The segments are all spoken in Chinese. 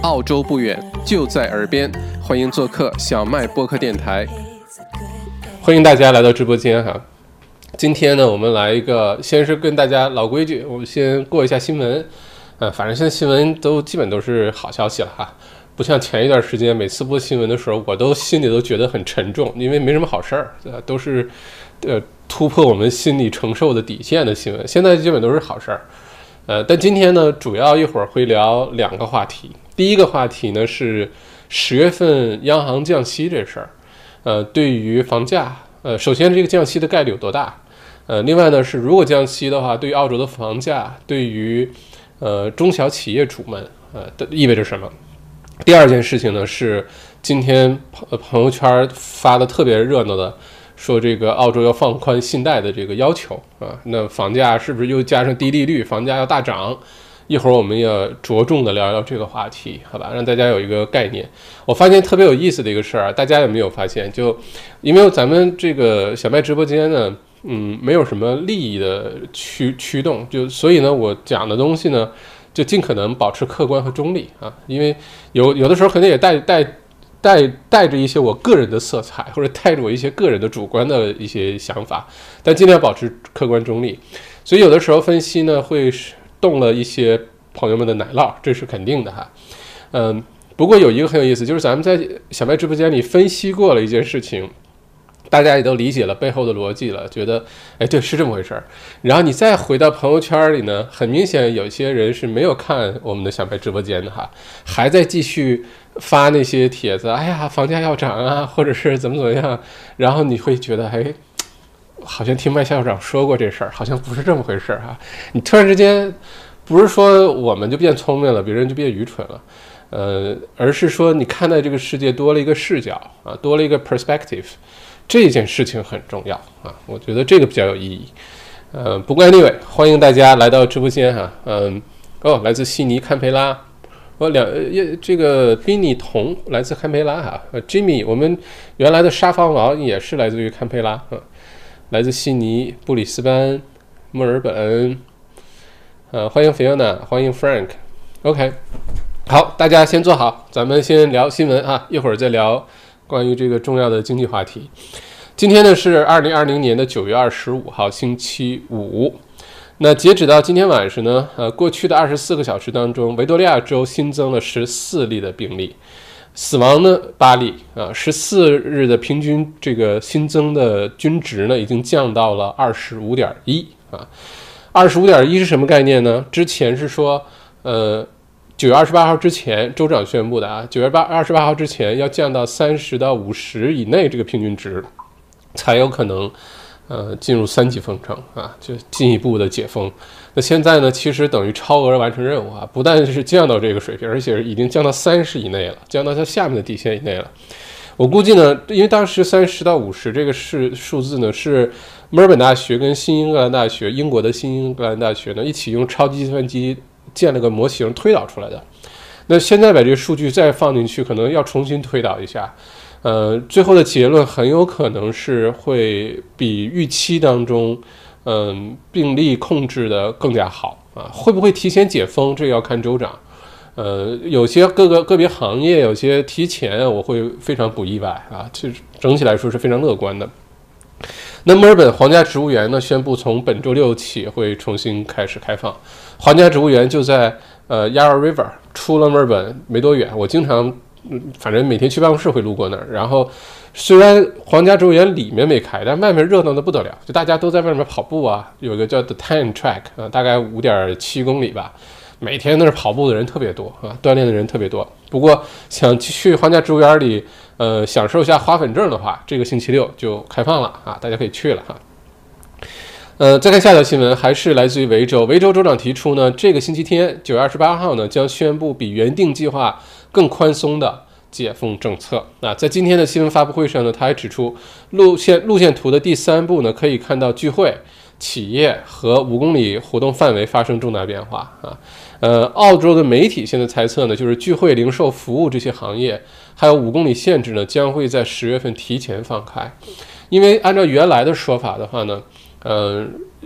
澳洲不远，就在耳边，欢迎做客小麦播客电台。欢迎大家来到直播间哈。今天呢，我们来一个，先是跟大家老规矩，我们先过一下新闻。反正现在新闻都基本都是好消息了哈，不像前一段时间每次播新闻的时候，我都心里都觉得很沉重，因为没什么好事儿，都是突破我们心理承受的底线的新闻。现在基本都是好事儿。但今天呢，主要一会儿会聊两个话题。第一个话题呢是10月份央行降息这事儿，对于房价，首先这个降息的概率有多大？另外呢是如果降息的话，对于澳洲的房价，对于中小企业主们，意味着什么？第二件事情呢是今天朋友圈发的特别热闹的，说这个澳洲要放宽信贷的这个要求啊，那房价是不是又加上低利率，房价要大涨？一会儿我们也着重的聊聊这个话题，好吧，让大家有一个概念。我发现特别有意思的一个事儿，大家有没有发现？就因为咱们这个小麦直播间呢，没有什么利益的驱动，就所以呢，我讲的东西呢，就尽可能保持客观和中立啊，因为有的时候可能也带着一些我个人的色彩，或者带着我一些个人的主观的一些想法，但尽量保持客观中立。所以有的时候分析呢会动了一些朋友们的奶酪，这是肯定的哈。不过有一个很有意思，就是咱们在小麦直播间里分析过了一件事情，大家也都理解了背后的逻辑了，觉得对，是这么回事儿。然后你再回到朋友圈里呢，很明显有些人是没有看我们的小麦直播间的哈，还在继续发那些帖子，哎呀房价要涨啊，或者是怎么样，然后你会觉得好像听麦校长说过这事儿，好像不是这么回事哈。你突然之间不是说我们就变聪明了，别人就变愚蠢了，而是说你看待这个世界多了一个视角啊，多了一个 perspective， 这件事情很重要啊，我觉得这个比较有意义。不过anyway，欢迎大家来到直播间哈。来自悉尼堪培拉，这个宾尼童来自堪培拉哈，Jimmy 我们原来的沙发王也是来自于堪培拉来自悉尼、布里斯班、墨尔本，欢迎 Fiona， 欢迎 Frank。OK， 好，大家先坐好，咱们先聊新闻啊，一会儿再聊关于这个重要的经济话题。今天呢是2020年的9月25号，星期五。那截止到今天晚上呢，过去的24个小时当中，维多利亚州新增了14例的病例。死亡呢8例啊，14日的平均这个新增的均值呢已经降到了 25.1 啊。25.1 是什么概念呢？之前是说9月28号之前州长宣布的啊，9月28号之前要降到30到50以内这个平均值，才有可能进入3级封城啊，就进一步的解封。那现在呢，其实等于超额完成任务啊，不但是降到这个水平，而且已经降到30以内了，降到它下面的底线以内了。我估计呢，因为当时30到50这个数字呢，是墨尔本大学跟新英格兰大学，英国的新英格兰大学呢一起用超级计算机建了个模型推导出来的。那现在把这个数据再放进去，可能要重新推导一下。最后的结论很有可能是会比预期当中，病例控制的更加好啊。会不会提前解封？这个要看州长。有些个别行业有些提前，我会非常不意外啊。其实整体来说是非常乐观的。那墨尔本皇家植物园呢，宣布从本周6起会重新开始开放。皇家植物园就在Yarra River， 出了墨尔本没多远，我经常反正每天去办公室会路过那儿。然后虽然皇家植物园里面没开，但外面热闹的不得了，就大家都在外面跑步啊，有一个叫 The Tan Track 大概 5.7 公里吧，每天那儿跑步的人特别多啊，锻炼的人特别多。不过想去皇家植物园里享受一下花粉症的话，这个星期6就开放了啊，大家可以去了哈。再看下条新闻，还是来自于维州。维州州长提出呢，这个星期天9月28号呢，将宣布比原定计划更宽松的解封政策。在今天的新闻发布会上呢，他还指出路线图的第3步呢，可以看到聚会、企业和5公里活动范围发生重大变化啊。澳洲的媒体现在猜测呢，就是聚会、零售、服务这些行业，还有5公里限制呢，将会在10月份提前放开。因为按照原来的说法的话呢，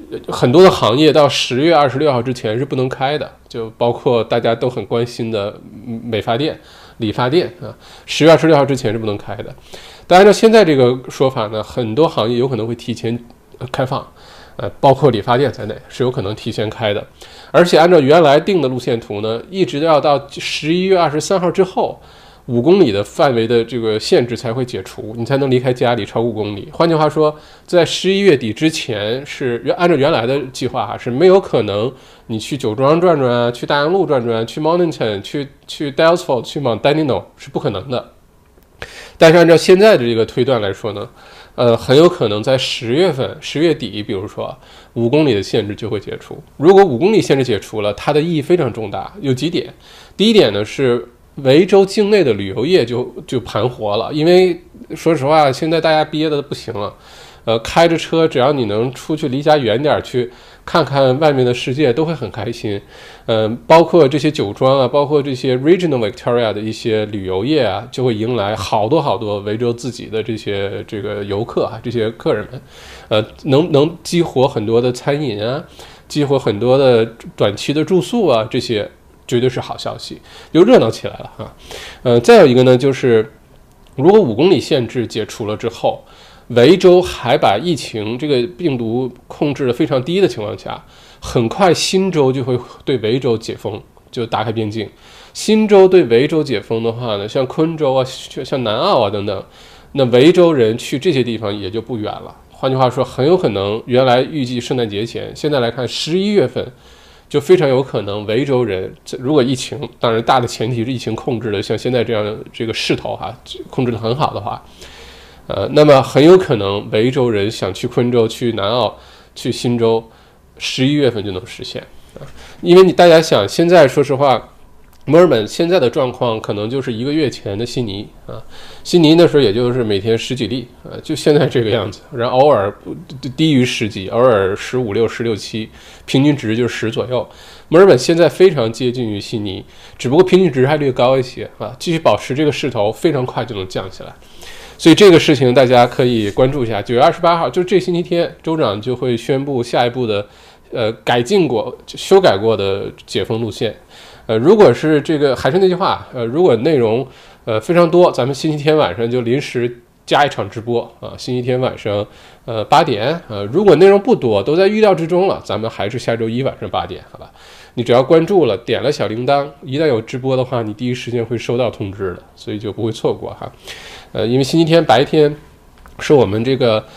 很多的行业到10月26号之前是不能开的，就包括大家都很关心的美发店、理发店啊，10月26号之前是不能开的。但按照现在这个说法呢，很多行业有可能会提前开放，包括理发店在内是有可能提前开的。而且按照原来定的路线图呢，一直要到11月23号之后，5公里的范围的这个限制才会解除，你才能离开家里超过5公里。换句话说，在11月底之前是按照原来的计划是没有可能你去酒庄转转啊，去大洋路转转，去 Mornington， 去 Daylesford， 去 Mount Dandenong 是不可能的。但是按照现在的这个推断来说呢，很有可能在10月底，比如说5公里的限制就会解除。如果5公里限制解除了，它的意义非常重大，有几点。第一点呢是维州境内的旅游业就盘活了，因为说实话，现在大家憋得不行了。开着车，只要你能出去离家远点去看看外面的世界，都会很开心。包括这些酒庄啊，包括这些 Regional Victoria 的一些旅游业啊，就会迎来好多维州自己的这个游客啊，这些客人们，能激活很多的餐饮啊，激活很多的短期的住宿啊，这些绝对是好消息，就热闹起来了啊。再有一个呢，就是如果5公里限制解除了之后，维州还把疫情这个病毒控制得非常低的情况下，很快新州就会对维州解封，就打开边境。新州对维州解封的话呢，像昆州啊，像南澳啊等等，那维州人去这些地方也就不远了。换句话说，很有可能原来预计圣诞节前，现在来看11月份就非常有可能维州人，如果疫情，当然大的前提是疫情控制的像现在这样的这个势头控制得很好的话，那么很有可能维州人想去昆州、去南澳、去新州，11月份就能实现啊。因为大家想，现在说实话，墨尔本现在的状况可能就是1个月前的悉尼啊。悉尼那时候也就是每天10几例啊，就现在这个样子，然后偶尔低于10几，偶尔15、16、16、7，平均值就是10左右。墨尔本现在非常接近于悉尼，只不过平均值还略高一些啊。继续保持这个势头，非常快就能降下来。所以这个事情大家可以关注一下。9月28号，就是这星期天，州长就会宣布下一步的修改过的解封路线。如果是这个，还是那句话，如果内容非常多，咱们星期天晚上就临时加一场直播啊。星期天晚上8点如果内容不多，都在预料之中了，咱们还是下周一晚上8点，好吧？你只要关注了，点了小铃铛，一旦有直播的话，你第一时间会收到通知的，所以就不会错过哈。因为星期天白天是我们这个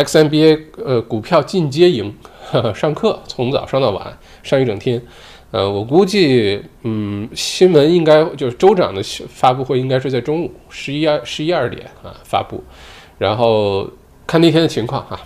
XMBA 股票进阶营上课，从早上到晚上一整天。我估计新闻应该就是州长的发布会应该是在中午11、12点啊发布，然后看那天的情况哈。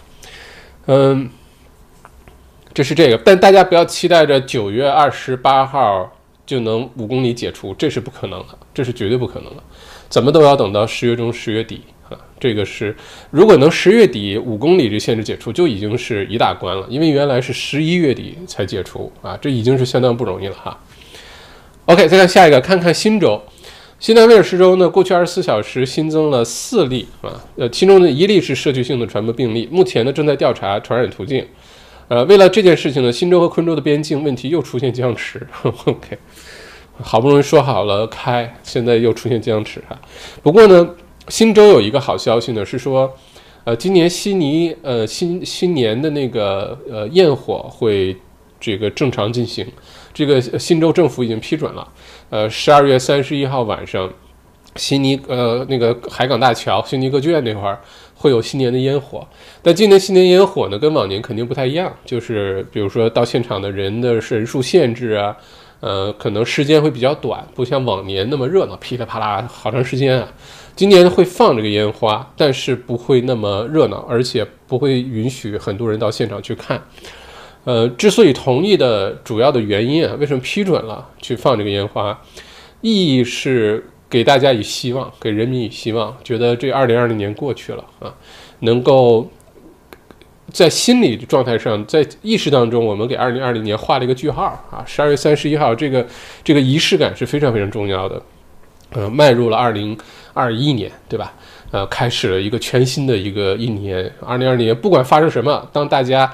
这是这个，但大家不要期待着9月28号就能5公里解除，这是不可能的，这是绝对不可能的，怎么都要等到10月中、10月底啊。这个是如果能10月底5公里这限制解除，就已经是一大关了，因为原来是11月底才解除啊，这已经是相当不容易了哈。OK， 再看下一个，看看新州。新南威尔士州呢，过去24小时新增了4例啊，其中的1例是社区性的传播病例，目前呢正在调查传染途径。为了这件事情呢，新州和昆州的边境问题又出现僵持。OK， 好不容易说好了开，现在又出现僵持哈。不过呢，新州有一个好消息呢，是说，今年悉尼新年的那个焰火会这个正常进行，这个新州政府已经批准了。12月31号晚上，悉尼那个海港大桥、悉尼歌剧院那块儿会有新年的烟火。但今年新年烟火呢，跟往年肯定不太一样，就是比如说到现场的人数限制啊，可能时间会比较短，不像往年那么热闹，噼里啪啦好长时间啊。今年会放这个烟花，但是不会那么热闹，而且不会允许很多人到现场去看。之所以同意的主要的原因啊，为什么批准了去放这个烟花，意义是给大家以希望，给人民以希望，觉得这2020年过去了啊，能够在心理状态上，在意识当中，我们给2020年画了一个句号啊。12月31号这个仪式感是非常非常重要的。迈入了2021年，对吧？开始了一个全新的一年。2020年不管发生什么，当大家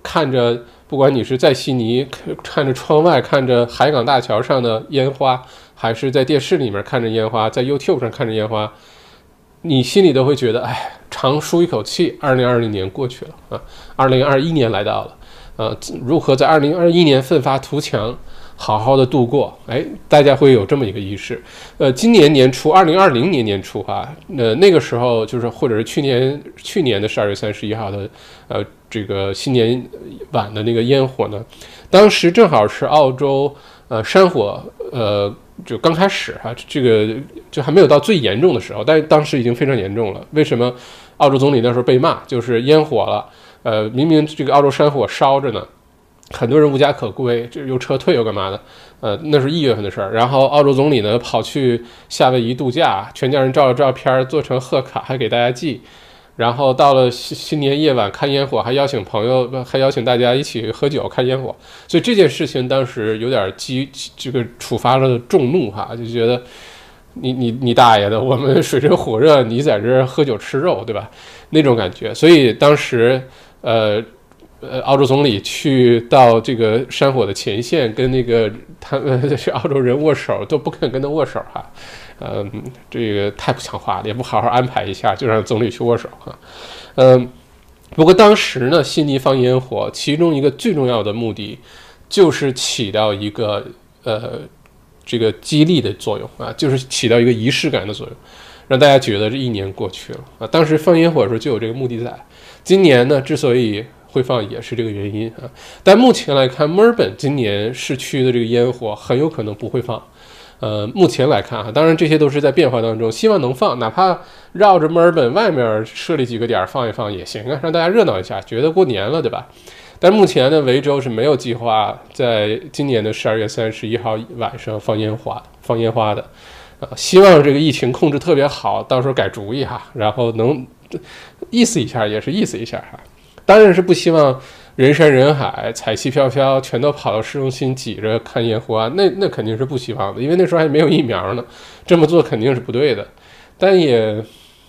看着，不管你是在悉尼看着窗外看着海港大桥上的烟花，还是在电视里面看着烟花，在 YouTube 上看着烟花，你心里都会觉得，哎，长舒一口气，2020年过去了啊，2021年来到了，如何在2021年奋发图强，好好的度过，哎，大家会有这么一个意识。今年年初，2020年年初啊，那个时候就是或者是去年的12月31号的，这个新年晚的那个烟火呢，当时正好是澳洲山火就刚开始啊，这个就还没有到最严重的时候，但是当时已经非常严重了。为什么澳洲总理那时候被骂？就是烟火了，明明这个澳洲山火烧着呢，很多人无家可归，这又撤退又干嘛的？那是1月份的事儿。然后澳洲总理呢跑去夏威夷度假，全家人照了照片，做成贺卡还给大家寄。然后到了新年夜晚看烟火，还邀请朋友，还邀请大家一起喝酒看烟火。所以这件事情当时有点这个触发了众怒哈，就觉得你大爷的，我们水深火热，你在这喝酒吃肉，对吧？那种感觉。所以当时澳洲总理去到这个山火的前线，跟那个是澳洲人握手，都不肯跟他握手哈。这个太不像话了，也不好好安排一下，就让总理去握手哈。不过当时呢，悉尼放烟火，其中一个最重要的目的就是起到一个这个激励的作用啊，就是起到一个仪式感的作用，让大家觉得这一年过去了啊。当时放烟火的时候就有这个目的在。今年呢，之所以会放也是这个原因啊。但目前来看，墨尔本今年市区的这个烟火很有可能不会放。目前来看当然这些都是在变化当中，希望能放，哪怕绕着墨尔本外面设立几个点放一放也行啊，让大家热闹一下，觉得过年了，对吧？但目前呢，维州是没有计划在今年的12月31号晚上放烟花的，希望这个疫情控制特别好，到时候改主意哈，然后能意思一下也是意思一下哈。当然是不希望人山人海，彩旗飘飘，全都跑到市中心挤着看烟花，那肯定是不希望的，因为那时候还没有疫苗呢，这么做肯定是不对的。但也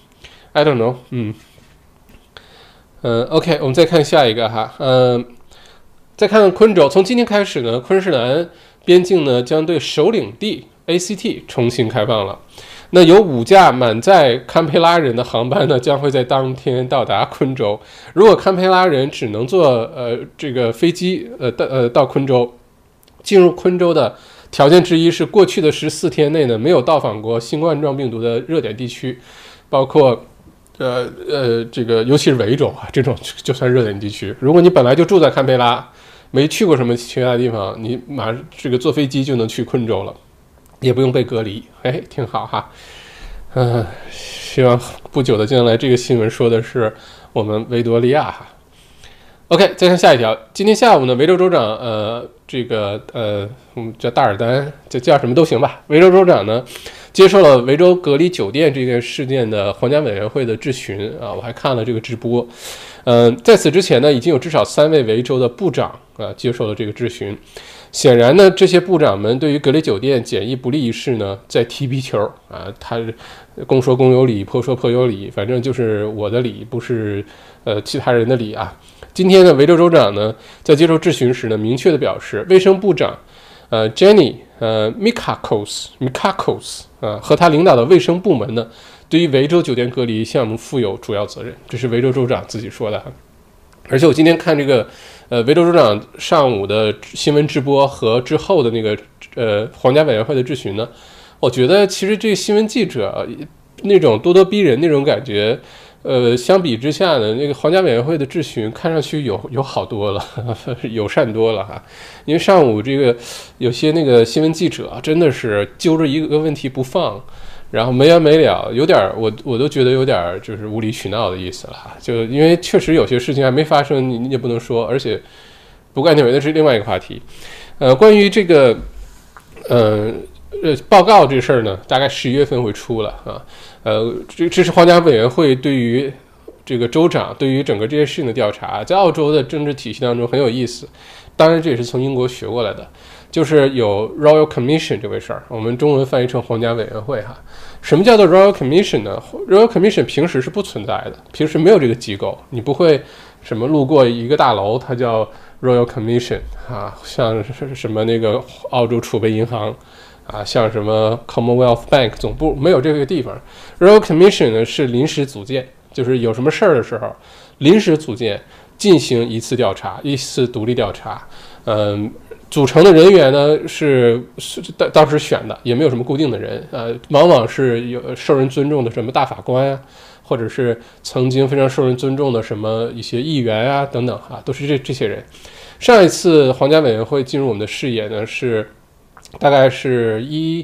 I don't know，OK， 我们再看下一个哈，再看昆州，从今天开始呢，昆士兰边境呢将对首领地 ACT 重新开放了。那有5架满载堪培拉人的航班呢，将会在当天到达昆州。如果堪培拉人只能坐这个飞机到昆州，进入昆州的条件之一是过去的14天内呢没有到访过新冠状病毒的热点地区，包括这个尤其是维州啊，这种就算热点地区。如果你本来就住在堪培拉，没去过什么其他地方，你马上这个坐飞机就能去昆州了。也不用被隔离，哎，挺好哈。希望不久的将来，这个新闻说的是我们维多利亚哈。OK， 再看下一条。今天下午呢，维州州长这个我们叫大尔丹，叫什么都行吧。维州州长呢接受了维州隔离酒店这件事件的皇家委员会的质询啊，我还看了这个直播。在此之前呢，已经有至少3位维州的部长接受了这个质询。显然呢，这些部长们对于隔离酒店检疫不利一事呢，在踢皮球啊。他公说公有理，婆说婆有理，反正就是我的理，不是其他人的理啊。今天呢，维州州长呢在接受质询时呢，明确的表示，卫生部长Jenny Mikakos 和他领导的卫生部门呢，对于维州酒店隔离项目负有主要责任。这是维州州长自己说的。而且我今天看这个维州州长上午的新闻直播和之后的那个皇家委员会的质询呢，我觉得其实这个新闻记者那种咄咄逼人那种感觉，相比之下呢，那个皇家委员会的质询看上去有好多了，友善多了哈。因为上午这个有些那个新闻记者真的是揪着一个问题不放，然后没完没了，有点我都觉得有点就是无理取闹的意思了哈。就因为确实有些事情还没发生，你也不能说，而且不干那是另外一个话题。关于这个报告这事儿呢，大概11月份会出了啊。这是皇家委员会对于这个州长对于整个这件事情的调查，在澳洲的政治体系当中很有意思。当然这也是从英国学过来的，就是有 Royal Commission 这回事儿，我们中文翻译成皇家委员会哈。什么叫做 Royal Commission 呢？ Royal Commission 平时是不存在的，平时没有这个机构，你不会什么路过一个大楼，它叫 Royal Commission 啊，像什么那个澳洲储备银行啊，像什么 Commonwealth Bank 总部，没有这个地方。Royal Commission 呢是临时组建，就是有什么事儿的时候，临时组建进行一次调查，一次独立调查。组成的人员呢是当时选的，也没有什么固定的人，往往是有受人尊重的什么大法官啊，或者是曾经非常受人尊重的什么一些议员啊等等啊，都是这些人。上一次皇家委员会进入我们的视野呢，是大概是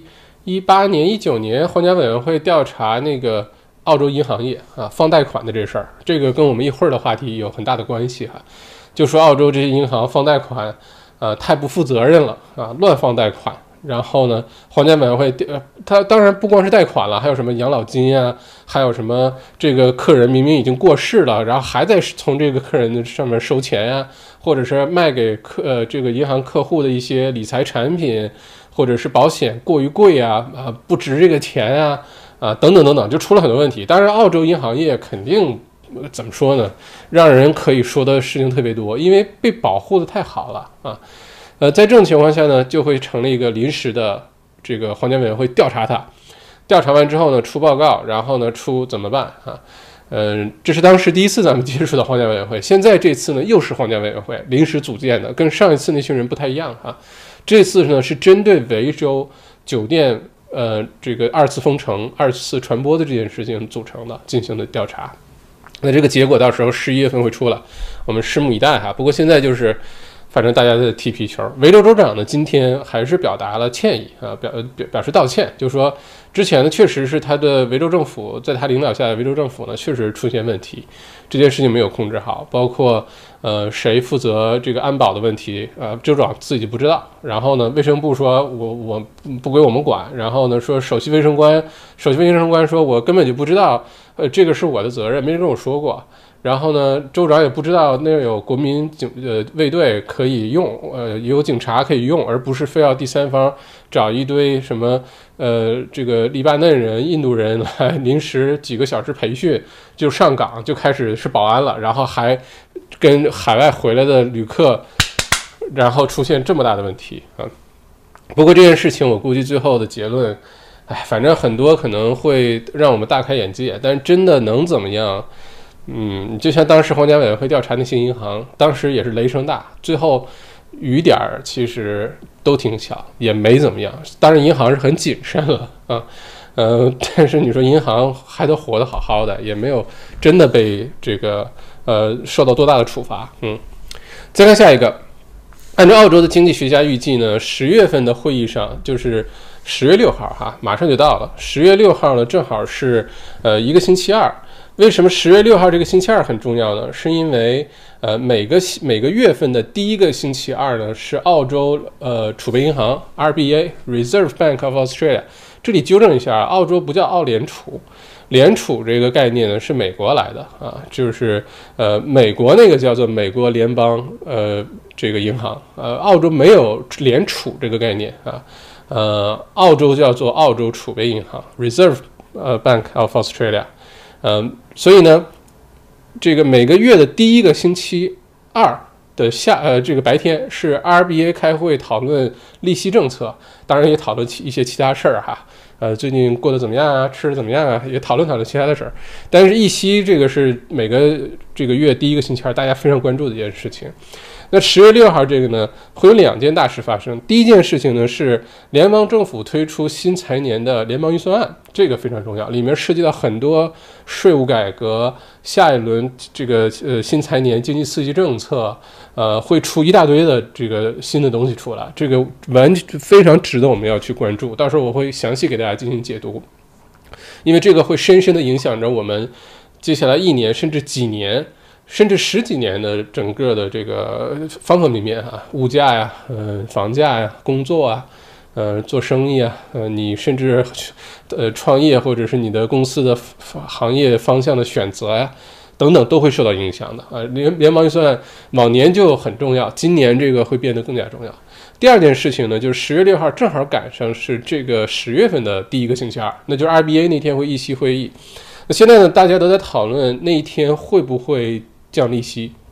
18年、19年，皇家委员会调查那个澳洲银行业啊放贷款的这事儿，这个跟我们一会儿的话题有很大的关系哈。就说澳洲这些银行放贷款。太不负责任了啊，乱放贷款。然后呢，皇家委员会他当然不光是贷款了，还有什么养老金啊，还有什么这个客人明明已经过世了，然后还在从这个客人的上面收钱呀，或者是卖给这个银行客户的一些理财产品或者是保险过于贵啊，不值这个钱啊，等等等等，就出了很多问题。当然，澳洲银行业肯定。怎么说呢？让人可以说的事情特别多，因为被保护的太好了啊。在这种情况下呢，就会成立一个临时的这个皇家委员会调查它，调查完之后呢出报告，然后呢出怎么办啊？这是当时第一次咱们接触的皇家委员会，现在这次呢又是皇家委员会临时组建的，跟上一次那群人不太一样啊。这次呢是针对维州酒店这个二次封城、二次传播的这件事情组成的进行的调查。那这个结果到时候11月份会出来，我们拭目以待哈。不过现在就是，反正大家在踢皮球。维州州长呢今天还是表达了歉意啊，表示道歉，就是说之前呢确实是他的维州政府在他领导下的维州政府呢确实出现问题，这件事情没有控制好，包括谁负责这个安保的问题州长自己不知道，然后呢卫生部说我不归我们管，然后呢说首席卫生官说我根本就不知道。这个是我的责任，没人跟我说过。然后呢，州长也不知道那有国民卫队可以用，有警察可以用，而不是非要第三方找一堆什么这个黎巴嫩人、印度人来临时几个小时培训就上岗就开始是保安了，然后还跟海外回来的旅客，然后出现这么大的问题啊。不过这件事情我估计最后的结论。反正很多可能会让我们大开眼界，但真的能怎么样？就像当时皇家委员会调查那些银行，当时也是雷声大，最后雨点其实都挺小，也没怎么样。当然银行是很谨慎了啊，但是你说银行还都活得好好的，也没有真的被这个受到多大的处罚。再看下一个，按照澳洲的经济学家预计呢，10月份的会议上就是10月6号哈，马上就到了。10月6号呢，正好是一个星期二。为什么10月6号这个星期二很重要呢？是因为每个月份的第一个星期二呢，是澳洲储备银行 RBA Reserve Bank of Australia。这里纠正一下，澳洲不叫澳联储。联储这个概念呢是美国来的啊，就是美国那个叫做美国联邦这个银行，澳洲没有联储这个概念啊。澳洲叫做澳洲储备银行 Reserve Bank of Australia， 所以呢，这个每个月的第一个星期二的这个白天是 RBA 开会讨论利息政策，当然也讨论一些其他事儿哈。最近过得怎么样啊？吃的怎么样啊？也讨论其他的事儿。但是议息这个是每个这个月第一个星期二大家非常关注的一件事情。那10月6号这个呢，会有2件大事发生。第一件事情呢是联邦政府推出新财年的联邦预算案，这个非常重要，里面涉及到很多税务改革，下一轮这个新财年经济刺激政策，会出一大堆的这个新的东西出来，这个非常值得我们要去关注。到时候我会详细给大家进行解读，因为这个会深深的影响着我们接下来1年甚至几年。甚至10几年的整个的这个方方面面啊，物价呀，房价呀，工作啊，做生意啊，你甚至创业或者是你的公司的行业方向的选择呀，等等都会受到影响的啊。联邦预算案往年就很重要，今年这个会变得更加重要。第二件事情呢，就是10月6号正好赶上是这个10月份的第一个星期二，那就是 RBA 那天会议息会议。那现在呢，大家都在讨论那一天会不会降利息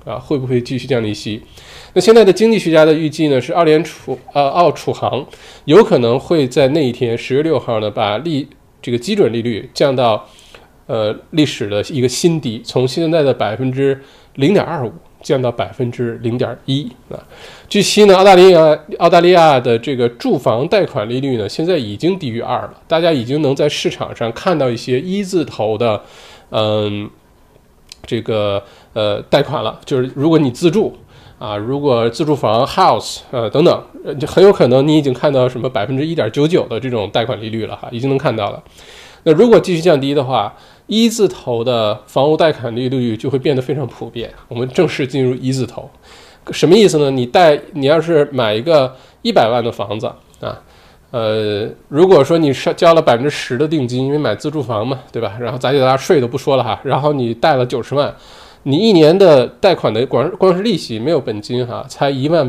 啊，会不会继续降利息？那现在的经济学家的预计呢，是澳储行有可能会在那一天10月6号呢，把这个基准利率降到历史的一个新低，从现在的0.25%降到0.1%啊。据悉呢，澳大利亚的这个住房贷款利率呢，现在已经低于2了，大家已经能在市场上看到一些一字头的这个贷款了，就是如果你自住啊，如果自住房 house 等等，就很有可能你已经看到什么1.99%的这种贷款利率了哈，已经能看到了。那如果继续降低的话，一字头的房屋贷款利率就会变得非常普遍，我们正式进入一字头。什么意思呢？你要是买一个100万的房子啊，如果说你交了10%的定金，因为买自住房嘛，对吧？然后杂七杂八税都不说了哈，然后你贷了90万，你一年的贷款的光是利息没有本金哈，才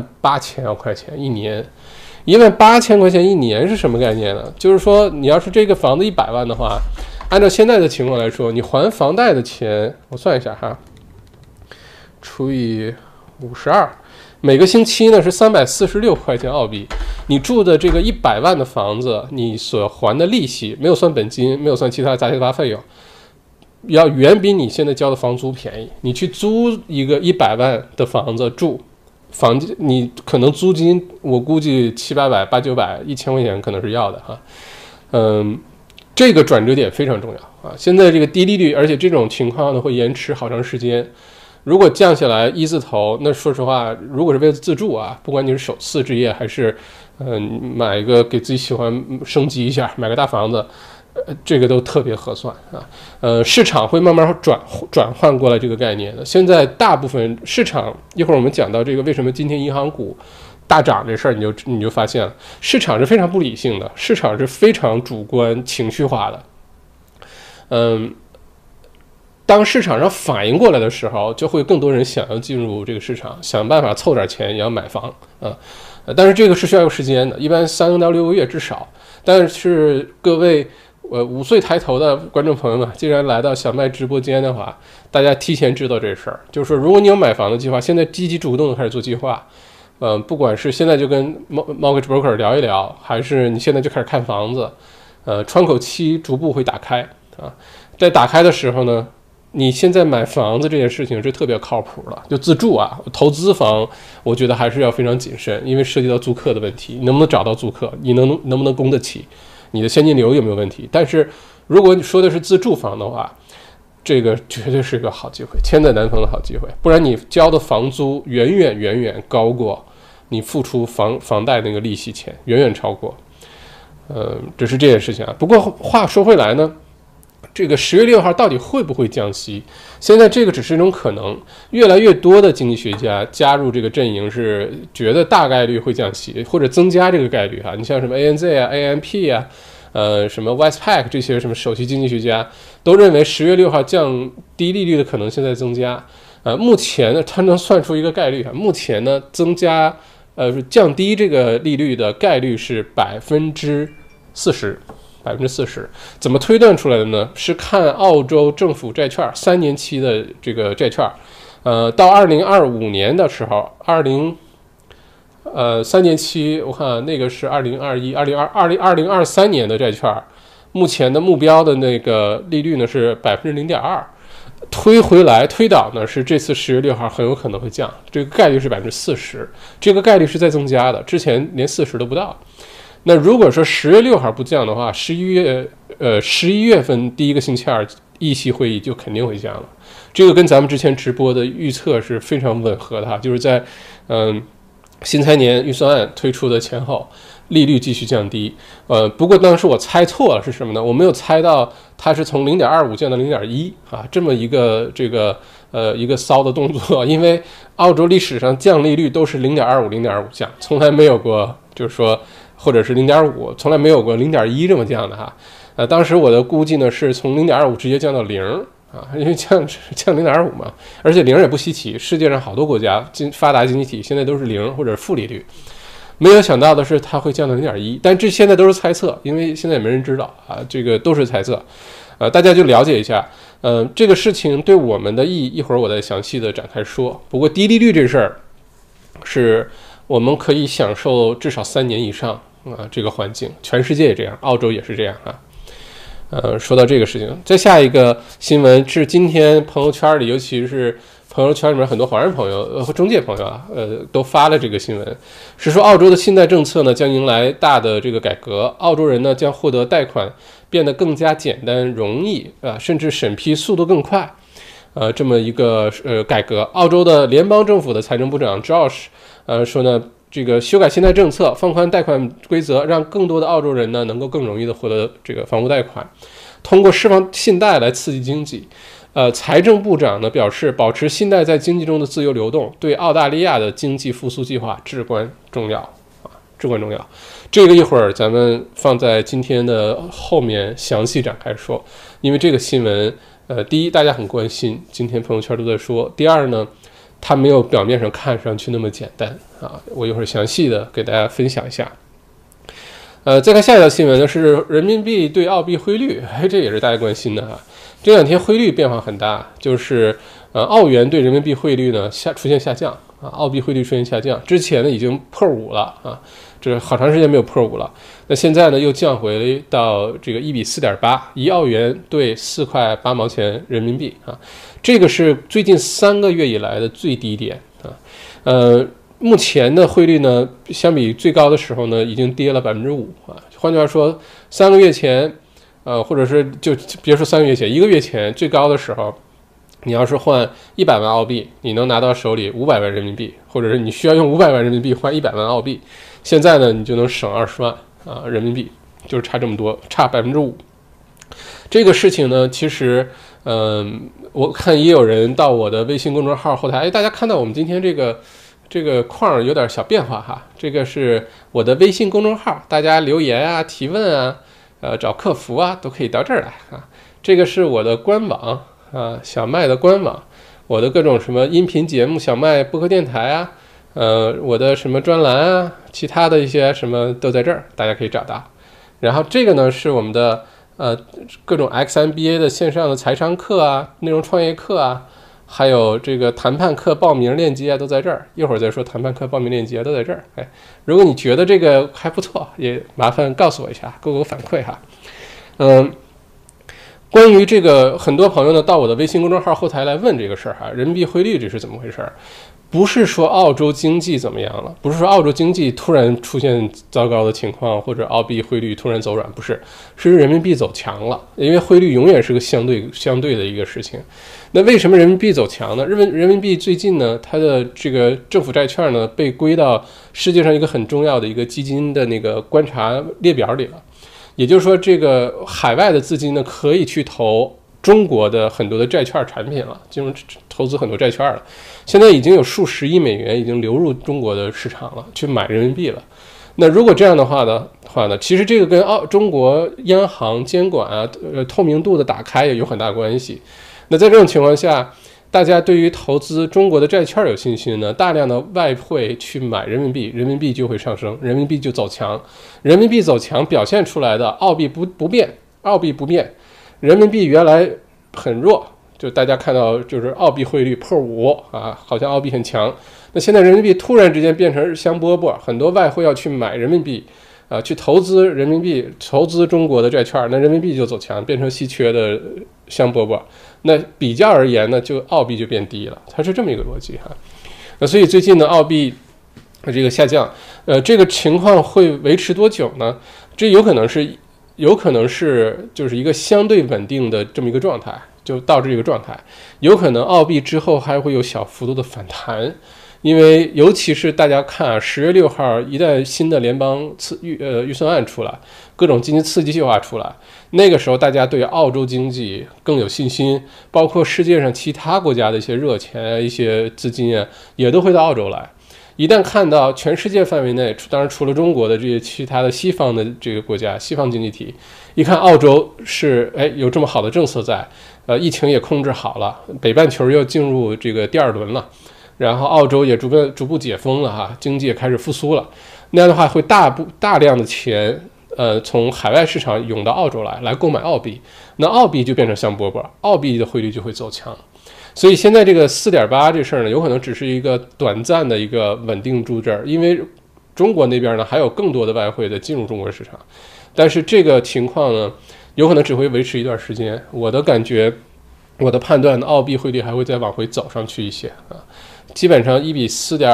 18000块钱一年。18000块钱一年是什么概念呢？就是说你要是这个房子100万的话，按照现在的情况来说，你还房贷的钱，我算一下哈，除以52，每个星期呢是346块钱澳币。你住的这个100万的房子，你所还的利息没有算本金，没有算其他杂七杂八费用，要远比你现在交的房租便宜。你去租一个100万的房子住，你可能租金我估计700-800、800-900、1000块钱可能是要的哈。这个转折点非常重要啊！现在这个低利率，而且这种情况呢会延迟好长时间。如果降下来一字头，那说实话，如果是为了自住啊，不管你是首次置业还是买一个给自己喜欢升级一下，买个大房子，这个都特别合算啊。市场会慢慢转换过来这个概念的。现在大部分市场，一会儿我们讲到这个为什么今天银行股大涨这事儿，你就发现了，市场是非常不理性的，市场是非常主观情绪化的。当市场上反应过来的时候，就会更多人想要进入这个市场，想办法凑点钱也要买房啊。但是这个是需要有时间的，一般3到6个月至少。但是各位5岁抬头的观众朋友们，既然来到小麦直播间的话，大家提前知道这事儿，就是说如果你有买房的计划，现在积极主动的开始做计划。不管是现在就跟 mortgage broker 聊一聊，还是你现在就开始看房子，窗口期逐步会打开啊。在打开的时候呢，你现在买房子这件事情是特别靠谱的，就自住啊，投资房，我觉得还是要非常谨慎，因为涉及到租客的问题，你能不能找到租客，你能不能供得起，你的现金流有没有问题。但是如果你说的是自住房的话，这个绝对是个好机会，千载难逢的好机会，不然你交的房租远远高过你付出房贷那个利息钱，远远超过。这是这件事情啊。不过话说回来呢，这个10月6号到底会不会降息？现在这个只是一种可能，越来越多的经济学家加入这个阵营，是觉得大概率会降息，或者增加这个概率哈。你像什么 ANZ 啊、AMP 啊。什么 Westpac 这些什么首席经济学家都认为10月6号降低利率的可能性在增加。目前呢，他能算出一个概率啊，目前呢降低这个利率的概率是40%，怎么推断出来的呢？是看澳洲政府债券3年期的这个债券，到2025年的时候，3年期，我看那个是2023年的债券，目前的目标的那个利率呢是0.2%，推导呢是这次10月6号很有可能会降，这个概率是40%，这个概率是在增加的，之前连40都不到。那如果说10月6号不降的话，11月份第一个星期二议息会议就肯定会降了，这个跟咱们之前直播的预测是非常吻合的哈，就是在新财年预算案推出的前后，利率继续降低。不过当时我猜错了是什么呢？我没有猜到它是从0.25降到0.1啊，这么一个一个骚的动作。因为澳洲历史上降利率都是0.25降，从来没有过就是说或者是0.5，从来没有过0.1这么降的哈。当时我的估计呢是从0.25直接降到0。因为降0.25嘛，而且0也不稀奇，世界上好多国家发达经济体现在都是0或者负利率，没有想到的是它会降到0.1，但这现在都是猜测，因为现在也没人知道啊，这个都是猜测。 大家就了解一下。这个事情对我们的意义，一会儿我再详细的展开说。不过低利率这事儿，是我们可以享受至少3年以上啊，这个环境，全世界也这样，澳洲也是这样啊。说到这个事情，再下一个新闻是今天朋友圈里，尤其是朋友圈里面很多华人朋友和中介朋友啊，都发了这个新闻，是说澳洲的信贷政策呢将迎来大的这个改革，澳洲人呢将获得贷款变得更加简单容易啊，甚至审批速度更快，这么一个改革。澳洲的联邦政府的财政部长 Josh 说呢，这个修改信贷政策，放宽贷款规则，让更多的澳洲人呢能够更容易的获得这个房屋贷款，通过释放信贷来刺激经济。财政部长呢表示，保持信贷在经济中的自由流动，对澳大利亚的经济复苏计划至关重要啊，至关重要。这个一会儿咱们放在今天的后面详细展开说，因为这个新闻，第一大家很关心，今天朋友圈都在说；第二呢，它没有表面上看上去那么简单啊，我一会儿详细的给大家分享一下。再看下一条新闻呢，是人民币对澳币汇率，这也是大家关心的啊。这两天汇率变化很大，就是澳元对人民币汇率呢出现下降啊，澳币汇率出现下降，之前呢已经破5了啊，这好长时间没有破5了，那现在呢又降回到这个1比4.8，一澳元兑4块8毛钱人民币啊，这个是最近3个月以来的最低点啊，目前的汇率呢，相比最高的时候呢，已经跌了5%啊。换句话说，3个月前，或者是就别说3个月前，1个月前最高的时候，你要是换100万澳币，你能拿到手里500万人民币，或者是你需要用500万人民币换100万澳币，现在呢，你就能省20万啊人民币，就是差这么多，差5%。这个事情呢，其实，我看也有人到我的微信公众号后台，大家看到我们今天这个框有点小变化哈，这个是我的微信公众号，大家留言啊、提问啊、找客服啊，都可以到这儿来啊。这个是我的官网啊，小麦的官网，我的各种什么音频节目，小麦播客电台啊，我的什么专栏啊，其他的一些什么都在这儿，大家可以找到。然后这个呢是我们的各种 XMBA 的线上的财商课啊，内容创业课啊。还有这个谈判课报名链接都在这儿，一会儿再说谈判课报名链接都在这儿。如果你觉得这个还不错，也麻烦告诉我一下，给我反馈哈。关于这个，很多朋友呢到我的微信公众号后台来问这个事儿哈，人民币汇率这是怎么回事？不是说澳洲经济怎么样了，不是说澳洲经济突然出现糟糕的情况，或者澳币汇率突然走软，不是，是人民币走强了。因为汇率永远是个相对的一个事情。那为什么人民币走强呢？人民币最近呢，它的这个政府债券呢，被归到世界上一个很重要的一个基金的那个观察列表里了。也就是说，这个海外的资金呢，可以去投中国的很多的债券产品了，进入投资很多债券了。现在已经有数十亿美元已经流入中国的市场了，去买人民币了。那如果这样的话呢，其实这个跟中国央行监管啊、透明度的打开也有很大关系。那在这种情况下，大家对于投资中国的债券有信心呢，大量的外汇去买人民币，人民币就会上升，人民币就走强。人民币走强表现出来的澳币不变，澳币不变，人民币原来很弱，就大家看到就是澳币汇率破5啊，好像澳币很强。那现在人民币突然之间变成香饽饽，很多外汇要去买人民币。去投资人民币，投资中国的债券，那人民币就走强，变成稀缺的香饽饽。那比较而言呢，就澳币就变低了，它是这么一个逻辑哈。那所以最近呢，澳币这个下降，这个情况会维持多久呢？这有可能是就是一个相对稳定的这么一个状态，就到这个状态。有可能澳币之后还会有小幅度的反弹。因为尤其是大家看啊，10月6号一旦新的联邦预算案出来，各种经济刺激计划出来，那个时候大家对澳洲经济更有信心，包括世界上其他国家的一些热钱、一些资金啊，也都会到澳洲来。一旦看到全世界范围内，当然除了中国的这些其他的西方的这个国家、西方经济体，一看澳洲是有这么好的政策在，疫情也控制好了，北半球又进入这个第2轮了。然后澳洲也逐步解封了哈，经济也开始复苏了，那样的话会大量的钱从海外市场涌到澳洲来购买澳币，那澳币就变成香饽饽，澳币的汇率就会走强。所以现在这个4.8这事儿呢，有可能只是一个短暂的一个稳定住这儿，因为中国那边呢还有更多的外汇的进入中国市场，但是这个情况呢，有可能只会维持一段时间。我的感觉，我的判断，澳币汇率还会再往回走上去一些啊，基本上1比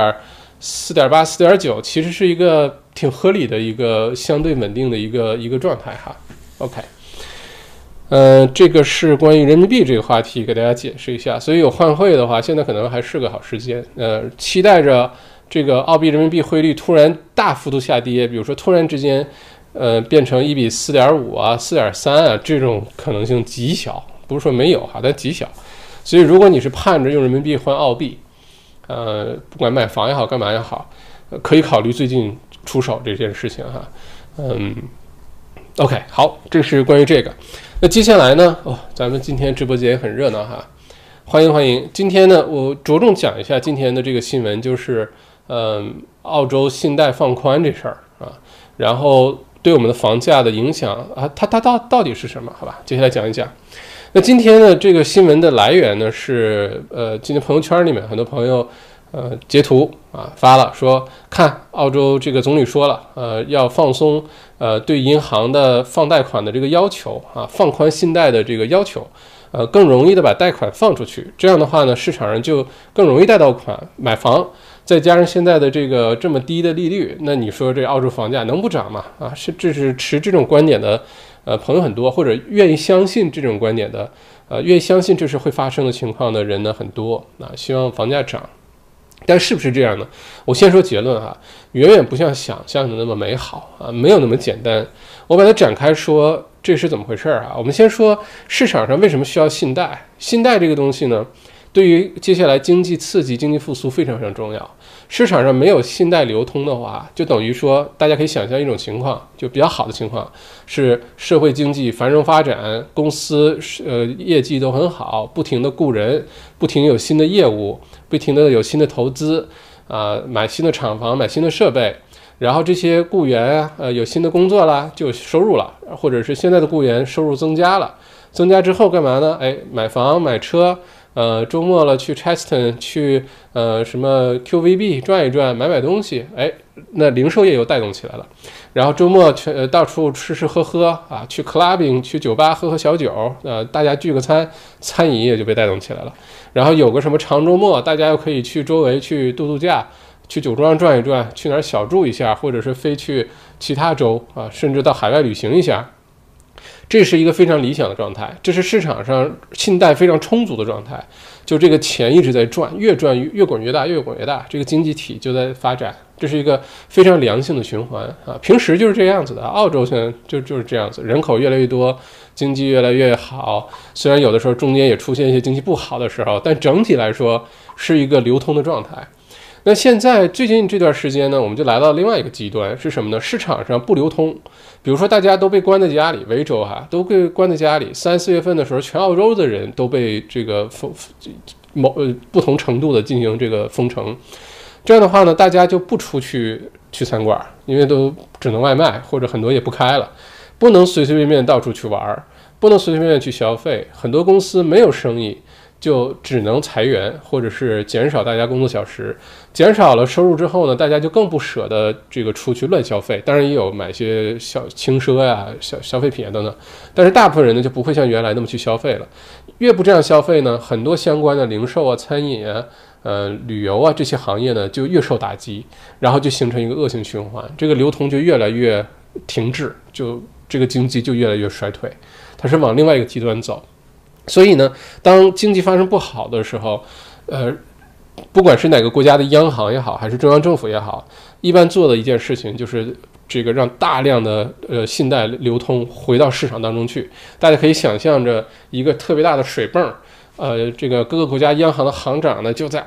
4.8、4.9，其实是一个挺合理的一个相对稳定的一个状态哈。OK。这个是关于人民币这个话题，给大家解释一下。所以有换汇的话，现在可能还是个好时间。期待着这个澳币人民币汇率突然大幅度下跌，比如说突然之间，变成1比4.5啊、4.3啊，这种可能性极小，不是说没有哈，但极小。所以如果你是盼着用人民币换澳币，不管买房也好，干嘛也好，可以考虑最近出手这件事情哈。OK， 好，这是关于这个。那接下来呢？咱们今天直播间也很热闹哈，欢迎欢迎。今天呢，我着重讲一下今天的这个新闻，就是澳洲信贷放宽这事儿啊，然后对我们的房价的影响啊，它到底是什么？好吧，接下来讲一讲。那今天呢，这个新闻的来源呢是今天朋友圈里面很多朋友截图啊发了，说看澳洲这个总理说了，要放松对银行的放贷款的这个要求啊，放宽信贷的这个要求，更容易的把贷款放出去，这样的话呢，市场上就更容易贷到款买房，再加上现在的这个这么低的利率，那你说这澳洲房价能不涨吗？啊，这是持这种观点的朋友很多，或者愿意相信这种观点的愿意相信这是会发生的情况的人呢很多啊，希望房价涨。但是不是这样呢？我先说结论哈，远远不像想象的那么美好啊，没有那么简单。我把它展开说，这是怎么回事啊？我们先说市场上为什么需要信贷？信贷这个东西呢，对于接下来经济刺激、经济复苏非常非常重要。市场上没有信贷流通的话，就等于说，大家可以想象一种情况，就比较好的情况是社会经济繁荣发展，公司业绩都很好，不停的雇人，不停有新的业务，不停的有新的投资买新的厂房，买新的设备，然后这些雇员有新的工作啦，就有收入了，或者是现在的雇员收入增加了，增加之后干嘛呢？买房买车。周末了去 Cheston 去什么 QVB 转一转，买东西，那零售业又带动起来了。然后周末去到处吃喝喝啊，去 clubbing 去酒吧喝小酒，大家聚个餐，餐饮业就被带动起来了。然后有个什么长周末，大家又可以去周围去度假，去酒庄转一转，去哪儿小住一下，或者是飞去其他州啊，甚至到海外旅行一下。这是一个非常理想的状态，这是市场上信贷非常充足的状态，就这个钱一直在转，越滚越大，越滚越大，这个经济体就在发展，这是一个非常良性的循环啊。平时就是这样子的，澳洲现在就是这样子，人口越来越多，经济越来越好，虽然有的时候中间也出现一些经济不好的时候，但整体来说是一个流通的状态。那现在最近这段时间呢，我们就来到另外一个极端是什么呢？市场上不流通，比如说大家都被关在家里，维州都被关在家里，3、4月份的时候，全澳洲的人都被这个不同程度的进行这个封城，这样的话呢，大家就不出去餐馆，因为都只能外卖，或者很多也不开了，不能随随便便到处去玩，不能随随便便去消费，很多公司没有生意。就只能裁员，或者是减少大家工作小时，减少了收入之后呢，大家就更不舍得这个出去乱消费，当然也有买些轻奢呀、消费品等等，但是大部分人呢就不会像原来那么去消费了。越不这样消费呢，很多相关的零售啊、餐饮啊、旅游啊这些行业呢就越受打击，然后就形成一个恶性循环，这个流通就越来越停滞，就这个经济就越来越衰退，它是往另外一个极端走。所以呢，当经济发生不好的时候，不管是哪个国家的央行也好，还是中央政府也好，一般做的一件事情就是这个让大量的信贷流通回到市场当中去。大家可以想象着一个特别大的水泵，这个各个国家央行的行长呢就在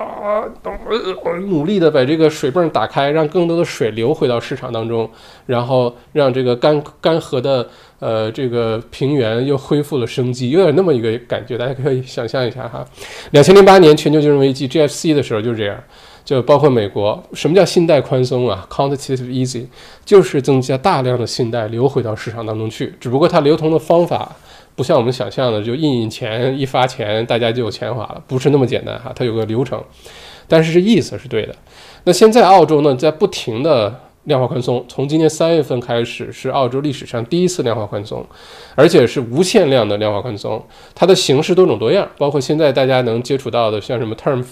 努力的把这个水泵打开，让更多的水流回到市场当中，然后让这个干涸的这个平原又恢复了生机，有点那么一个感觉，大家可以想象一下哈。2008年全球金融危机 GFC 的时候就是这样， 就包括美国。什么叫信贷宽松啊 ？quantitative easing 就是增加大量的信贷流回到市场当中去，只不过它流通的方法不像我们想象的，就印钱一发钱大家就有钱花了，不是那么简单哈，它有个流程。但是这意思是对的。那现在澳洲呢，在不停的量化宽松，从今年3月份开始是澳洲历史上第一次量化宽松，而且是无限量的量化宽松，它的形式多种多样，包括现在大家能接触到的，像什么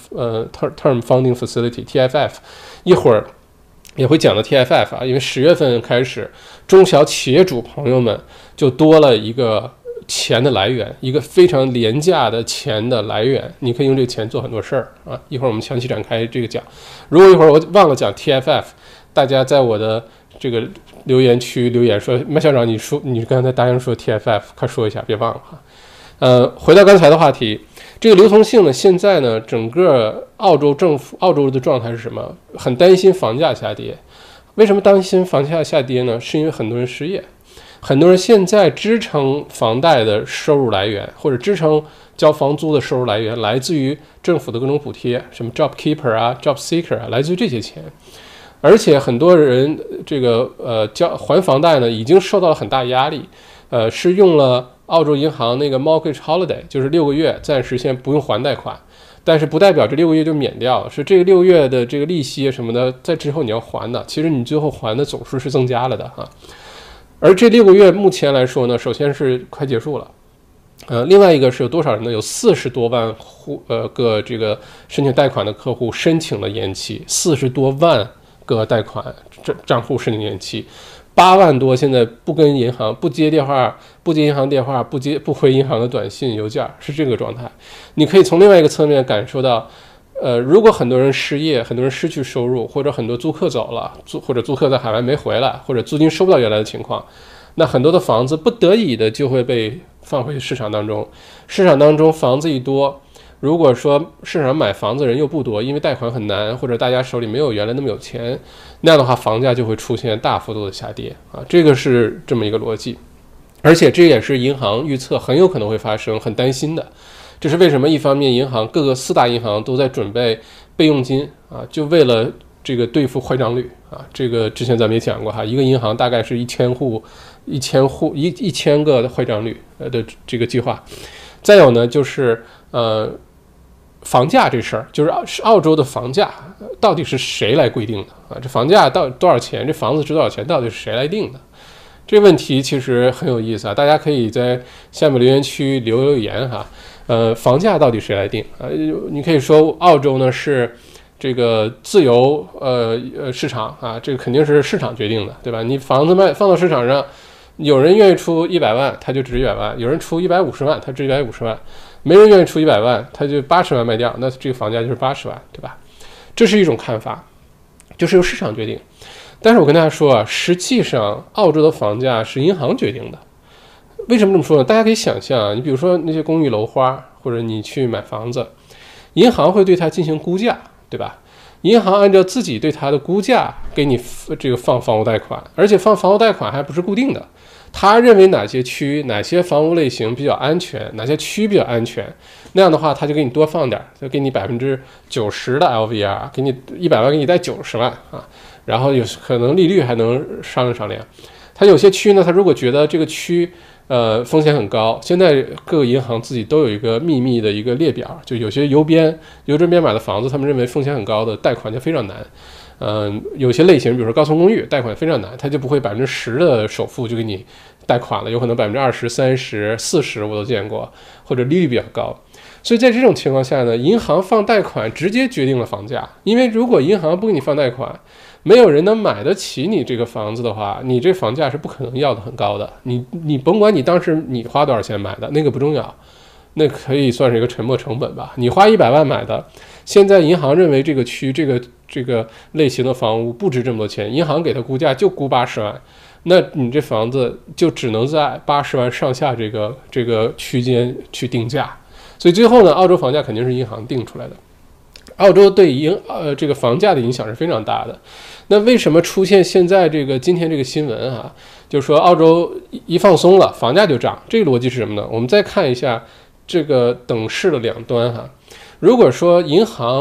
Term Funding Facility TFF， 一会儿也会讲到 TFF 啊，因为10月份开始，中小企业主朋友们就多了一个钱的来源，一个非常廉价的钱的来源，你可以用这个钱做很多事儿啊。一会儿我们详细展开这个讲。如果一会儿我忘了讲 TFF， 大家在我的这个留言区留言说，麦校长，你刚才答应说 TFF， 快说一下，别忘了哈。回到刚才的话题，这个流通性呢，现在呢，整个澳洲的状态是什么？很担心房价下跌。为什么担心房价下跌呢？是因为很多人失业。很多人现在支撑房贷的收入来源，或者支撑交房租的收入来源，来自于政府的各种补贴，什么 JobKeeper 啊、JobSeeker 啊，来自于这些钱。而且很多人这个还房贷呢，已经受到了很大压力，是用了澳洲银行那个 mortgage holiday， 就是6个月暂时先不用还贷款，但是不代表这6个月就免掉了，是这个6个月的这个利息什么的，在之后你要还的，其实你最后还的总数是增加了的哈。而这6个月目前来说呢，首先是快结束了，另外一个是有多少人呢？有40多万个这个申请贷款的客户申请了延期，40多万个贷款账户申请延期，8万多现在不跟银行不接电话，不接银行电话，不回银行的短信邮件，是这个状态。你可以从另外一个侧面感受到，如果很多人失业，很多人失去收入，或者很多租客走了，或者租客在海外没回来，或者租金收不到原来的情况，那很多的房子不得已的就会被放回市场当中。市场当中房子一多，如果说市场买房子的人又不多，因为贷款很难，或者大家手里没有原来那么有钱，那样的话房价就会出现大幅度的下跌啊，这个是这么一个逻辑。而且这也是银行预测很有可能会发生，很担心的。这是为什么？一方面，银行各个4大银行都在准备备用金啊，就为了这个对付坏账率啊。这个之前咱们也讲过哈，一个银行大概是1000个的坏账率的这个计划。再有呢，就是房价这事儿，就是澳洲的房价到底是谁来规定的啊？这房价到多少钱？这房子值多少钱？到底是谁来定的？这个问题其实很有意思啊，大家可以在下面留言区留言哈。房价到底谁来定啊？你可以说澳洲呢是这个自由市场啊，这个肯定是市场决定的，对吧？你房子放到市场上，有人愿意出100万，他就值100万；有人出150万，他值150万；没人愿意出100万，他就80万卖掉，那这个房价就是80万，对吧？这是一种看法，就是由市场决定。但是我跟大家说啊，实际上澳洲的房价是银行决定的。为什么这么说呢？大家可以想象，你比如说那些公寓楼花，或者你去买房子，银行会对它进行估价，对吧？银行按照自己对它的估价给你这个放房屋贷款，而且放房屋贷款还不是固定的，他认为哪些区哪些房屋类型比较安全，哪些区比较安全，那样的话他就给你多放点，就给你90%的 LVR， 给你100万给你贷90万啊，然后有可能利率还能商量。他有些区呢，他如果觉得这个区风险很高，现在各个银行自己都有一个秘密的一个列表，就有些邮政编码的房子，他们认为风险很高的贷款就非常难。有些类型，比如说高层公寓，贷款非常难，他就不会10%的首付就给你贷款了，有可能20%、30%、40%我都见过，或者利率比较高。所以在这种情况下呢，银行放贷款直接决定了房价，因为如果银行不给你放贷款，没有人能买得起你这个房子的话，你这房价是不可能要的很高的。你甭管你当时你花多少钱买的，那个不重要，那可以算是一个沉没成本吧。你花100万买的，现在银行认为这个区这个类型的房屋不值这么多钱，银行给它估价就估80万，那你这房子就只能在80万上下这个区间去定价。所以最后呢，澳洲房价肯定是银行定出来的。澳洲对这个房价的影响是非常大的。那为什么出现现在今天这个新闻啊？就是说澳洲一放松了，房价就涨，这个逻辑是什么呢？我们再看一下这个等式的两端哈。如果说银行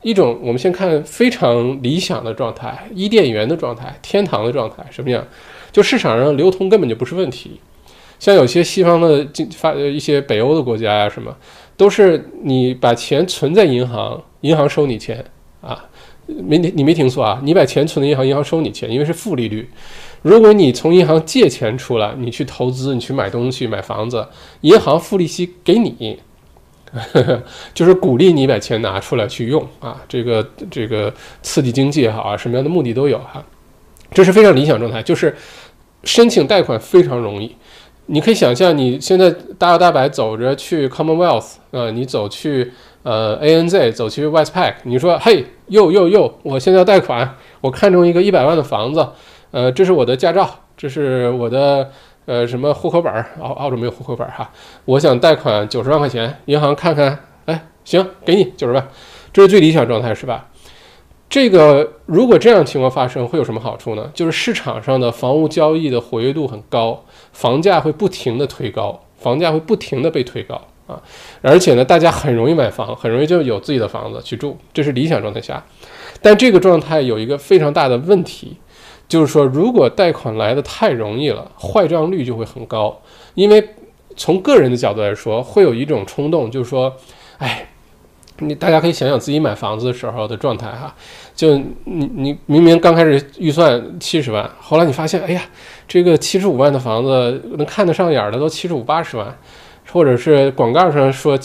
一种我们先看非常理想的状态，伊甸园的状态，天堂的状态，什么样？就市场上流通根本就不是问题。像有些西方的一些北欧的国家呀，什么都是你把钱存在银行，银行收你钱啊，你没听错啊，你把钱存在银行，银行收你钱，因为是负利率。如果你从银行借钱出来，你去投资，你去买东西、买房子，银行付利息给你。就是鼓励你把钱拿出来去用啊，这个刺激经济也好啊，什么样的目的都有哈，这是非常理想状态。就是申请贷款非常容易，你可以想象你现在大摇大摆走着去 Commonwealth 你走去ANZ 走去 Westpac， 你说嘿yo，我现在要贷款，我看中一个100万的房子，这是我的驾照，这是我的什么户口本，澳洲没有户口本哈，我想贷款90万块钱，银行看看，哎，行，给你90万，这是最理想状态是吧？这个如果这样情况发生，会有什么好处呢？就是市场上的房屋交易的活跃度很高，房价会不停的推高，房价会不停的被推高啊，而且呢，大家很容易买房，很容易就有自己的房子去住，这是理想状态下。但这个状态有一个非常大的问题。就是说，如果贷款来的太容易了，坏账率就会很高。因为从个人的角度来说，会有一种冲动，就是说，哎，大家可以想想自己买房子的时候的状态哈，就你明明刚开始预算70万，后来你发现，哎呀，这个75万的房子能看得上眼的都75、80万，或者是广告上说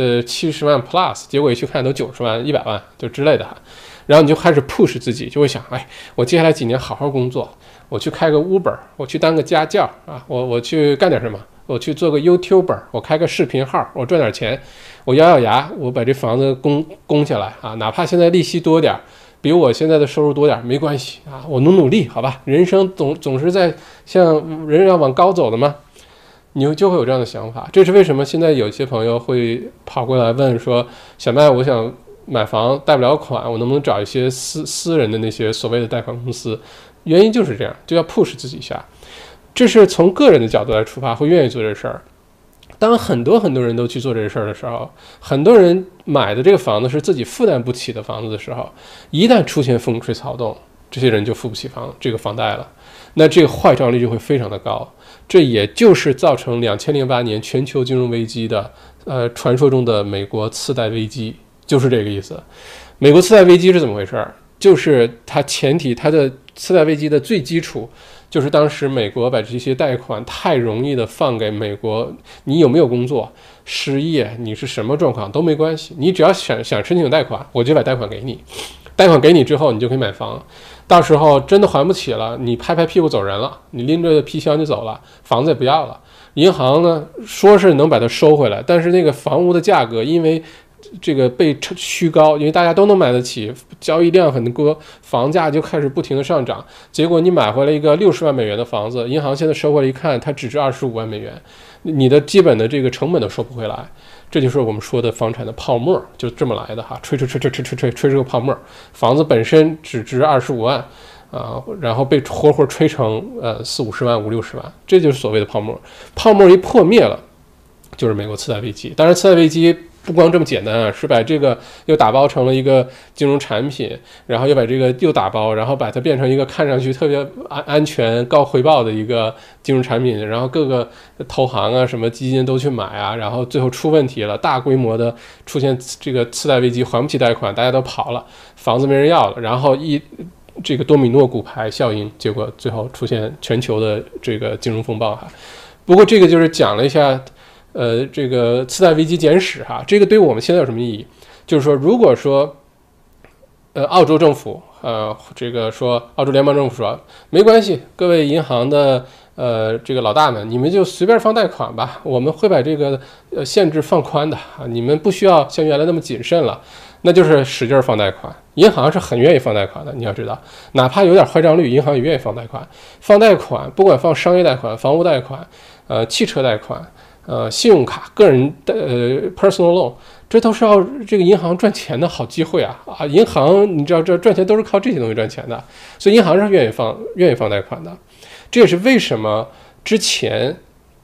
70万 plus， 结果一去看都90万、100万就之类的哈。然后你就开始 push 自己，就会想，哎，我接下来几年好好工作，我去开个 Uber， 我去当个家教啊，我去干点什么，我去做个 YouTuber， 我开个视频号，我赚点钱，我咬咬牙，我把这房子供下来啊，哪怕现在利息多点，比我现在的收入多点没关系啊，我努力，好吧，人生总是在像人要往高走的嘛，你就会有这样的想法。这是为什么现在有些朋友会跑过来问说，小麦，我想买房贷不了款，我能不能找一些私人的那些所谓的贷款公司？原因就是这样，就要 push 自己一下。这是从个人的角度来出发，会愿意做这事儿。当很多人都去做这事儿的时候，很多人买的这个房子是自己负担不起的房子的时候，一旦出现风吹草动，这些人就付不起这个房贷了，那这个坏账率就会非常的高。这也就是造成2008年全球金融危机的传说中的美国次贷危机。就是这个意思。美国次贷危机是怎么回事？就是它的次贷危机的最基础，就是当时美国把这些贷款太容易的放给美国，你有没有工作、失业，你是什么状况都没关系，你只要想申请贷款，我就把贷款给你。贷款给你之后，你就可以买房。到时候真的还不起了，你拍拍屁股走人了，你拎着皮箱就走了，房子也不要了。银行呢说是能把它收回来，但是那个房屋的价格因为这个被虚高，因为大家都能买得起，交易量很高，房价就开始不停的上涨。结果你买回来一个60万美元的房子，银行现在收回来一看，它只值25万美元，你的基本的这个成本都收不回来。这就是我们说的房产的泡沫，就这么来的哈，吹这个泡沫，房子本身只值25万然后被活吹成40、50万、50、60万，这就是所谓的泡沫。泡沫一破灭了，就是美国次贷危机。当然，次贷危机不光这么简单啊，是把这个又打包成了一个金融产品，然后又把这个又打包，然后把它变成一个看上去特别安全、高回报的一个金融产品，然后各个投行啊、什么基金都去买啊，然后最后出问题了，大规模的出现这个次贷危机，还不起贷款，大家都跑了，房子没人要了，然后这个多米诺骨牌效应，结果最后出现全球的这个金融风暴哈。不过这个就是讲了一下。这个次贷危机简史哈，这个对我们现在有什么意义？就是说，如果说，澳洲政府，这个说澳洲联邦政府说没关系，各位银行的这个老大们，你们就随便放贷款吧，我们会把这个限制放宽的啊，你们不需要像原来那么谨慎了，那就是使劲放贷款。银行是很愿意放贷款的，你要知道，哪怕有点坏账率，银行也愿意放贷款。放贷款，不管放商业贷款、房屋贷款、汽车贷款。信用卡、个人personal loan， 这都是要这个银行赚钱的好机会啊！银行你知道这赚钱都是靠这些东西赚钱的，所以银行是愿意放贷款的。这也是为什么之前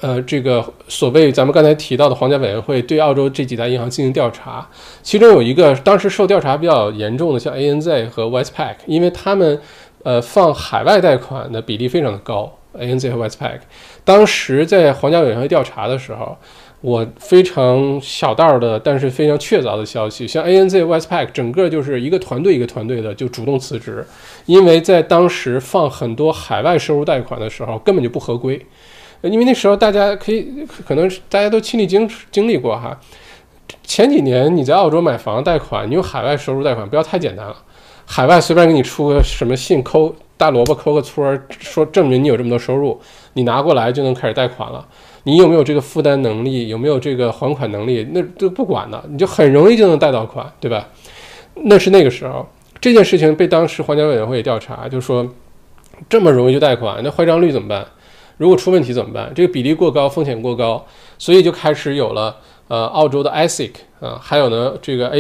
这个所谓咱们刚才提到的皇家委员会对澳洲这几大银行进行调查，其中有一个当时受调查比较严重的，像 ANZ 和 Westpac， 因为他们放海外贷款的比例非常的高。ANZ 和 Westpac 当时在皇家委员会调查的时候，我非常小道的，但是非常确凿的消息，像 ANZ、Westpac 整个就是一个团队一个团队的就主动辞职，因为在当时放很多海外收入贷款的时候根本就不合规。因为那时候大家可能大家都亲历经历过哈，前几年你在澳洲买房贷款，你用海外收入贷款不要太简单了，海外随便给你出个什么信，抠大萝卜抠个撮，说证明你有这么多收入，你拿过来就能开始贷款了。你有没有这个负担能力，有没有这个还款能力，那都不管的，你就很容易就能贷到款，对吧？那是那个时候，这件事情被当时皇家委员会也调查，就说这么容易就贷款，那坏账率怎么办？如果出问题怎么办？这个比例过高，风险过高，所以就开始有了澳洲的 ASIC 还有呢这个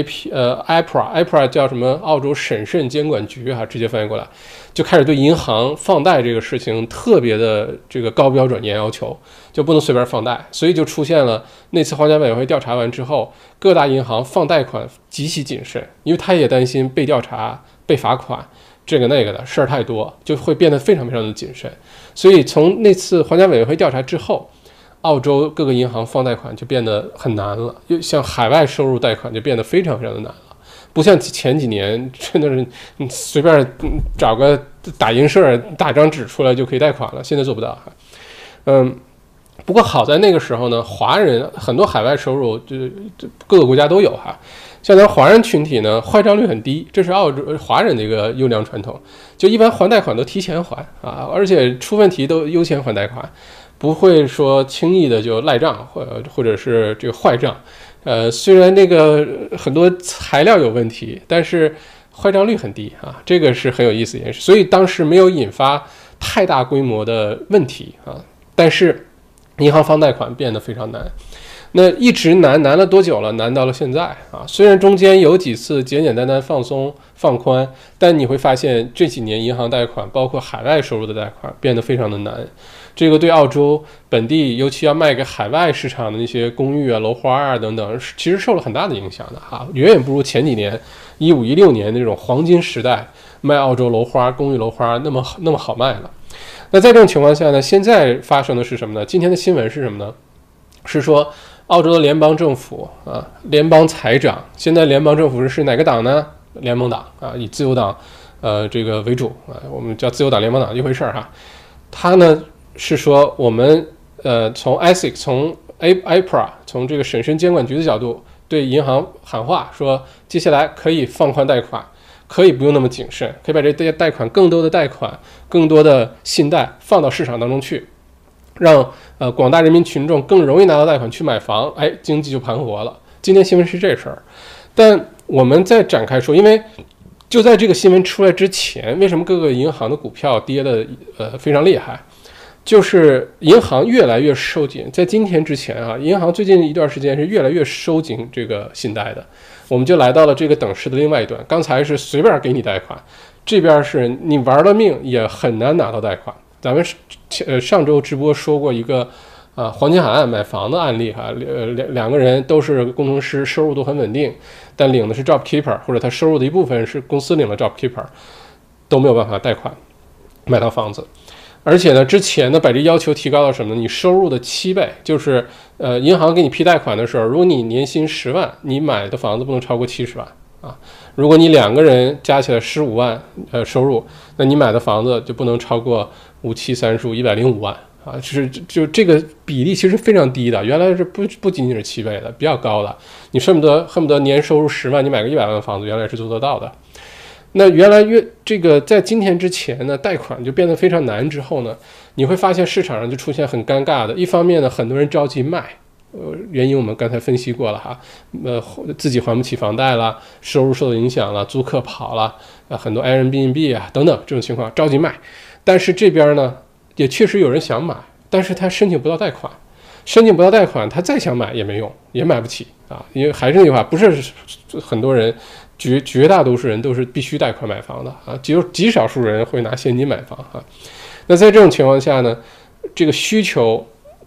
IPRA 叫什么？澳洲审慎监管局直接翻译过来，就开始对银行放贷这个事情特别的这个高标准严要求，就不能随便放贷，所以就出现了那次皇家委员会调查完之后，各大银行放贷款极其谨慎，因为他也担心被调查、被罚款。这个那个的事儿太多，就会变得非常非常的谨慎。所以从那次皇家委员会调查之后，澳洲各个银行放贷款就变得很难了，像海外收入贷款就变得非常非常的难了。不像前几年真的是你随便找个打印社打张纸出来就可以贷款了，现在做不到哈。不过好在那个时候呢，华人很多海外收入就各个国家都有哈。像咱华人群体呢，坏账率很低，这是澳洲华人的一个优良传统。就一般还贷款都提前还而且出问题都优先还贷款，不会说轻易的就赖账或者是这个坏账。虽然那个很多材料有问题，但是坏账率很低这个是很有意思一件事。所以当时没有引发太大规模的问题但是银行放贷款变得非常难。那一直难了多久了？难到了现在虽然中间有几次简简单单放松放宽，但你会发现这几年银行贷款包括海外收入的贷款变得非常的难。这个对澳洲本地尤其要卖给海外市场的那些公寓楼花等等，其实受了很大的影响的远远不如前几年15、16年那种黄金时代卖澳洲楼花公寓楼花那么好卖了。那在这种情况下呢，现在发生的是什么呢？今天的新闻是什么呢？是说澳洲的联邦政府联邦财长，现在联邦政府是哪个党呢？联盟党以自由党这个为主我们叫自由党联盟党一回事他呢是说我们从 ASIC 从 IPRA 从这个审慎监管局的角度对银行喊话，说接下来可以放宽贷款，可以不用那么谨慎，可以把这些贷款更多的贷款更多的信贷放到市场当中去，让广大人民群众更容易拿到贷款去买房，经济就盘活了。今天新闻是这事儿，但我们再展开说，因为就在这个新闻出来之前，为什么各个银行的股票跌得非常厉害？就是银行越来越收紧，在今天之前银行最近一段时间是越来越收紧这个信贷的。我们就来到了这个等式的另外一端，刚才是随便给你贷款，这边是你玩了命也很难拿到贷款。咱们上周直播说过一个黄金海岸买房的案例两个人都是工程师，收入都很稳定，但领的是 job keeper， 或者他收入的一部分是公司领了 job keeper， 都没有办法贷款买到房子。而且呢，之前呢把这要求提高到什么呢？你收入的7倍，就是银行给你批贷款的时候，如果你年薪10万，你买的房子不能超过70万如果你2个人加起来15万收入，那你买的房子就不能超过5、7、35、105万就这个比例其实非常低的，原来是不仅仅是7倍的，比较高的。你恨不得年收入10万，你买个100万的房子，原来是做得到的。那原来这个在今天之前呢，贷款就变得非常难之后呢，你会发现市场上就出现很尴尬的。一方面呢，很多人着急卖，原因我们刚才分析过了自己还不起房贷了，收入受到影响了，租客跑了，很多 Airbnb 等等这种情况着急卖。但是这边呢，也确实有人想买，但是他申请不到贷款，他再想买也没用，也买不起因为还是那句话，不是很多人。绝大多数人都是必须贷款买房的只有极少数人会拿现金买房那在这种情况下呢，这个需求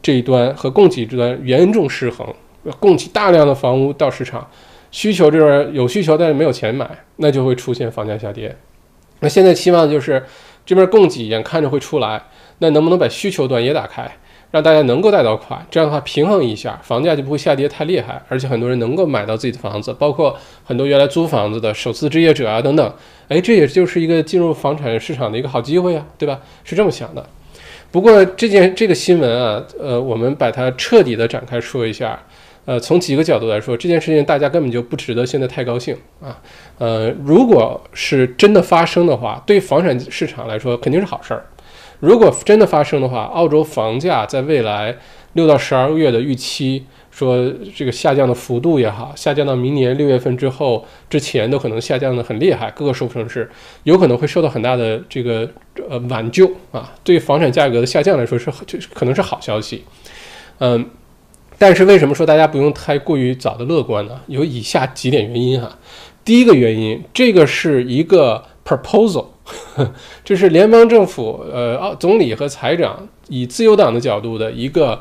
这一端和供给这端严重失衡，供给大量的房屋到市场，需求这边有需求但是没有钱买，那就会出现房价下跌。那现在期望就是这边供给眼看着会出来，那能不能把需求端也打开，让大家能够贷到款，这样的话平衡一下，房价就不会下跌太厉害，而且很多人能够买到自己的房子，包括很多原来租房子的首次置业者啊等等，这也就是一个进入房产市场的一个好机会啊，对吧？是这么想的。不过这个新闻啊，我们把它彻底的展开说一下。从几个角度来说，这件事情大家根本就不值得现在太高兴啊。如果是真的发生的话，对房产市场来说肯定是好事儿。如果真的发生的话，澳洲房价在未来6到12个月的预期，说这个下降的幅度也好，下降到明年6月份之前都可能下降的很厉害，各个首府城市有可能会受到很大的这个挽救啊。对房产价格的下降来说可能是好消息。但是为什么说大家不用太过于早的乐观呢？有以下几点原因哈。第一个原因，这个是一个 proposal， 这是联邦政府总理和财长以自由党的角度的一个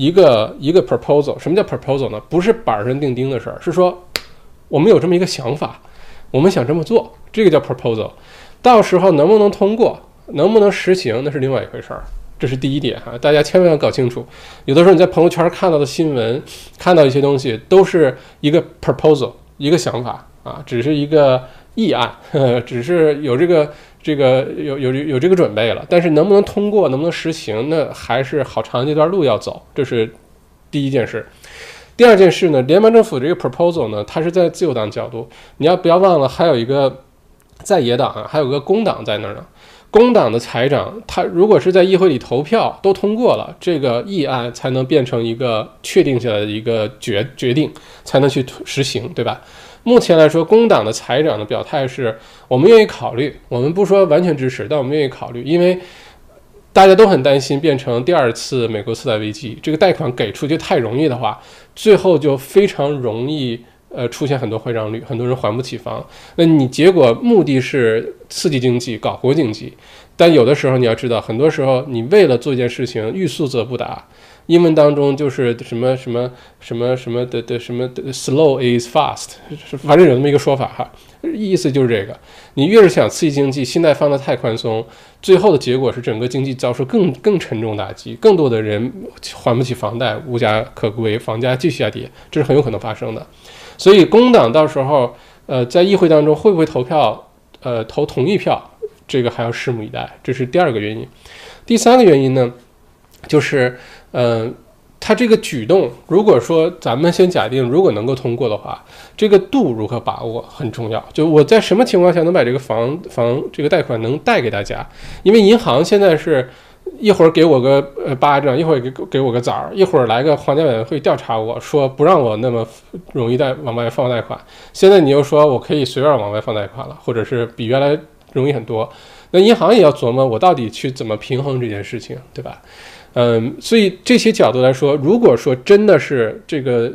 proposal。什么叫 proposal 呢？不是板上钉钉的事儿，是说我们有这么一个想法，我们想这么做，这个叫 proposal。到时候能不能通过，能不能实行，那是另外一回事儿。这是第一点哈，大家千万要搞清楚。有的时候你在朋友圈看到的新闻，看到一些东西，都是一个 proposal， 一个想法啊，只是一个议案，只是有这个有这个准备了，但是能不能通过，能不能实行，那还是好长一段路要走。这是第一件事。第二件事呢，联邦政府这个 proposal 呢，它是在自由党角度，你不要忘了，还有一个在野党啊，还有个工党在那儿呢。工党的财长，他如果是在议会里投票都通过了，这个议案才能变成一个确定下来的一个决定，才能去实行，对吧？目前来说，工党的财长的表态是我们愿意考虑，我们不说完全支持，但我们愿意考虑，因为大家都很担心变成第二次美国次贷危机，这个贷款给出去太容易的话，最后就非常容易出现很多坏账率，很多人还不起房。那你结果目的是刺激经济，搞活经济，但有的时候你要知道，很多时候你为了做一件事情，欲速则不达。英文当中就是什么什么什么什么的什么 slow is fast， 反正有这么一个说法哈，意思就是这个。你越是想刺激经济，信贷放得太宽松，最后的结果是整个经济遭受更沉重打击，更多的人还不起房贷，无家可归，房价继续下跌，这是很有可能发生的。所以工党到时候在议会当中会不会投票投同意票，这个还要拭目以待，这是第二个原因。第三个原因呢，就是他这个举动，如果说咱们先假定如果能够通过的话，这个度如何把握很重要。就我在什么情况下能把这个房这个贷款能贷给大家，因为银行现在是一会儿给我个巴掌，一会儿给我个枣儿，一会儿来个皇家委员会调查我说不让我那么容易往外放贷款，现在你又说我可以随便往外放贷款了，或者是比原来容易很多，那银行也要琢磨我到底去怎么平衡这件事情，对吧？所以这些角度来说，如果说真的是这个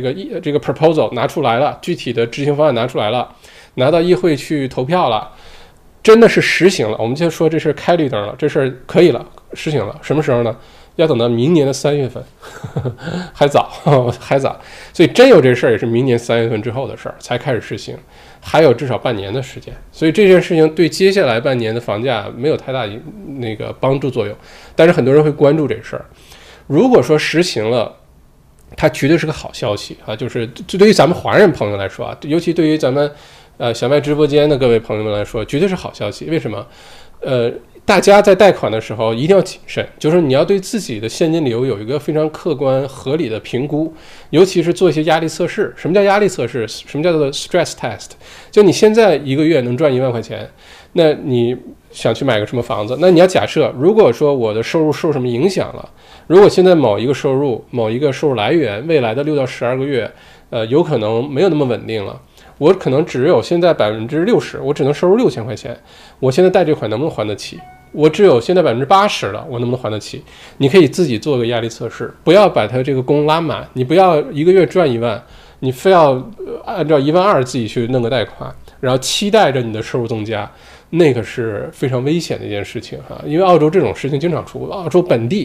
proposal 拿出来了，具体的执行方案拿出来了，拿到议会去投票了，真的是实行了，我们就说这事开绿灯了，这事可以了，实行了。什么时候呢？要等到明年的3月份，还早，还早。所以真有这事儿，也是明年3月份之后的事儿才开始实行，还有至少半年的时间。所以这件事情对接下来半年的房价没有太大那个帮助作用，但是很多人会关注这事儿。如果说实行了，它绝对是个好消息啊！就是对于咱们华人朋友来说啊，尤其对于咱们小麦直播间的各位朋友们来说，绝对是好消息。为什么？大家在贷款的时候一定要谨慎，就是你要对自己的现金流有一个非常客观合理的评估，尤其是做一些压力测试。什么叫压力测试？什么叫做 stress test？ 就你现在一个月能赚1万块钱，那你想去买个什么房子？那你要假设，如果说我的收入受什么影响了，如果现在某一个收入来源未来的6到12个月，有可能没有那么稳定了。我可能只有现在60%，我只能收入6000块钱，我现在贷这款能不能还得起？我只有现在80%了，我能不能还得起？你可以自己做个压力测试，不要把它这个弓拉满，你不要一个月赚1万，你非要按照1.2万自己去弄个贷款，然后期待着你的收入增加，那个是非常危险的一件事情哈。因为澳洲这种事情经常出，澳洲本地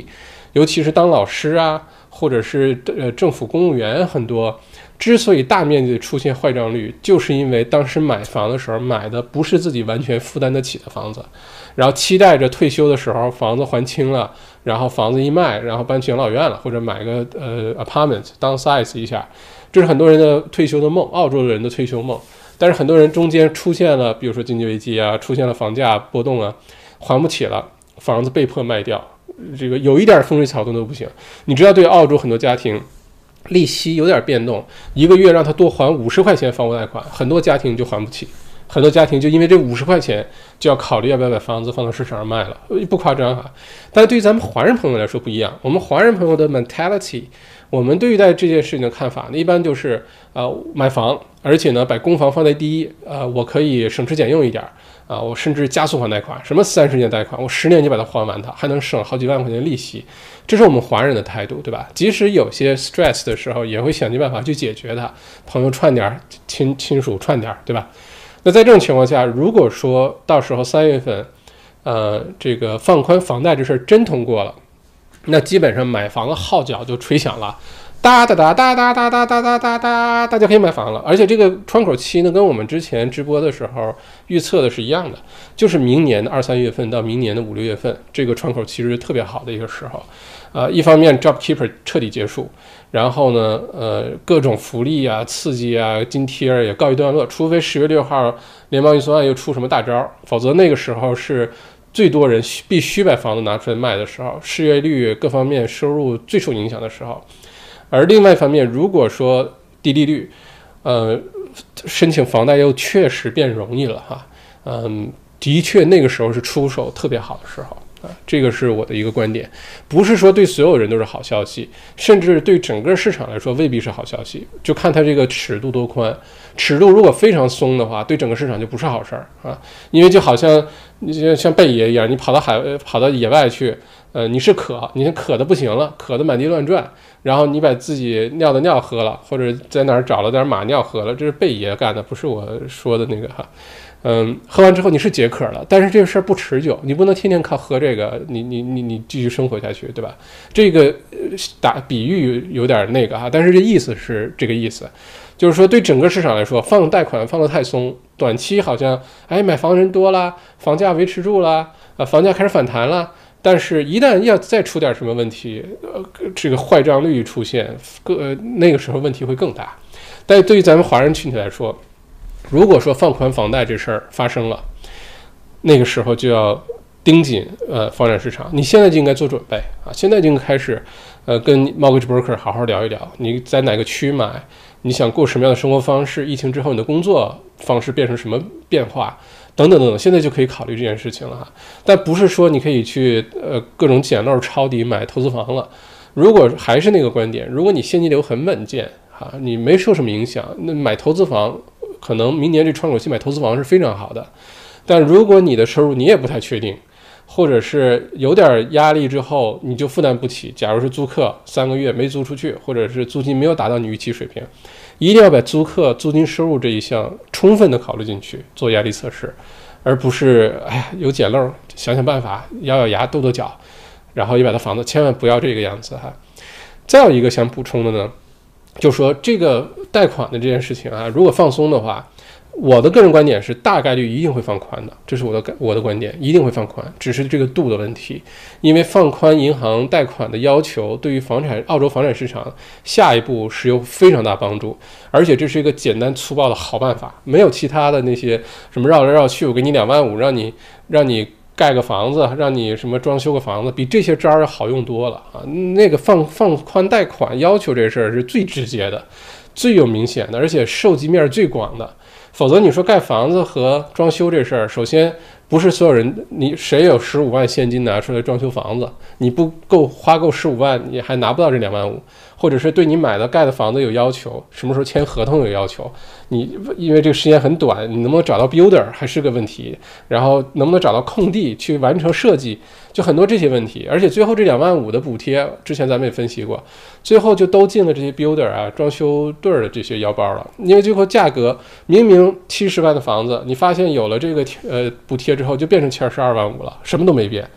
尤其是当老师啊，或者是政府公务员，很多之所以大面积的出现坏账率，就是因为当时买房的时候买的不是自己完全负担得起的房子，然后期待着退休的时候房子还清了，然后房子一卖，然后搬去养老院了，或者买个apartment downsize 一下，这是很多人的退休的梦，澳洲人的退休梦。但是很多人中间出现了，比如说经济危机啊，出现了房价波动啊，还不起了，房子被迫卖掉，这个有一点风吹草动都不行。你知道，对澳洲很多家庭，利息有点变动，一个月让他多还50块钱房屋贷款，很多家庭就还不起，很多家庭就因为这50块钱就要考虑要不要把房子放到市场上卖了，不夸张哈。但是对于咱们华人朋友来说不一样，我们华人朋友的 mentality， 我们对待这件事情的看法呢，一般就是买房，而且呢把公房放在第一，我可以省吃俭用一点啊，我甚至加速还贷款，什么30年贷款，我10年就把它还完，它还能省好几万块钱利息，这是我们华人的态度，对吧？即使有些 stress 的时候，也会想尽办法去解决它，朋友串点，亲属串点，对吧？那在这种情况下，如果说到时候3月份，这个放宽房贷这事儿真通过了，那基本上买房的号角就吹响了，哒哒哒哒哒哒哒哒哒哒哒，大家可以买房了。而且这个窗口期呢，跟我们之前直播的时候预测的是一样的，就是明年的2、3月份到明年的5、6月份，这个窗口其实是特别好的一个时候。一方面 JobKeeper 彻底结束，然后呢，各种福利啊、刺激啊、津贴也告一段落，除非10月6号联邦预算案又出什么大招，否则那个时候是最多人必须把房子拿出来卖的时候，失业率各方面收入最受影响的时候。而另外一方面，如果说低利率，申请房贷又确实变容易了哈，的确那个时候是出手特别好的时候。这个是我的一个观点，不是说对所有人都是好消息，甚至对整个市场来说未必是好消息，就看它这个尺度多宽。尺度如果非常松的话，对整个市场就不是好事儿啊，因为就好像像贝爷一样，你跑到野外去，你渴的不行了，渴的满地乱转，然后你把自己尿的尿喝了，或者在哪儿找了点马尿喝了，这是贝爷干的，不是我说的那个哈。喝完之后你是解渴了，但是这个事儿不持久，你不能天天靠喝这个，你继续生活下去，对吧？这个打比喻有点那个哈，但是这意思是这个意思，就是说对整个市场来说，放贷款放得太松，短期好像买房人多啦，房价维持住啦，房价开始反弹了，但是一旦要再出点什么问题，这个坏账率出现，那个时候问题会更大。但对于咱们华人群体来说，如果说放宽房贷这事儿发生了，那个时候就要盯紧房产市场，你现在就应该做准备啊！现在就应该开始跟 mortgage broker 好好聊一聊，你在哪个区买，你想过什么样的生活方式，疫情之后你的工作方式变成什么变化，等等等等，现在就可以考虑这件事情了哈。但不是说你可以去各种捡漏抄底买投资房了。如果还是那个观点，如果你现金流很稳健哈，你没受什么影响，那买投资房。可能明年这窗口期买投资房是非常好的，但如果你的收入你也不太确定，或者是有点压力之后你就负担不起，假如是租客3个月没租出去，或者是租金没有达到你预期水平，一定要把租金收入这一项充分的考虑进去做压力测试，而不是有捡漏想办法咬牙跺脚，然后一把它房子，千万不要这个样子哈。再有一个想补充的呢，就说这个贷款的这件事情啊，如果放松的话，我的个人观点是大概率一定会放宽的，这是我的观点，一定会放宽，只是这个度的问题。因为放宽银行贷款的要求，对于澳洲房产市场下一步是有非常大帮助，而且这是一个简单粗暴的好办法，没有其他的那些什么绕来绕去，我给你2万5，让你盖个房子，让你什么装修个房子，比这些招儿要好用多了啊！那个放宽贷款要求这事儿是最直接的，最有明显的，而且受及面最广的。否则你说盖房子和装修这事儿，首先不是所有人，你谁有15万现金拿出来装修房子，你不花够15万，你还拿不到这2万5，或者是对你买的盖的房子有要求，什么时候签合同有要求，你因为这个时间很短，你能不能找到 builder 还是个问题，然后能不能找到空地去完成设计，就很多这些问题。而且最后这2万5的补贴，之前咱们也分析过，最后就都进了这些 builder 啊、装修队的这些腰包了。因为最后价格明明70万的房子，你发现有了这个补贴之后，就变成72万5了，什么都没变。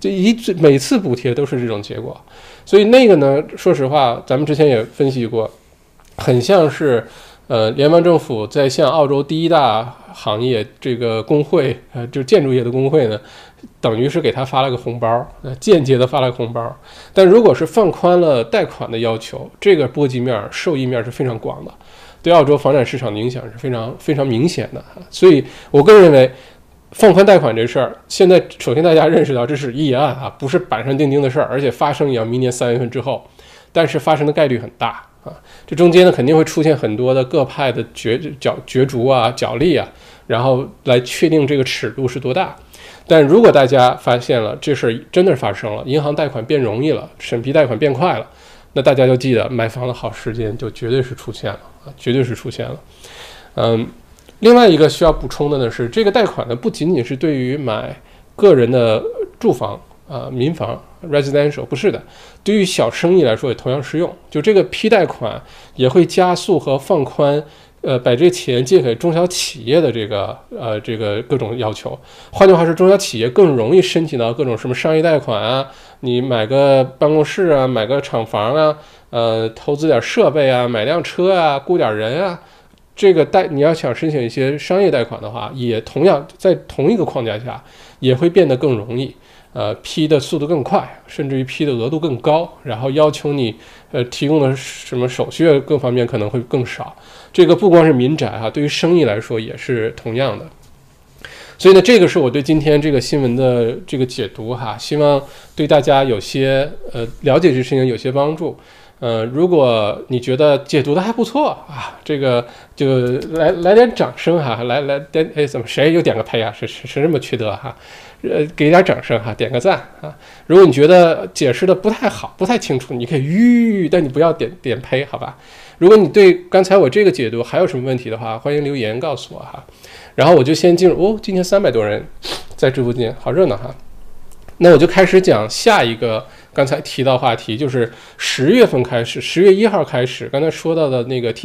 每次补贴都是这种结果。所以那个呢，说实话，咱们之前也分析过，很像是联邦政府在向澳洲第一大行业这个工会，就建筑业的工会呢，等于是给他发了个红包，间接的发了个红包。但如果是放宽了贷款的要求，这个波及面、受益面是非常广的，对澳洲房产市场的影响是非常非常明显的。所以我个人认为，放宽贷款这事儿，现在首先大家认识到这是议案啊，不是板上钉钉的事儿，而且发生也要明年3月份之后，但是发生的概率很大啊。这中间呢肯定会出现很多的各派的角逐啊、角力啊，然后来确定这个尺度是多大。但如果大家发现了这事儿真的发生了，银行贷款变容易了，审批贷款变快了，那大家就记得买房的好时间就绝对是出现了啊，绝对是出现了。另外一个需要补充的呢是，这个贷款呢不仅仅是对于买个人的住房民房 residential， 不是的，对于小生意来说也同样适用。就这个批贷款也会加速和放宽把这钱借给中小企业的这个各种要求。换句话说，中小企业更容易申请到各种什么商业贷款啊，你买个办公室啊，买个厂房啊，投资点设备啊，买辆车啊，雇点人啊。这个你要想申请一些商业贷款的话，也同样在同一个框架下，也会变得更容易，批的速度更快，甚至于批的额度更高，然后要求你提供的什么手续各方面可能会更少。这个不光是民宅对于生意来说也是同样的。所以呢，这个是我对今天这个新闻的这个解读希望对大家有些了解这事情有些帮助。如果你觉得解读的还不错这个就来点掌声来点怎么谁又点个呸是这么缺德给点掌声点个赞如果你觉得解释的不太好不太清楚，你可以但你不要点呸，好吧？如果你对刚才我这个解读还有什么问题的话，欢迎留言告诉我然后我就先进入今天300多人在直播间，好热闹那我就开始讲下一个刚才提到话题，就是10月份开始，10月1号开始，刚才说到的那个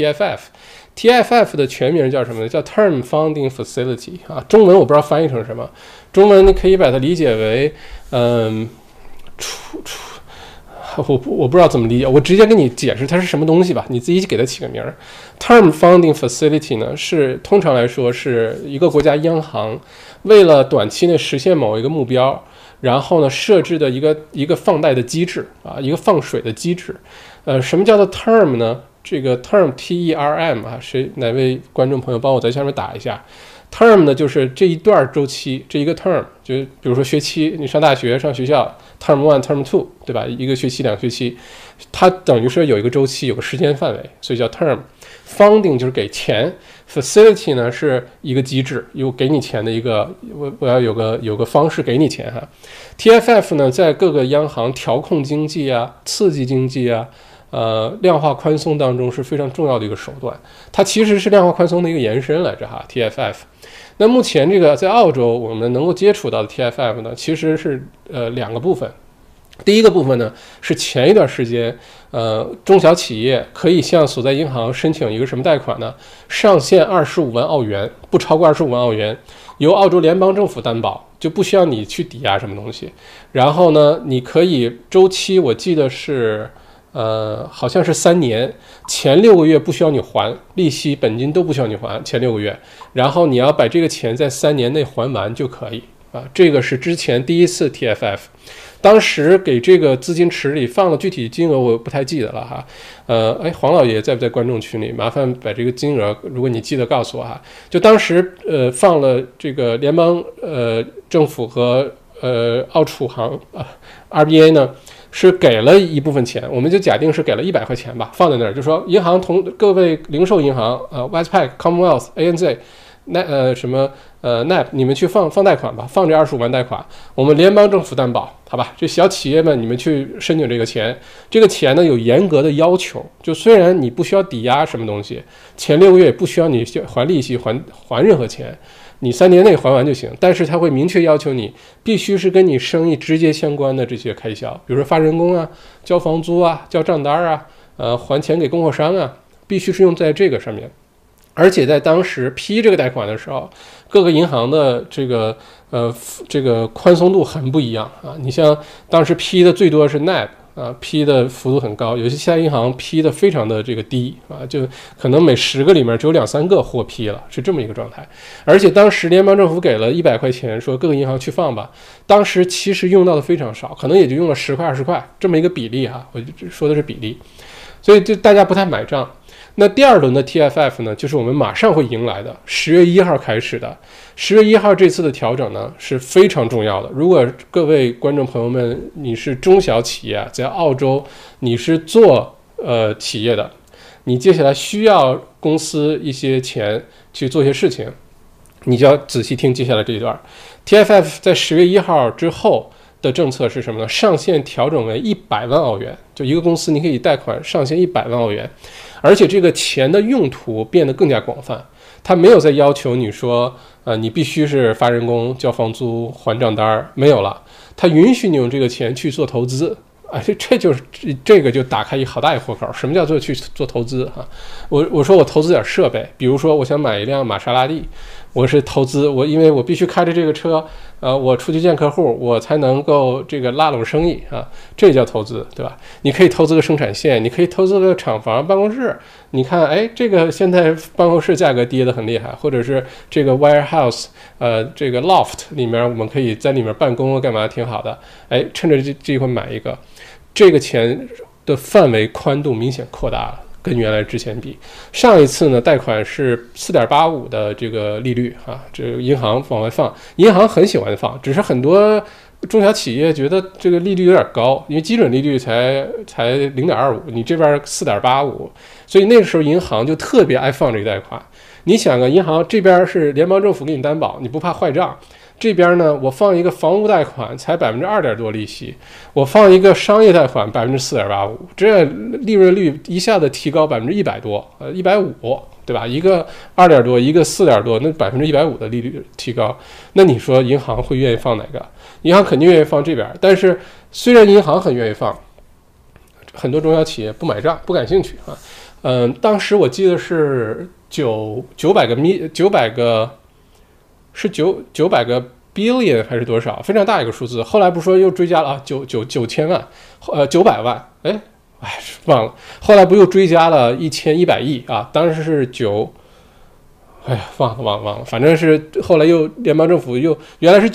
TFF 的全名叫什么呢？叫 Term Funding Facility 中文我不知道翻译成什么，中文你可以把它理解为我不知道怎么理解，我直接跟你解释它是什么东西吧，你自己给它起个名。Term Funding Facility 呢，是通常来说是一个国家央行为了短期内实现某一个目标，然后呢设置的一个放贷的机制一个放水的机制。什么叫做 term 呢？这个 term T-E-R-M 哪位观众朋友帮我在下面打一下。term 呢就是这一段周期，这一个 term 就比如说学期，你上大学上学校 term 1 term 2对吧？一个学期2学期，它等于说有一个周期有个时间范围，所以叫 term。 Funding 就是给钱， Facility 呢是一个机制，有给你钱的一个，我要有个方式给你钱TFF 呢在各个央行调控经济刺激经济量化宽松当中是非常重要的一个手段，它其实是量化宽松的一个延伸来着TFF。 那目前这个在澳洲我们能够接触到的 TFF 呢，其实是2个部分。第一个部分呢是前一段时间中小企业可以向所在银行申请一个什么贷款呢？上限25万澳元，不超过25万澳元，由澳洲联邦政府担保，就不需要你去抵押什么东西。然后呢你可以周期我记得是好像是3年，前6个月不需要你还利息本金都不需要你还前6个月，然后你要把这个钱在3年内还完就可以这个是之前第一次 TFF。当时给这个资金池里放了具体金额我不太记得了黄老爷在不在观众群里？麻烦把这个金额如果你记得告诉我就当时放了这个联邦政府和澳储行RBA 呢是给了一部分钱，我们就假定是给了100块钱吧，放在那儿，就说银行同各位零售银行Westpac Commonwealth ANZ NAB 你们去放贷款吧，放这25万贷款，我们联邦政府担保，好吧？这小企业们你们去申请这个钱，这个钱呢有严格的要求，就虽然你不需要抵押什么东西，前6个月也不需要你还利息还任何钱，你3年内还完就行，但是他会明确要求你必须是跟你生意直接相关的这些开销，比如说发人工交房租交账单还钱给供货商必须是用在这个上面。 而且在当时批这个贷款的时候，各个银行的这个宽松度很不一样啊。你像当时批的最多是 NAB 啊，批的幅度很高，有些其他银行批的非常的这个低啊，就可能每10个里面只有2-3个获批了，是这么一个状态。而且当时联邦政府给了100块钱，说各个银行去放吧，当时其实用到的非常少，可能也就用了10块20块这么一个比例哈，我就说的是比例，所以就大家不太买账。那第2轮的 TFF 呢，就是我们马上会迎来的10月1号开始的。10月1号这次的调整呢是非常重要的。如果各位观众朋友们，你是中小企业，在澳洲你是做企业的，你接下来需要公司一些钱去做些事情，你就要仔细听接下来这一段。TFF 在10月1号之后的政策是什么呢？上限调整为100万澳元，就一个公司你可以贷款上限100万澳元。而且这个钱的用途变得更加广泛，他没有再要求你说，你必须是发人工、交房租、还账单，没有了，他允许你用这个钱去做投资。这个就打开一好大一豁口。什么叫做去做投资啊？我说我投资点设备，比如说我想买一辆玛莎拉蒂，我是投资，因为我必须开着这个车，我出去见客户，我才能够这个拉拢生意啊，这叫投资，对吧？你可以投资个生产线，你可以投资个厂房、办公室。你看，哎，这个现在办公室价格跌得很厉害，或者是这个 warehouse，这个 loft 里面，我们可以在里面办公干嘛，挺好的。哎，趁着这一块买一个。这个钱的范围宽度明显扩大了，跟原来之前比。上一次呢，贷款是4.85的这个利率啊，这个银行往外放，银行很喜欢放，只是很多中小企业觉得这个利率有点高，因为基准利率才0.25，你这边4.85，所以那个时候银行就特别爱放这个贷款。你想啊，银行这边是联邦政府给你担保，你不怕坏账。这边呢，我放一个房屋贷款才2%点多利息，我放一个商业贷款4.85%，这利润率一下子提高100多，150，对吧？一个2点多，一个4点多，那150%的利率提高，那你说银行会愿意放哪个？银行肯定愿意放这边，但是虽然银行很愿意放，很多中小企业不买账，不感兴趣啊。当时我记得是900个 billion 还是多少，非常大一个数字。后来不说又追加了啊，9000万，900万，忘了。后来不又追加了1100亿啊？当时是忘了，反正是后来又联邦政府又原来是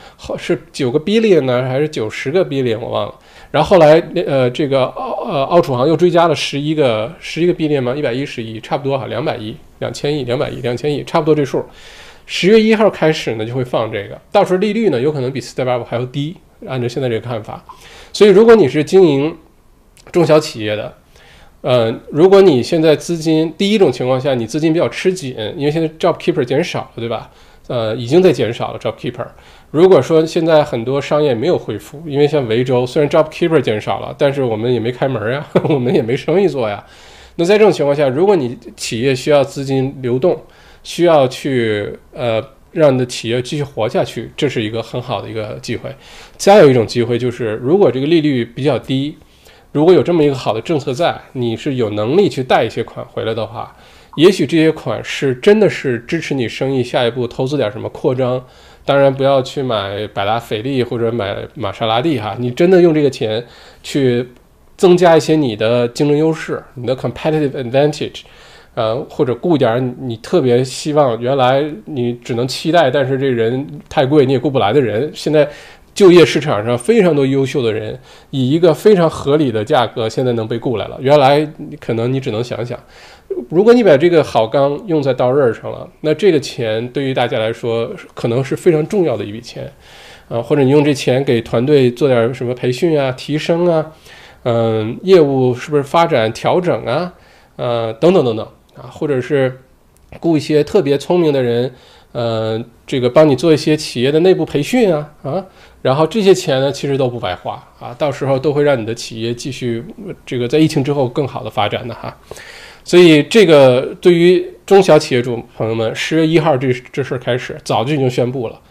9个 billion 呢，还是90个 billion 我忘了。然后后来这个澳储行又追加了11个 billion 吗？110亿，差不多哈，200亿、2000亿、200亿、2000亿，差不多这数。10月1号开始呢，就会放这个，到时候利率呢有可能比4.85还要低，按照现在这个看法。所以如果你是经营中小企业的，如果你现在资金第一种情况下你资金比较吃紧，因为现在 JobKeeper 减少了，对吧？已经在减少了 JobKeeper。如果说现在很多商业没有恢复，因为像维州虽然 JobKeeper 减少了，但是我们也没开门呀，我们也没生意做呀。那在这种情况下，如果你企业需要资金流动，需要去让你的企业继续活下去，这是一个很好的一个机会。再有一种机会就是，如果这个利率比较低，如果有这么一个好的政策在，你是有能力去贷一些款回来的话，也许这些款是真的是支持你生意下一步投资点什么扩张。当然不要去买百达翡丽或者买玛莎拉蒂哈，你真的用这个钱去增加一些你的竞争优势，你的 competitive advantage。或者雇点你特别希望原来你只能期待，但是这人太贵你也雇不来的人，现在就业市场上非常多优秀的人，以一个非常合理的价格现在能被雇来了。原来可能你只能想想，如果你把这个好钢用在刀刃上了，那这个钱对于大家来说可能是非常重要的一笔钱或者你用这钱给团队做点什么培训啊、提升啊，业务是不是发展调整啊，等等等等。或者是雇一些特别聪明的人，这个帮你做一些企业的内部培训然后这些钱呢，其实都不白花到时候都会让你的企业继续这个在疫情之后更好的发展的哈。所以这个对于中小企业主朋友们，10月1号这事儿开始，早就已经宣布了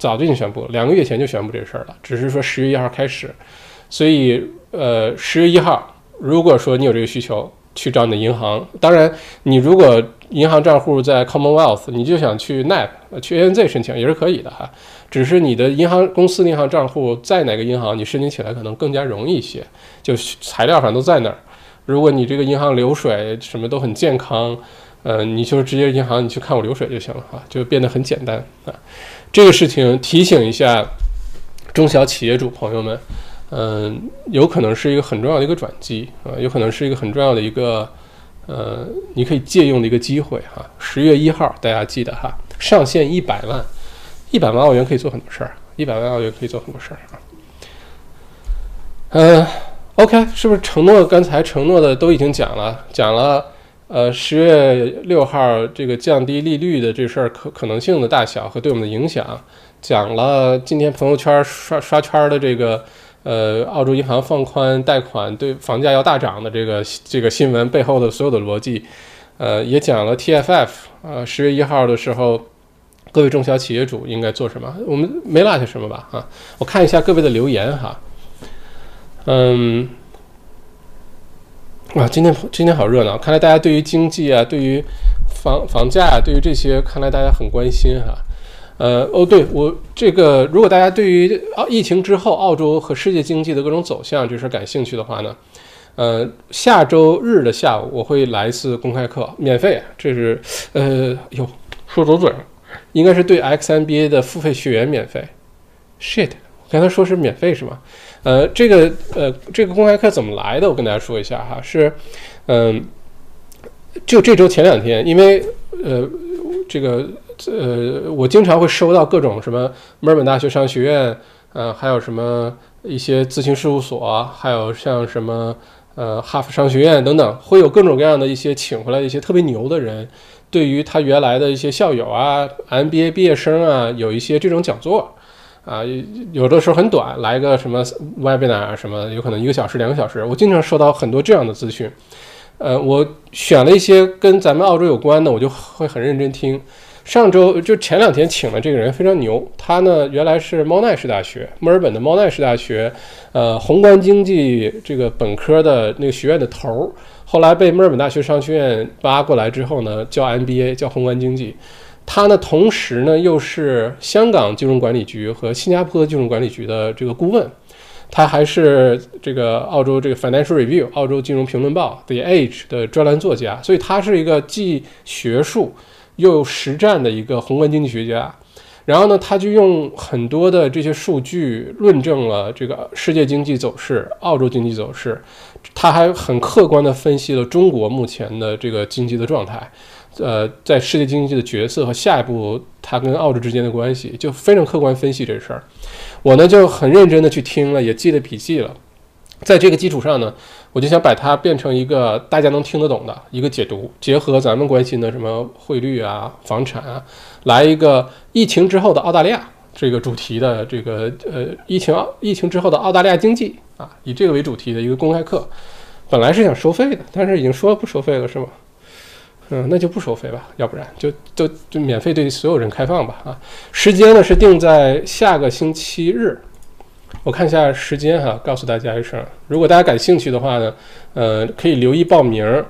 ，2个月前就宣布这事儿了，只是说10月1号开始。所以10月1号，如果说你有这个需求，去找你的银行。当然你如果银行账户在 Commonwealth， 你就想去 NAP 去 ANZ 申请也是可以的哈，只是你的公司银行账户在哪个银行，你申请起来可能更加容易一些，就材料上都在那儿。如果你这个银行流水什么都很健康，你就直接银行你去看我流水就行了啊，就变得很简单啊。这个事情提醒一下中小企业主朋友们，有可能是一个很重要的一个转机啊，有可能是一个很重要的一个你可以借用的一个机会哈。10月1号大家记得哈，上限100万，100万澳元可以做很多事儿，100万澳元可以做很多事儿啊。OK， 是不是刚才承诺的都已经讲了？10月6号这个降低利率的这事儿可能性的大小和对我们的影响，讲了今天朋友圈刷圈的这个澳洲银行放宽贷款对房价要大涨的这个新闻背后的所有的逻辑，也讲了 TFF 10月1号的时候，各位中小企业主应该做什么？我们没落下什么吧？啊，我看一下各位的留言哈。今天好热闹，看来大家对于经济啊，对于房价啊，对于这些，看来大家很关心哈。对，我这个，如果大家对于疫情之后澳洲和世界经济的各种走向这事感兴趣的话呢，下周日的下午我会来一次公开课，免费，这是说走嘴了，应该是对 XMBA 的付费学员免费。shit， 刚才说是免费是吗？这个公开课怎么来的？我跟大家说一下哈，是就这周前2天，因为我经常会收到各种什么墨尔本大学商学院，还有什么一些咨询事务所，还有像什么哈佛商学院等等，会有各种各样的一些请回来的一些特别牛的人，对于他原来的一些校友啊、MBA 毕业生啊，有一些这种讲座。有的时候很短，来个什么 webinar 什么，有可能1个小时、2个小时。我经常收到很多这样的资讯，我选了一些跟咱们澳洲有关的，我就会很认真听。上周就前2天请了这个人非常牛，他呢原来是猫奈士大学，墨尔本的猫奈士大学，宏观经济这个本科的那个学院的头，后来被墨尔本大学商学院挖过来之后呢，教 MBA， 教宏观经济。他呢，同时呢又是香港金融管理局和新加坡金融管理局的这个顾问，他还是这个澳洲这个 Financial Review 澳洲金融评论报 The Age 的专栏作家，所以他是一个既学术又实战的一个宏观经济学家。然后呢，他就用很多的这些数据论证了这个世界经济走势、澳洲经济走势，他还很客观地分析了中国目前的这个经济的状态。在世界经济的角色和下一步它跟澳洲之间的关系，就非常客观分析这事儿。我呢就很认真的去听了，也记了笔记了。在这个基础上呢，我就想把它变成一个大家能听得懂的一个解读，结合咱们关心的什么汇率啊、房产啊，来一个疫情之后的澳大利亚这个主题的这个疫情之后的澳大利亚经济啊，以这个为主题的一个公开课。本来是想收费的，但是已经说不收费了，是吗？那就不收费吧，要不然就免费对所有人开放吧啊！时间呢是定在下个星期日，我看一下时间哈，告诉大家一声。如果大家感兴趣的话呢，可以留意报名，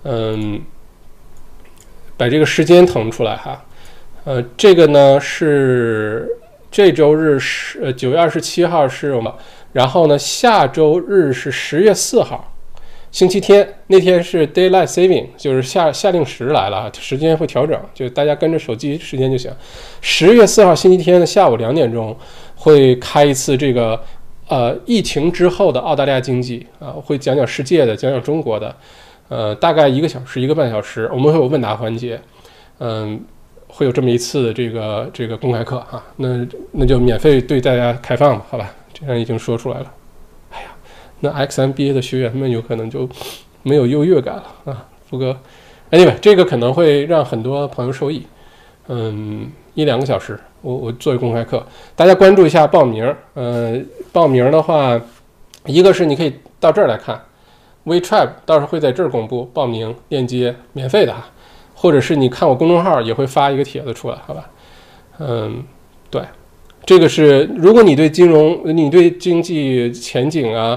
把这个时间腾出来哈。这个呢是这周日是9月27号是我们，然后呢下周日是10月4号。星期天那天是 Daylight Saving， 就是夏令时来了，时间会调整，就大家跟着手机时间就行。10月4号星期天的下午2点钟会开一次这个疫情之后的澳大利亚经济会讲讲世界的，讲讲中国的，大概1个小时1个半小时，我们会有问答环节，会有这么一次这个公开课啊，那就免费对大家开放吧，好吧，这样已经说出来了。那 XMBA 的学员们有可能就没有优越感了啊。不过 anyway 这个可能会让很多朋友受益，1-2个小时我做一公开课，大家关注一下报名。报名的话，一个是你可以到这儿来看 WeTribe 到时候会在这儿公布报名链接，免费的，或者是你看我公众号也会发一个帖子出来，好吧。对，这个是如果你对金融、你对经济前景啊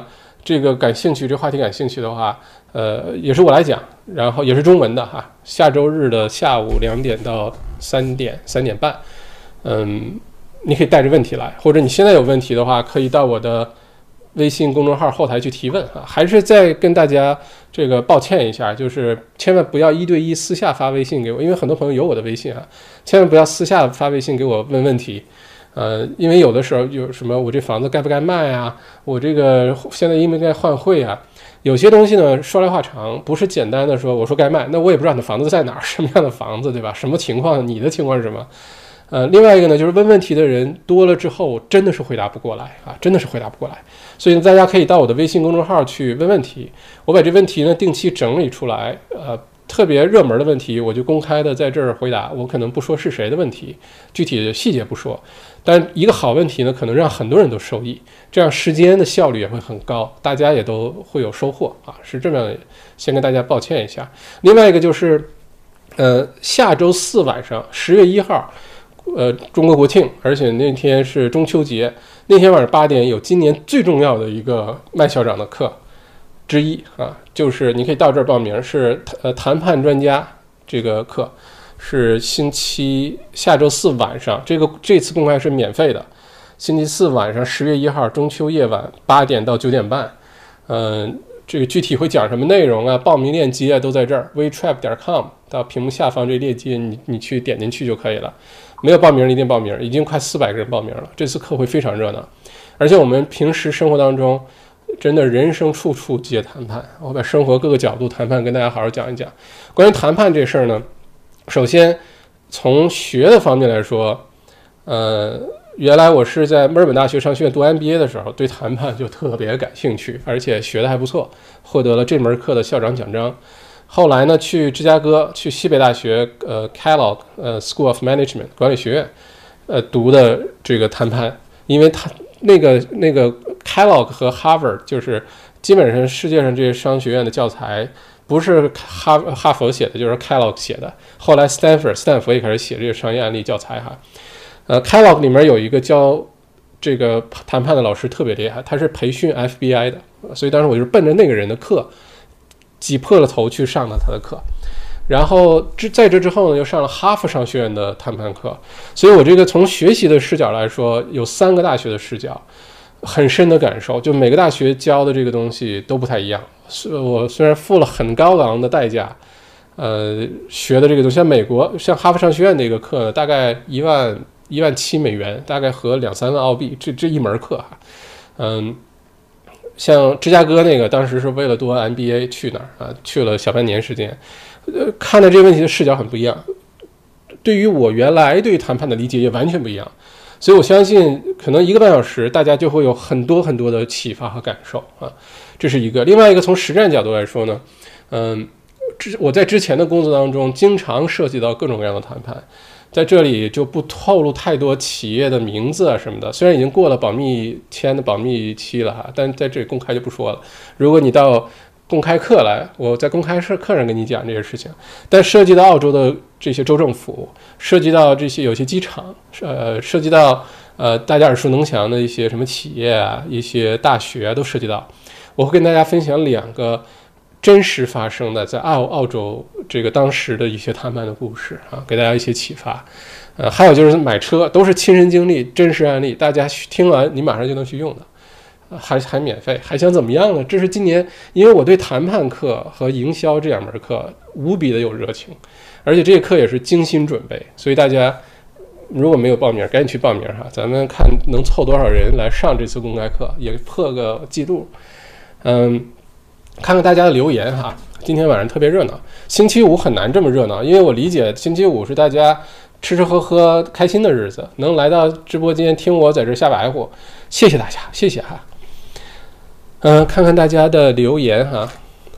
这个感兴趣，这话题感兴趣的话，也是我来讲，然后也是中文的哈。下周日的下午2点到3点半，你可以带着问题来，或者你现在有问题的话，可以到我的微信公众号后台去提问啊。还是再跟大家这个抱歉一下，就是千万不要1对1私下发微信给我，因为很多朋友有我的微信啊，千万不要私下发微信给我问问题。因为有的时候有什么我这房子该不该卖啊，我这个现在应不应该换汇啊，有些东西呢说来话长，不是简单的说我说该卖，那我也不知道你的房子在哪儿，什么样的房子，对吧？什么情况，你的情况是什么？另外一个呢，就是问问题的人多了之后，真的是回答不过来啊，真的是回答不过来。所以大家可以到我的微信公众号去问问题，我把这问题呢定期整理出来，特别热门的问题我就公开的在这儿回答，我可能不说是谁的问题，具体的细节不说，但一个好问题呢，可能让很多人都受益，这样时间的效率也会很高，大家也都会有收获啊，是这么先跟大家抱歉一下。另外一个就是，下周4晚上10月1号，中国国庆，而且那天是中秋节，那天晚上8点有今年最重要的一个麦校长的课之一啊，就是你可以到这儿报名，是谈判专家这个课，是下周4晚上，这次公开是免费的，星期4晚上10月1号中秋夜晚8点到9点半，这个具体会讲什么内容啊，报名链接啊都在这儿 wetrap.com 到屏幕下方这链接你去点进去就可以了，没有报名的一定报名，已经快400个人报名了，这次课会非常热闹，而且我们平时生活当中真的人生处处皆谈判，我把生活各个角度谈判跟大家好好讲一讲。关于谈判这事儿呢，首先从学的方面来说，原来我是在墨尔本大学商学院读 MBA 的时候，对谈判就特别感兴趣，而且学得还不错，获得了这门课的校长奖章。后来呢，去芝加哥，去西北大学Kellogg School of Management 管理学院，读的这个谈判，因为他那个 Kellogg 和 Harvard 就是基本上世界上这些商学院的教材，不是哈佛写的，就是 Kellogg 写的。后来斯坦福也开始写这些商业案例教材哈。Kellogg 里面有一个教这个谈判的老师特别厉害，他是培训 FBI 的，所以当时我就是奔着那个人的课，挤破了头去上了他的课。然后在这之后呢，又上了哈佛商学院的谈判课，所以我这个从学习的视角来说，有3个大学的视角，很深的感受，就每个大学教的这个东西都不太一样。我虽然付了很高昂的代价，学的这个东西，像美国，像哈佛商学院那个课呢，大概17000美元，大概合2-3万澳币，这一门课哈，像芝加哥那个，当时是为了读 MBA 去那儿啊，去了小半年时间，看待这个问题的视角很不一样，对于我原来对谈判的理解也完全不一样，所以我相信可能1个半小时，大家就会有很多很多的启发和感受啊，这是一个。另外一个从实战角度来说呢，我在之前的工作当中经常涉及到各种各样的谈判。在这里就不透露太多企业的名字啊什么的，虽然已经过了保密签的保密期了哈，但在这里公开就不说了。如果你到公开课来，我在公开课上跟你讲这些事情，但涉及到澳洲的这些州政府，涉及到这些有些机场，涉及到大家耳熟能详的一些什么企业啊，一些大学都涉及到。我会跟大家分享2个真实发生的在澳洲这个当时的一些谈判的故事啊，给大家一些启发。还有就是买车，都是亲身经历、真实案例，大家听完你马上就能去用的，还免费，还想怎么样呢？这是今年，因为我对谈判课和营销这2门课无比的有热情，而且这个课也是精心准备，所以大家如果没有报名，赶紧去报名哈，咱们看能凑多少人来上这次公开课，也破个记录。看看大家的留言哈，今天晚上特别热闹。星期五很难这么热闹，因为我理解星期五是大家吃吃喝喝开心的日子，能来到直播间听我在这瞎白活，谢谢大家，谢谢哈。看看大家的留言哈。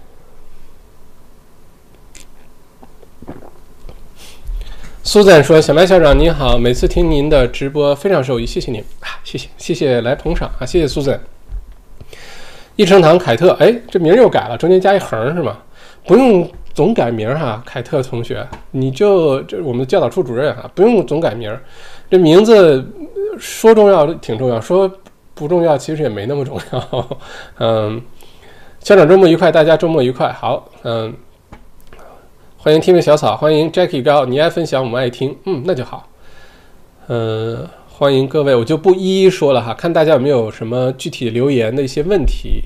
苏赞说：“小麦校长您好，每次听您的直播非常受益，谢谢您啊，谢谢来捧场啊，谢谢苏赞。”益成堂凯特，哎，这名又改了，中间加一横是吗？不用总改名哈，凯特同学，这我们的教导处主任哈，不用总改名，这名字说重要挺重要，说不重要其实也没那么重要。 校长周末愉快，大家周末愉快。好，欢迎听闻小草，欢迎 Jackie 高，你爱分享，我们爱听，那就好。欢迎各位，我就不一一说了哈，看大家有没有什么具体留言的一些问题。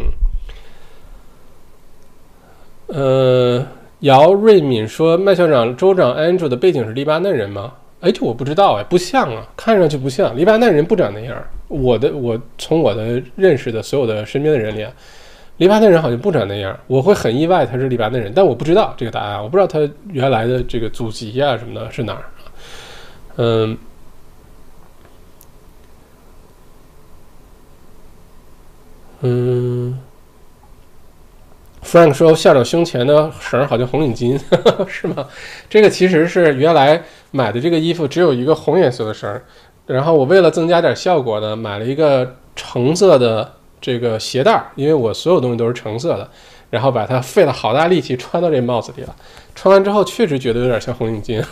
姚瑞敏说，麦校长州长 Andrew 的背景是黎巴嫩人吗？这我不知道不像啊，看上去不像，黎巴嫩人不长那样。我从我的认识的所有的身边的人里黎巴嫩人好像不长那样，我会很意外他是黎巴嫩人，但我不知道这个答案，我不知道他原来的这个祖籍什么的是哪儿。Frank 说校长胸前的绳好像红领巾是吗？这个其实是原来买的这个衣服只有一个红颜色的绳，然后我为了增加点效果呢，买了一个橙色的这个鞋带，因为我所有东西都是橙色的，然后把它费了好大力气穿到这帽子里了，穿完之后确实觉得有点像红领巾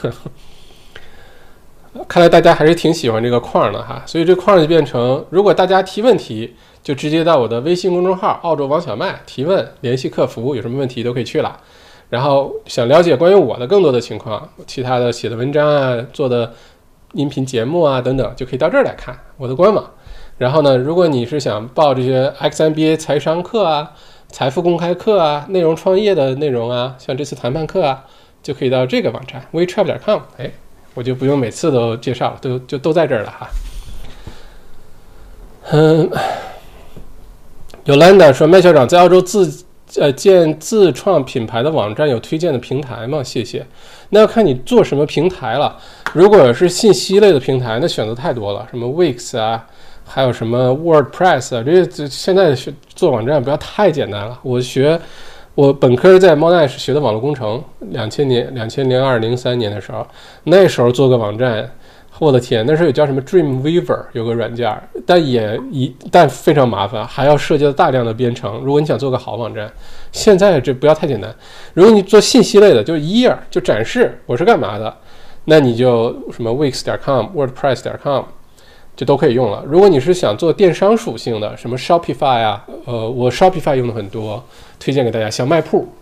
看来大家还是挺喜欢这个框的哈，所以这框就变成，如果大家提问题就直接到我的微信公众号澳洲王小麦提问，联系客服，有什么问题都可以去了。然后想了解关于我的更多的情况，其他的写的文章做的音频节目等等，就可以到这儿来看我的官网。然后呢，如果你是想报这些 XMBA 财商课财富公开课内容创业的内容像这次谈判课就可以到这个网站 wetrap.com。我就不用每次都介绍了，都在这儿了哈。Yolanda 说，麦校长在澳洲建自创品牌的网站有推荐的平台吗？谢谢。那要看你做什么平台了。如果是信息类的平台，那选择太多了，什么 Wix 还有什么 WordPress 这现在做网站不要太简单了。我本科在 Monash 学的网络工程，2002、03年的时候，那时候做个网站。我的天，那时候有叫什么 Dreamweaver 有个软件，但非常麻烦，还要涉及到大量的编程。如果你想做个好网站，现在这不要太简单。如果你做信息类的，就一页就展示我是干嘛的，那你就什么 Wix.com、WordPress.com 就都可以用了。如果你是想做电商属性的，什么 Shopify 我 Shopify 用的很多，推荐给大家。小卖铺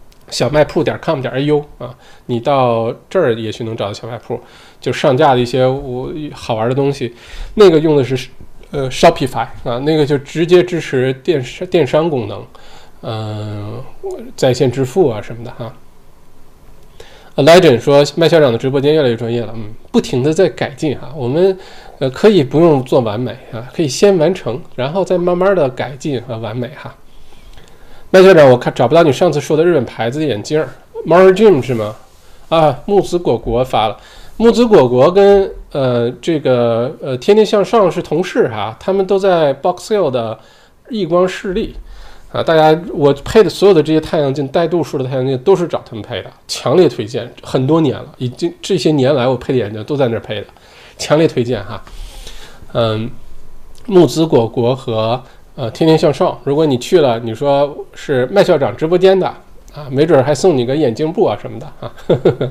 .com.au 你到这儿也许能找到小卖铺，就上架的一些好玩的东西，那个用的是Shopify 那个就直接支持电商功能，在线支付什么的哈。Legend 说，麦校长的直播间越来越专业了，不停的在改进哈，我们可以不用做完美可以先完成，然后再慢慢的改进和完美哈。麦校长，我找不到你上次说的日本牌子的眼镜 Marjim 是吗？木子果果发了。木子果果跟这个天天向上是同事哈，他们都在 Boxhill 的易光视力大家我配的所有的这些太阳镜带度数的太阳镜都是找他们配的，强烈推荐，很多年了，已经这些年来我配的眼镜都在那儿配的，强烈推荐哈。木子果果和天天向上，如果你去了，你说是麦校长直播间的没准还送你个眼镜布什么的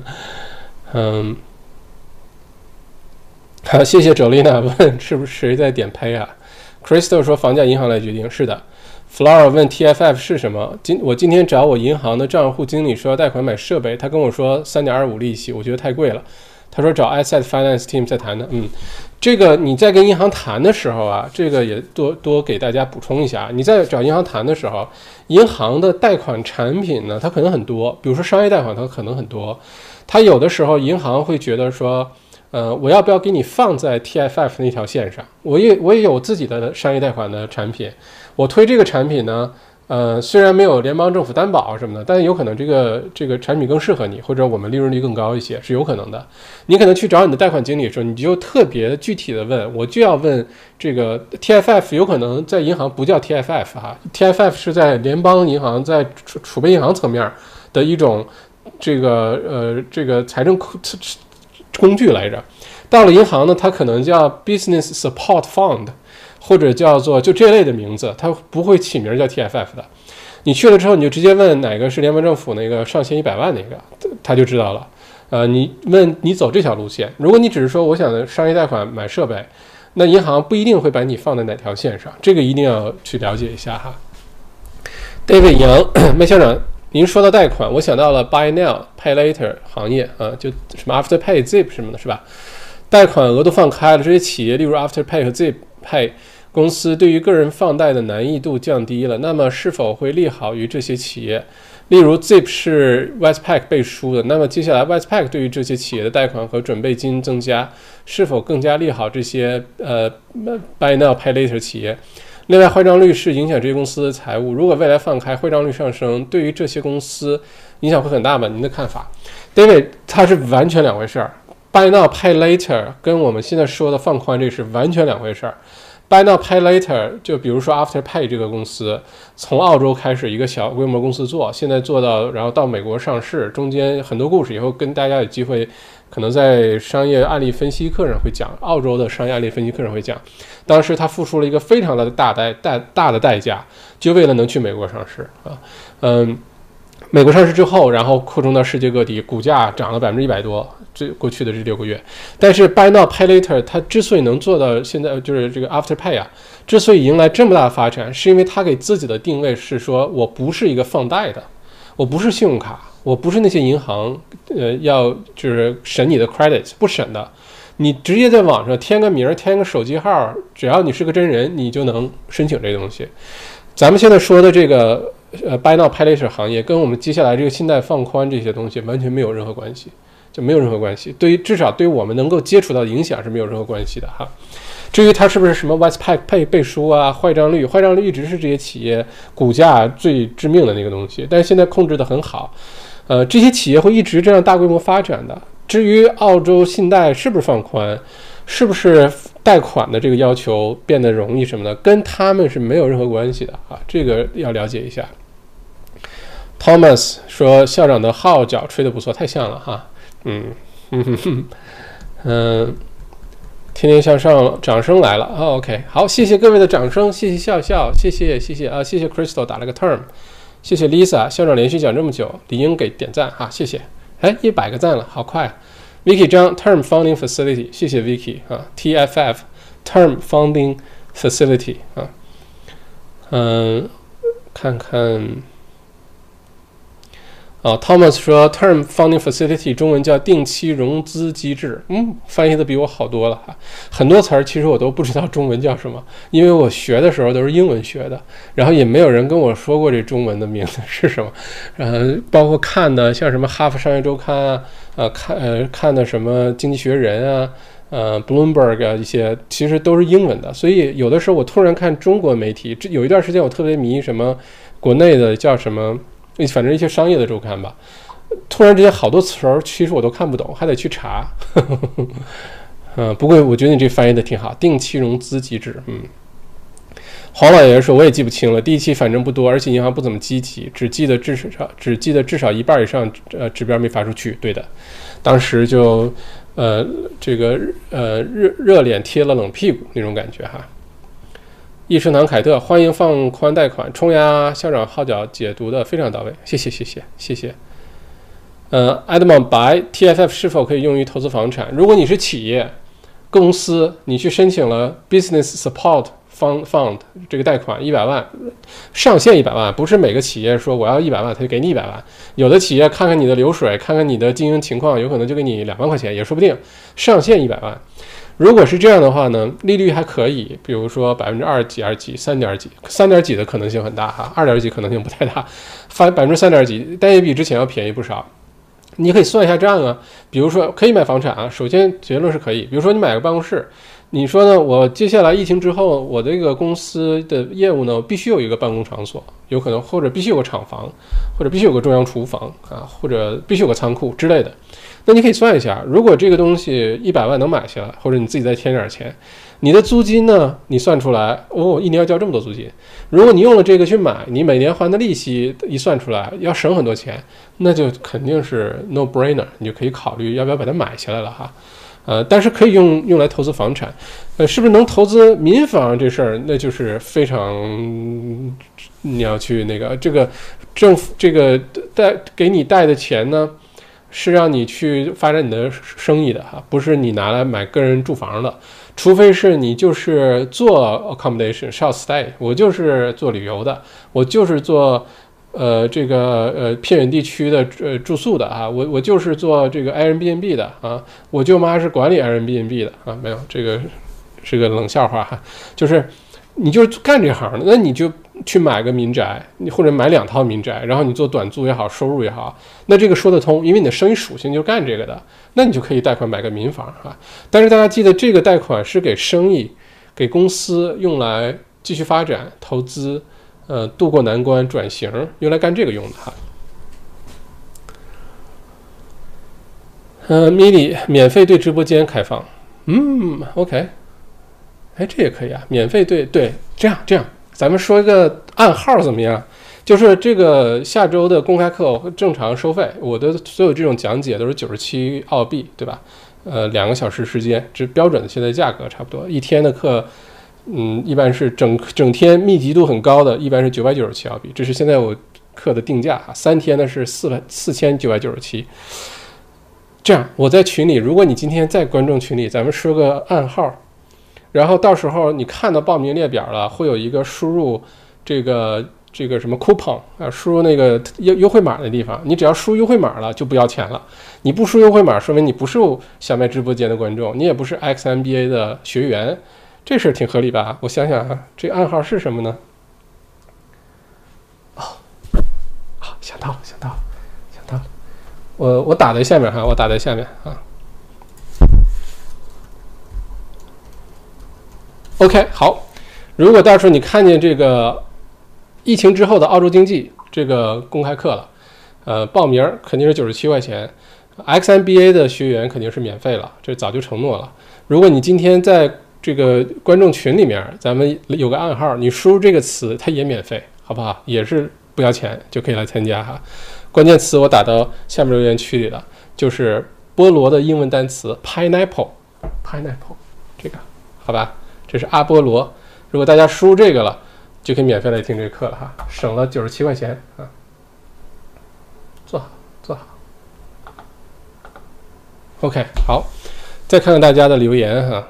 好，谢谢周丽娜问是不是谁在点呸Crystal 说房价银行来决定，是的。Flora 问 TFF 是什么？我今天找我银行的账户经理说要贷款买设备，他跟我说 3.25 利息，我觉得太贵了。他说找 Asset Finance Team 再谈的。这个你在跟银行谈的时候这个也多给大家补充一下。你在找银行谈的时候，银行的贷款产品呢，它可能很多，比如说商业贷款，它可能很多。它有的时候银行会觉得说，我要不要给你放在 TFF 那条线上？我也有自己的商业贷款的产品，我推这个产品呢。虽然没有联邦政府担保什么的，但有可能这个产品更适合你，或者我们利润率更高一些，是有可能的。你可能去找你的贷款经理的时候，你就特别具体的问，我就要问这个 TFF， 有可能在银行不叫 TFF TFF 是在联邦银行在储备银行层面的一种这个财政工具来着。到了银行呢，它可能叫 Business Support Fund。或者叫做就这类的名字，它不会起名叫 TFF 的。你去了之后，你就直接问哪个是联邦政府那个上限100万那个，他就知道了。你问你走这条路线，如果你只是说我想商业贷款买设备，那银行不一定会把你放在哪条线上，这个一定要去了解一下哈。 David 杨，麦校长，您说到贷款，我想到了 Buy Now Pay Later 行业啊，就什么 Afterpay、Zip 什么的，是吧？贷款额度放开了，这些企业，例如 Afterpay 和 Zip 公司，对于个人放贷的难易度降低了，那么是否会利好于这些企业？例如 Zip 是 Westpac 背书的，那么接下来 Westpac 对于这些企业的贷款和准备金增加，是否更加利好这些Buy Now Pay Later 企业？另外，坏账率是影响这些公司的财务。如果未来放开，坏账率上升，对于这些公司影响会很大吗？您的看法 ？David， 它是完全两回事儿。Buy Now Pay Later 跟我们现在说的放宽这是完全两回事儿。Buy Now Pay Later 就比如说 Afterpay 这个公司，从澳洲开始一个小规模公司做，现在做到然后到美国上市，中间很多故事，以后跟大家有机会可能在商业案例分析课上会讲，澳洲的商业案例分析课上会讲，当时他付出了一个非常大的代价，就为了能去美国上市啊，美国上市之后，然后扩充到世界各地，股价涨了100%多，这过去的这6个月。但是 Buy Now Pay Later 它之所以能做到现在，就是这个 Afterpay 啊，之所以迎来这么大的发展，是因为它给自己的定位是说，我不是一个放贷的，我不是信用卡，我不是那些银行要就是审你的 credit 不审的，你直接在网上填个名，填个手机号，只要你是个真人，你就能申请这个东西。咱们现在说的这个Buy Now Pay Later 行业，跟我们接下来这个信贷放宽这些东西完全没有任何关系，就没有任何关系。至少对于我们能够接触到的影响是没有任何关系的哈。至于它是不是什么 Westpac 背书啊，坏账率一直是这些企业股价最致命的那个东西，但是现在控制得很好。这些企业会一直这样大规模发展的。至于澳洲信贷是不是放宽，是不是贷款的这个要求变得容易什么的，跟他们是没有任何关系的啊，这个要了解一下。Thomas 说校长的号角吹得不错，太像了哈，天天向上，掌声来了啊 ，OK， 好，谢谢各位的掌声，谢谢笑笑，谢谢啊，谢谢 Crystal 打了个 term， 谢谢 Lisa 校长连续讲这么久，理应给点赞哈，谢谢，哎，100个赞了，好快啊。Vicky 张 Term Funding Facility， 谢谢 Vicky 啊 ，TFF Term Funding Facility 啊，看看Thomas 说 Term Funding Facility 中文叫定期融资机制，翻译的比我好多了哈。很多词儿其实我都不知道中文叫什么，因为我学的时候都是英文学的，然后也没有人跟我说过这中文的名字是什么。包括看的像什么哈佛商业周刊啊，看的什么经济学人啊。Bloomberg 啊，一些其实都是英文的，所以有的时候我突然看中国媒体，有一段时间我特别迷什么国内的叫什么，反正一些商业的周刊吧，突然之间好多词儿其实我都看不懂，还得去查。不过我觉得你这翻译的挺好，定期融资机制。黄老爷说我也记不清了，第一期反正不多，而且银行不怎么积极，只记得至少1半以上指标没发出去。对的，当时就热脸贴了冷屁股那种感觉哈。益生堂凯特欢迎放宽贷款，冲呀！校长号角解读的非常到位，谢谢。Edmond 白 TFF 是否可以用于投资房产？如果你是企业公司，你去申请了 Business Support Fund 这个贷款100万，上限100万，不是每个企业说我要100万他就给你100万，有的企业看看你的流水，看看你的经营情况，有可能就给你2万块钱也说不定，上限100万。如果是这样的话呢，利率还可以，比如说2几、3几的可能性很大哈，2几可能性不太大，3几，但也比之前要便宜不少。你可以算一下账啊，比如说可以买房产啊，首先结论是可以，比如说你买个办公室，你说呢？我接下来疫情之后，我这个公司的业务呢，必须有一个办公场所，有可能或者必须有个厂房，或者必须有个中央厨房啊，或者必须有个仓库之类的。那你可以算一下，如果这个东西100万能买下来，或者你自己再添点钱，你的租金呢，你算出来一年要交这么多租金。如果你用了这个去买，你每年还的利息一算出来要省很多钱，那就肯定是 no brainer， 你就可以考虑要不要把它买下来了哈。但是可以用来投资房产，是不是能投资民房这事儿，那就是非常你要去那个这个政府这个给你贷的钱呢，是让你去发展你的生意的哈，不是你拿来买个人住房的。 除非是你就是做 accommodation short stay， 我就是做旅游的，我就是做偏远地区的住宿的啊，我就是做这个 Airbnb 的啊，我舅妈是管理 Airbnb 的啊，没有，这个是个冷笑话哈，就是你就是干这行的，那你就去买个民宅，或者买2套民宅，然后你做短租也好，收入也好，那这个说得通，因为你的生意属性就是干这个的，那你就可以贷款买个民房啊。但是大家记得，这个贷款是给生意、给公司用来继续发展、投资，渡过难关、转型，用来干这个用的哈。米莉免费对直播间开放，OK， 哎，这也可以啊，免费对，这样，咱们说一个暗号怎么样？就是这个下周的公开课正常收费，我的所有这种讲解都是97澳币，对吧？2个小时时间，这标准的现在价格差不多。一天的课，一般是整天密集度很高的，一般是997澳币，这是现在我课的定价。3天的是4997。这样，我在群里，如果你今天在观众群里，咱们说个暗号，然后到时候你看到报名列表了，会有一个输入这个什么 coupon 啊，输入那个优惠码的地方，你只要输优惠码了就不要钱了。你不输优惠码，说明你不是小麦直播间的观众，你也不是 XMBA 的学员，这事挺合理吧？我想想啊，这暗号是什么呢？想到了。我打在下面哈，啊。OK， 好。如果到时候你看见这个疫情之后的澳洲经济这个公开课了，报名肯定是97块钱 ，XMBA 的学员肯定是免费了，这早就承诺了。如果你今天在这个观众群里面，咱们有个暗号，你输入这个词，它也免费，好不好？也是不要钱就可以来参加哈。关键词我打到下面留言区里了，就是菠萝的英文单词 pineapple， 这个好吧？这是阿波罗。如果大家输入这个了，就可以免费来听这个课了哈，省了97块钱啊。做好。OK， 好，再看看大家的留言哈。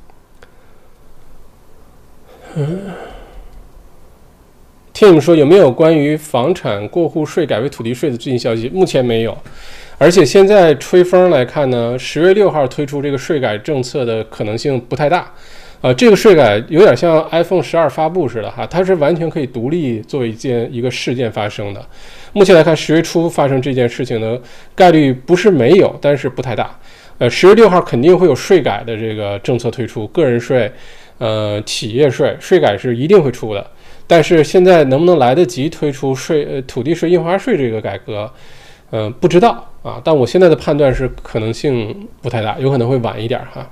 听你们说有没有关于房产过户税改为土地税的最新消息？目前没有，而且现在吹风来看呢，10月6号推出这个税改政策的可能性不太大。这个税改有点像 iPhone 12发布似的哈，它是完全可以独立作为一个事件发生的。目前来看，10月初发生这件事情的概率不是没有，但是不太大。10月6号肯定会有税改的这个政策推出，个人税、企业税改是一定会出的。但是现在能不能来得及推出土地税、印花税这个改革，不知道啊。但我现在的判断是可能性不太大，有可能会晚一点哈。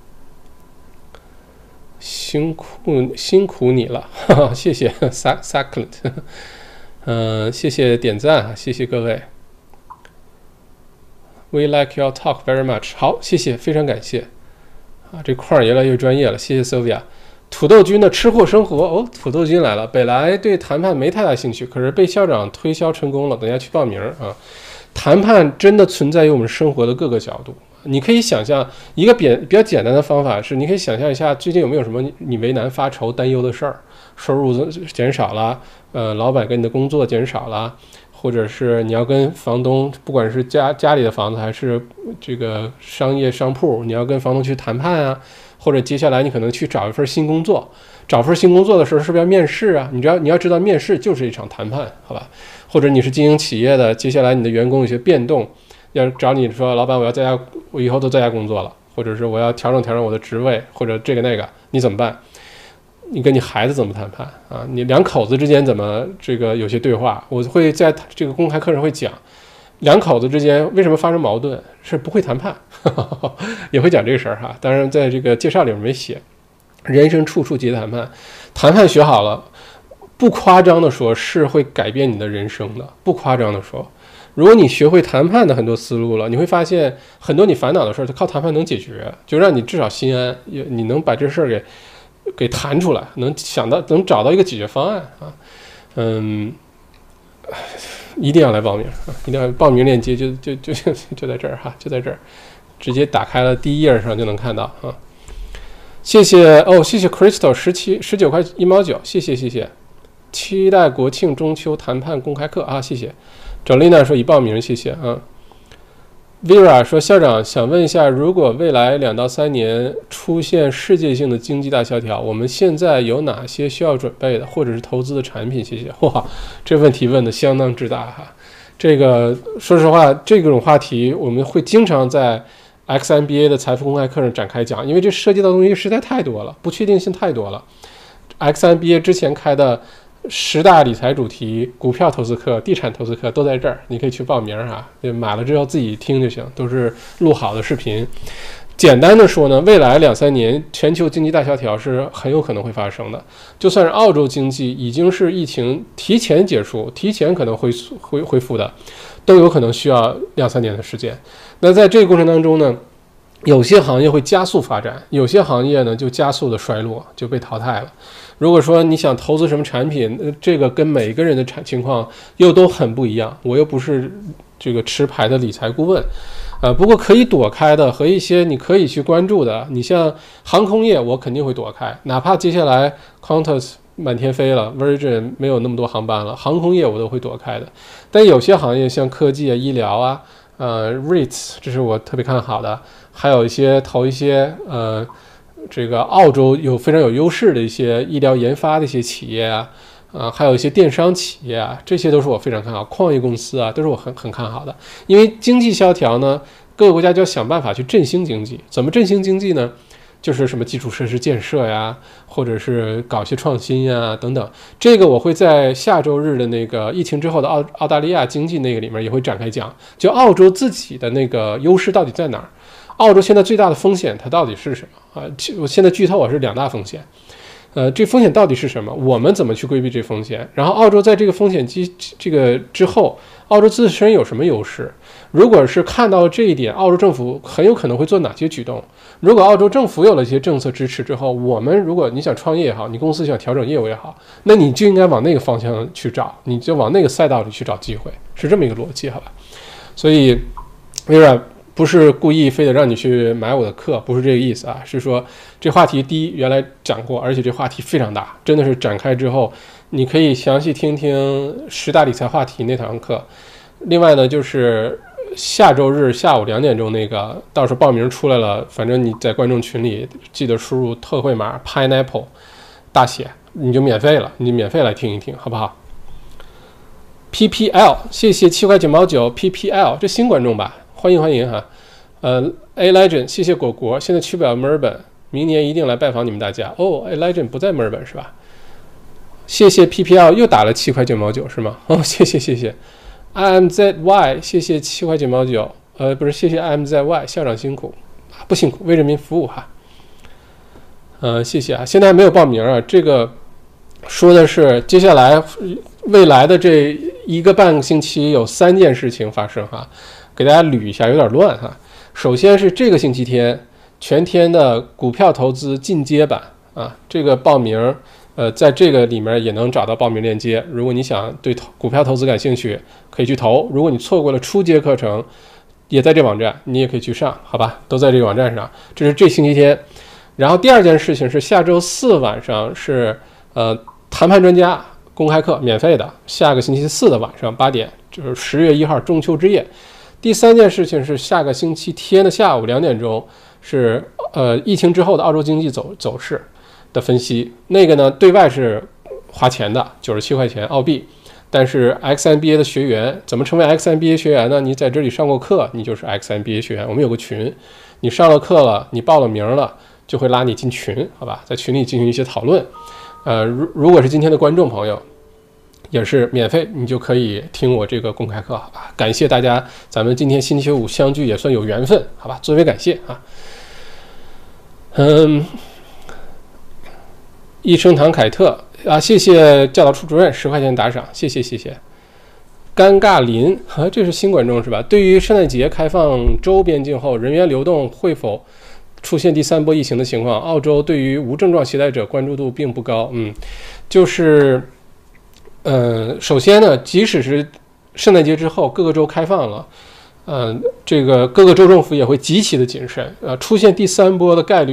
辛苦你了，哈哈，谢谢 Succulent， 谢谢点赞啊，谢谢各位。We like your talk very much， 好，谢谢，非常感谢啊，这块儿越来越专业了，谢谢 Sylvia。土豆君的吃货生活土豆君来了。本来对谈判没太大兴趣，可是被校长推销成功了，等下去报名啊。谈判真的存在于我们生活的各个角度。你可以想象一个比较简单的方法是，你可以想象一下最近有没有什么你为难、发愁、担忧的事儿，收入减少了，老板跟你的工作减少了，或者是你要跟房东，不管是家里的房子还是这个商铺，你要跟房东去谈判啊。或者接下来你可能去找一份新工作，找份新工作的时候是不是要面试啊？你要知道面试就是一场谈判，好吧？或者你是经营企业的，接下来你的员工有些变动，要找你说老板我以后都在家工作了，或者是我要调整我的职位，或者这个那个，你怎么办？你跟你孩子怎么谈判啊？你两口子之间怎么这个有些对话？我会在这个公开课上会讲。两口子之间为什么发生矛盾？是不会谈判，也会讲这个事儿哈。当然，在这个介绍里面没写，人生处处皆谈判，谈判学好了，不夸张的说，是会改变你的人生的。不夸张的说，如果你学会谈判的很多思路了，你会发现很多你烦恼的事儿，靠谈判能解决，就让你至少心安，你能把这事儿给谈出来，能找到一个解决方案啊。一定要来报名啊！一定要报名链接就在这儿哈，就在这儿，直接打开了第一页上就能看到啊。 谢谢哦，谢谢 Crystal 19块1毛9，谢谢谢谢。期待国庆中秋谈判公开课啊，谢谢。整丽娜说已报名，谢谢啊。Vera 说校长想问一下，如果未来2到3年出现世界性的经济大萧条，我们现在有哪些需要准备的，或者是投资的产品？谢谢。哇，这问题问得相当之大哈。这个说实话，这种话题我们会经常在 XMBA 的财富公开课上展开讲，因为这涉及到的东西实在太多了，不确定性太多了。XMBA 之前开的10大理财主题、股票投资课、地产投资课都在这儿，你可以去报名哈。买了之后自己听就行，都是录好的视频。简单的说呢，未来2、3年全球经济大萧条是很有可能会发生的。就算是澳洲经济已经是疫情提前结束、提前可能恢复的，都有可能需要2、3年的时间。那在这个过程当中呢，有些行业会加速发展，有些行业呢就加速的衰落，就被淘汰了。如果说你想投资什么产品，这个跟每个人的情况又都很不一样。我又不是这个持牌的理财顾问，不过可以躲开的和一些你可以去关注的，你像航空业，我肯定会躲开，哪怕接下来 Qantas 满天飞了 ，Virgin 没有那么多航班了，航空业我都会躲开的。但有些行业像科技啊、医疗啊。REITs 这是我特别看好的，还有投一些这个澳洲非常有优势的一些医疗研发的一些企业啊，还有一些电商企业啊，这些都是我非常看好，矿业公司啊，都是我很看好的。因为经济萧条呢，各个国家就要想办法去振兴经济，怎么振兴经济呢？就是什么基础设施建设呀，或者是搞一些创新呀等等。这个我会在下周日的那个疫情之后的澳大利亚经济那个里面也会展开讲，就澳洲自己的那个优势到底在哪儿？澳洲现在最大的风险它到底是什么啊？我现在剧透是2大风险。这风险到底是什么？我们怎么去规避这风险？然后澳洲在这个风险这个之后，澳洲自身有什么优势？如果是看到这一点，澳洲政府很有可能会做哪些举动？如果澳洲政府有了一些政策支持之后，我们如果你想创业也好，你公司想调整业务也好，那你就应该往那个方向去找，你就往那个赛道里去找机会，是这么一个逻辑，好吧？所以微软不是故意非得让你去买我的课，不是这个意思啊，是说这话题第一原来讲过，而且这话题非常大，真的是展开之后，你可以详细听听10大理财话题那堂课。另外呢，就是下周日下午2点钟那个，到时候报名出来了，反正你在观众群里记得输入特惠码 Pineapple 大写，你就免费了，你免费来听一听，好不好？PPL 谢谢7块9毛9 PPL 这新观众吧，欢迎哈。A Legend 谢谢果果，现在去不了墨尔本，明年一定来拜访你们大家。哦 A Legend 不在墨尔本是吧？谢谢 PPL 又打了7块9毛9是吗？哦谢谢。IMZY 谢谢7块9毛9，不是谢谢 IMZY 校长辛苦不辛苦，为人民服务哈。谢谢啊，现在还没有报名啊，这个说的是接下来未来的这1个半星期有3件事情发生哈，给大家捋一下，有点乱哈。首先是这个星期天全天的股票投资进阶版啊，这个报名在这个里面也能找到报名链接，如果你想对股票投资感兴趣可以去投，如果你错过了初阶课程也在这网站，你也可以去上，好吧，都在这个网站上。这是这星期天。然后第2件事情是下周4晚上是谈判专家公开课，免费的，下个星期4的晚上8点，就是10月1号中秋之夜。第3件事情是下个星期天的下午2点钟是疫情之后的澳洲经济走势的分析，那个呢对外是花钱的，97块钱澳币，但是 XMBA 的学员怎么成为 XMBA 学员呢？你在这里上过课，你就是 XMBA 学员。我们有个群，你上了课了，你报了名了，就会拉你进群，好吧，在群里进行一些讨论。如果是今天的观众朋友也是免费，你就可以听我这个公开课，好吧？感谢大家，咱们今天星期五相聚也算有缘分，好吧？作为感谢啊。益生堂凯特啊，谢谢教导处主任10块钱打赏，谢谢。尴尬林这是新观众是吧？对于圣诞节开放州边境后，人员流动会否出现第3波疫情的情况？澳洲对于无症状携带者关注度并不高。就是首先呢，即使是圣诞节之后各个州开放了，这个各个州政府也会极其的谨慎，出现第3波的概率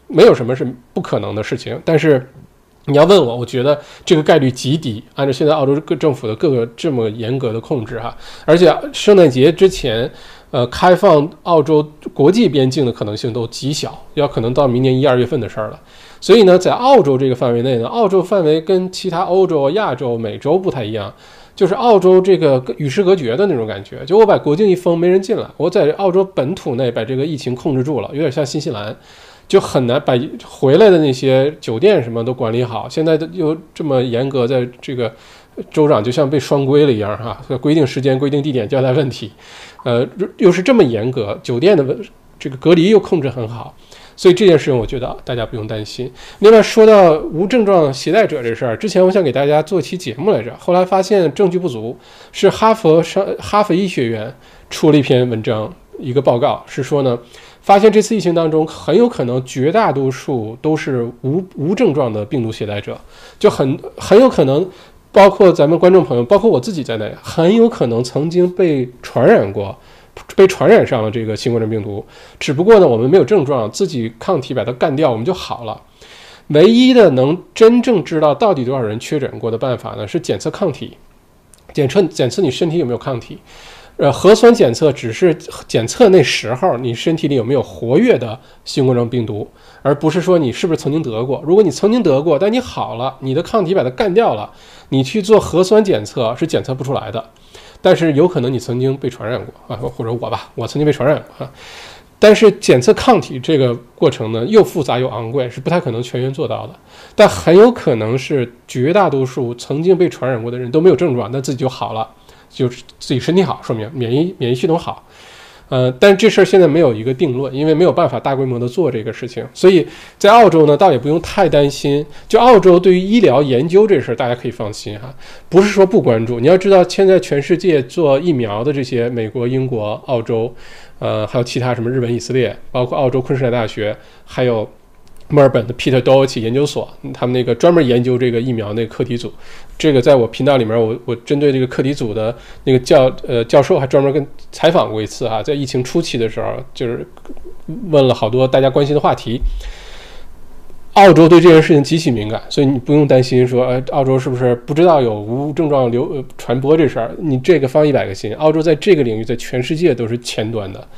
没有什么是不可能的事情。但是你要问我，我觉得这个概率极低。按照现在澳洲各政府的各个这么严格的控制哈，而且圣诞节之前，开放澳洲国际边境的可能性都极小，要可能到明年1、2月份的事儿了。所以呢，在澳洲这个范围内呢，澳洲范围跟其他欧洲、亚洲、美洲不太一样，就是澳洲这个与世隔绝的那种感觉。就我把国境一封，没人进来，我在澳洲本土内把这个疫情控制住了，有点像新西兰。就很难把回来的那些酒店什么都管理好，现在又这么严格，在这个州长就像被双规了一样哈，规定时间、规定地点交代问题，又是这么严格，酒店的这个隔离又控制很好，所以这件事情我觉得大家不用担心。另外说到无症状携带者这事儿，之前我想给大家做期节目来着，后来发现证据不足，是哈佛医学院出了一篇文章，一个报告是说呢，发现这次疫情当中很有可能绝大多数都是无症状的病毒携带者，就很有可能，包括咱们观众朋友，包括我自己在内，很有可能曾经被传染过，被传染上了这个新冠状病毒，只不过呢我们没有症状，自己抗体把它干掉，我们就好了。唯一的能真正知道到底多少人确诊过的办法呢，是检测抗体，检测你身体有没有抗体。核酸检测只是检测那时候你身体里有没有活跃的新冠状病毒，而不是说你是不是曾经得过。如果你曾经得过，但你好了，你的抗体把它干掉了，你去做核酸检测是检测不出来的。但是有可能你曾经被传染过啊，或者我曾经被传染过啊。但是检测抗体这个过程呢，又复杂又昂贵，是不太可能全员做到的。但很有可能是绝大多数曾经被传染过的人都没有症状，但自己就好了。就是自己身体好，说明免疫系统好，但这事儿现在没有一个定论，因为没有办法大规模的做这个事情，所以在澳洲呢，倒也不用太担心。就澳洲对于医疗研究这事儿，大家可以放心哈，不是说不关注。你要知道，现在全世界做疫苗的这些美国、英国、澳洲，还有其他什么日本、以色列，包括澳洲昆士兰大学，还有墨尔本的 Peter Doherty 研究所，他们那个专门研究这个疫苗那个课题组，这个在我频道里面我针对这个课题组的那个教授还专门跟采访过一次哈，在疫情初期的时候，就是问了好多大家关心的话题。澳洲对这件事情极其敏感，所以你不用担心说，澳洲是不是不知道有无症状传播这事儿？你这个放100个心，澳洲在这个领域在全世界都是前端的，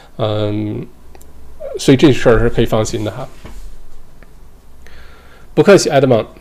所以这事儿是可以放心的哈。不客气，艾德蒙。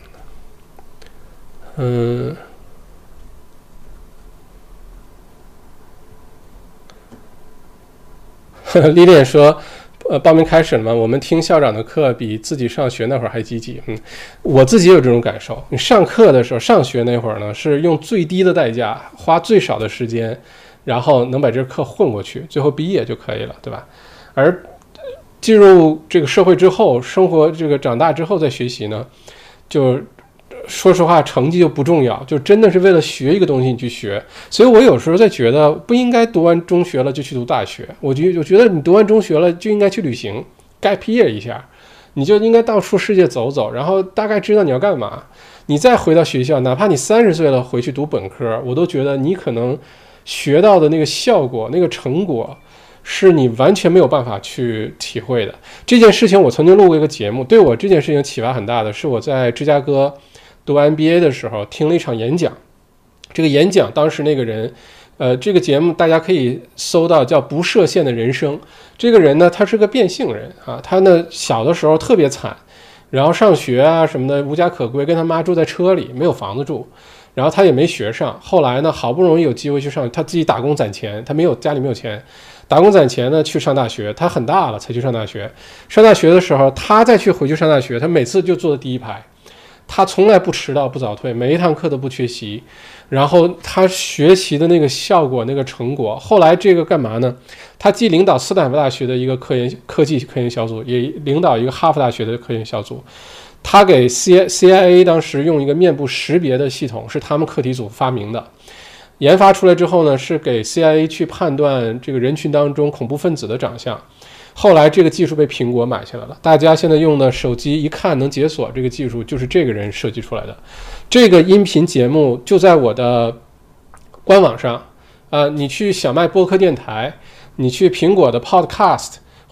丽丽说，报名开始了吗？我们听校长的课比自己上学那会儿还积极。我自己有这种感受。你上课的时候，上学那会儿呢，是用最低的代价，花最少的时间，然后能把这个课混过去，最后毕业就可以了，对吧？而进入这个社会之后，生活这个长大之后再学习呢，就说实话成绩就不重要，就真的是为了学一个东西你去学。所以我有时候在觉得不应该读完中学了就去读大学，我觉得你读完中学了就应该去旅行gap year一下，你就应该到处世界走走，然后大概知道你要干嘛，你再回到学校，哪怕你30岁了回去读本科，我都觉得你可能学到的那个效果那个成果是你完全没有办法去体会的。这件事情我曾经录过一个节目，对我这件事情启发很大的是我在芝加哥读 MBA 的时候听了一场演讲。这个演讲当时那个人这个节目大家可以搜到，叫不设限的人生。这个人呢，他是个变性人啊，他呢小的时候特别惨，然后上学啊什么的无家可归，跟他妈住在车里，没有房子住，然后他也没学上。后来呢，好不容易有机会去上，他自己打工攒钱，他家里没有钱，打工攒钱呢去上大学。他很大了才去上大学。上大学的时候，他再回去上大学，他每次就坐在第一排，他从来不迟到不早退，每一堂课都不缺席。然后他学习的那个效果那个成果，后来这个干嘛呢？他既领导斯坦福大学的一个科技科研小组，也领导一个哈佛大学的科研小组。他给 CIA 当时用一个面部识别的系统，是他们课题组发明的。研发出来之后呢，是给 CIA 去判断这个人群当中恐怖分子的长相。后来这个技术被苹果买下来了，大家现在用的手机一看能解锁，这个技术就是这个人设计出来的。这个音频节目就在我的官网上，你去小麦播客电台，你去苹果的 Podcast，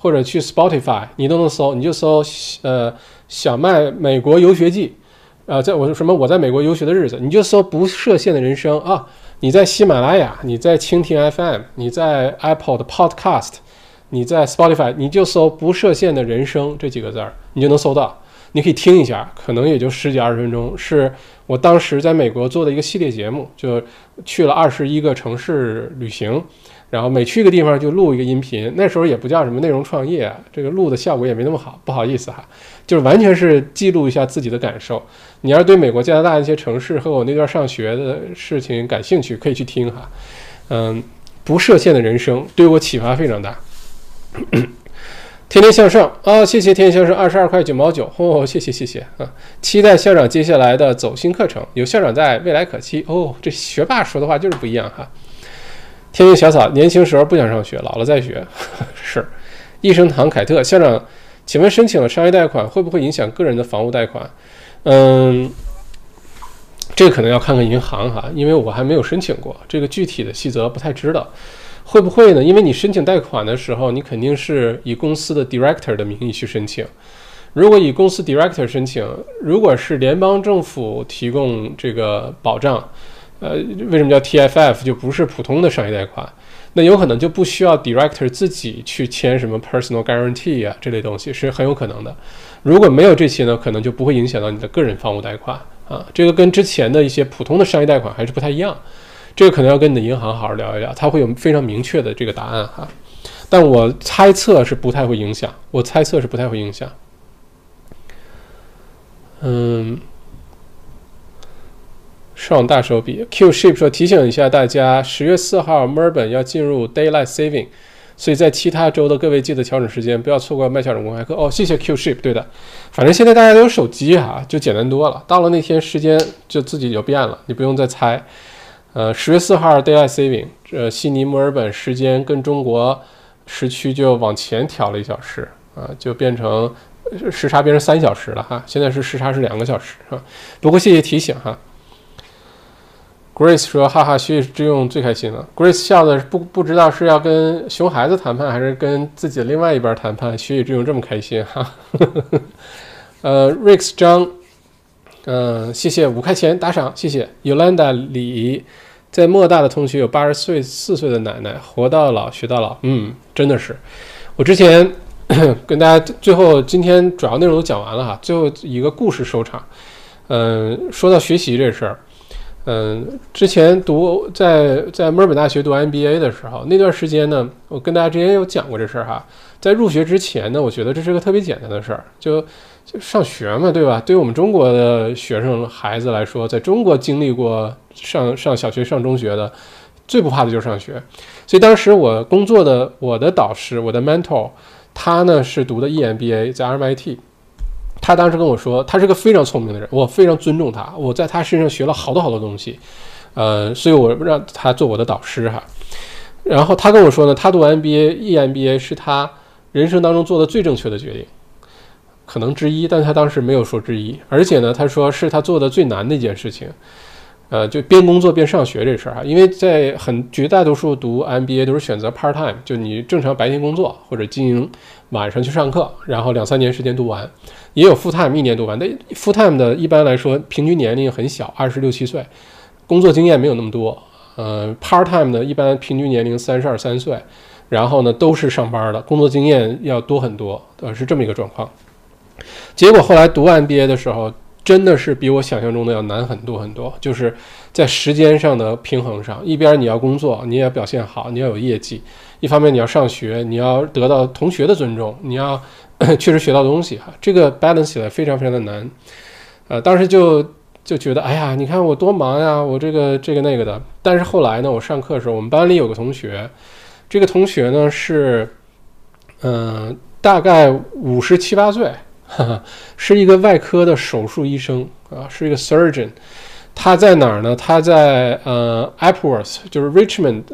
或者去 Spotify， 你都能搜，你就搜小麦美国游学记，我在美国游学的日子，你就搜不设限的人生啊。你在喜马拉雅，你在蜻蜓 FM， 你在 Apple 的 Podcast， 你在 Spotify， 你就搜不设限的人生这几个字儿，你就能搜到。你可以听一下，可能也就10几20分钟，是我当时在美国做的一个系列节目，就去了21个城市旅行，然后每去一个地方就录一个音频。那时候也不叫什么内容创业，这个录的效果也没那么好，不好意思哈，就是完全是记录一下自己的感受。你要是对美国、加拿大一些城市和我那段上学的事情感兴趣，可以去听哈。不设限的人生对我启发非常大。天天向上啊，谢谢天天向上22块9毛9哦，谢谢啊！期待校长接下来的走心课程，有校长在，未来可期哦。这学霸说的话就是不一样哈。天天小草，年轻时候不想上学，老了再学是。益生堂凯特校长，请问申请了商业贷款会不会影响个人的房屋贷款？这个可能要看看银行哈，因为我还没有申请过，这个具体的细则不太知道。会不会呢？因为你申请贷款的时候，你肯定是以公司的 director 的名义去申请。如果以公司 director 申请，如果是联邦政府提供这个保障，为什么叫 TFF 就不是普通的商业贷款？那有可能就不需要 director 自己去签什么 personal guarantee 啊这类东西，是很有可能的。如果没有这些呢，可能就不会影响到你的个人房屋贷款啊。这个跟之前的一些普通的商业贷款还是不太一样。这个可能要跟你的银行好好聊一聊，它会有非常明确的这个答案哈。但我猜测是不太会影响，上大手笔 Q Ship 说提醒一下大家，10月4号墨尔本要进入 Daylight Saving， 所以在其他州的各位记得调整时间，不要错过麦校长公开课哦。谢谢 Q Ship， 对的，反正现在大家都有手机哈，就简单多了。到了那天时间就自己就变了，你不用再猜。10月4号 Daylight Saving， 悉尼墨尔本时间跟中国时区就往前调了1小时啊，就变成时差变成3小时了哈。现在是时差是2个小时啊。不过谢谢提醒哈。Grace 说哈哈，学以致用最开心了。Grace 笑的不知道是要跟熊孩子谈判还是跟自己的另外一边谈判，学以致用这么开心哈。Rex 张。谢谢5块钱打赏，谢谢 Yolanda 李，在莫大的同学有84岁的奶奶，活到老学到老，真的是。我之前跟大家最后今天主要内容都讲完了哈，最后一个故事收场。说到学习这事儿，之前在墨尔本大学读 MBA 的时候，那段时间呢，我跟大家之前有讲过这事儿哈。在入学之前呢，我觉得这是个特别简单的事儿，就上学嘛，对吧？对于我们中国的学生孩子来说，在中国经历过上小学、上中学的，最不怕的就是上学。所以当时我的导师，我的 mentor， 他呢是读的 EMBA， 在 RMIT。他当时跟我说，他是个非常聪明的人，我非常尊重他，我在他身上学了好多东西，所以我让他做我的导师哈。然后他跟我说呢，他读 EMBA 是他人生当中做的最正确的决定，可能之一，但他当时没有说之一。而且呢，他说是他做的最难的一件事情，就边工作边上学这事儿啊。因为在绝大多数读 MBA 都是选择 part time， 就你正常白天工作或者经营晚上去上课，然后2-3年时间读完。也有 full time 1年读完，但 full time 的一般来说平均年龄很小，26、27岁，工作经验没有那么多。part time 的一般平均年龄32、3岁。然后呢，都是上班的，工作经验要多很多，是这么一个状况。结果后来读 MBA 的时候，真的是比我想象中的要难很多，就是在时间上的平衡上，一边你要工作，你也要表现好，你要有业绩；一方面你要上学，你要得到同学的尊重，你要确实学到东西哈。这个 balance 起来非常的难。当时就觉得，哎呀，你看我多忙呀，我这个那个的。但是后来呢，我上课的时候，我们班里有个同学。这个同学呢是，大概57、8岁，是一个外科的手术医生啊，是一个 surgeon。他在哪儿呢？他在Epworth， 就是 Richmond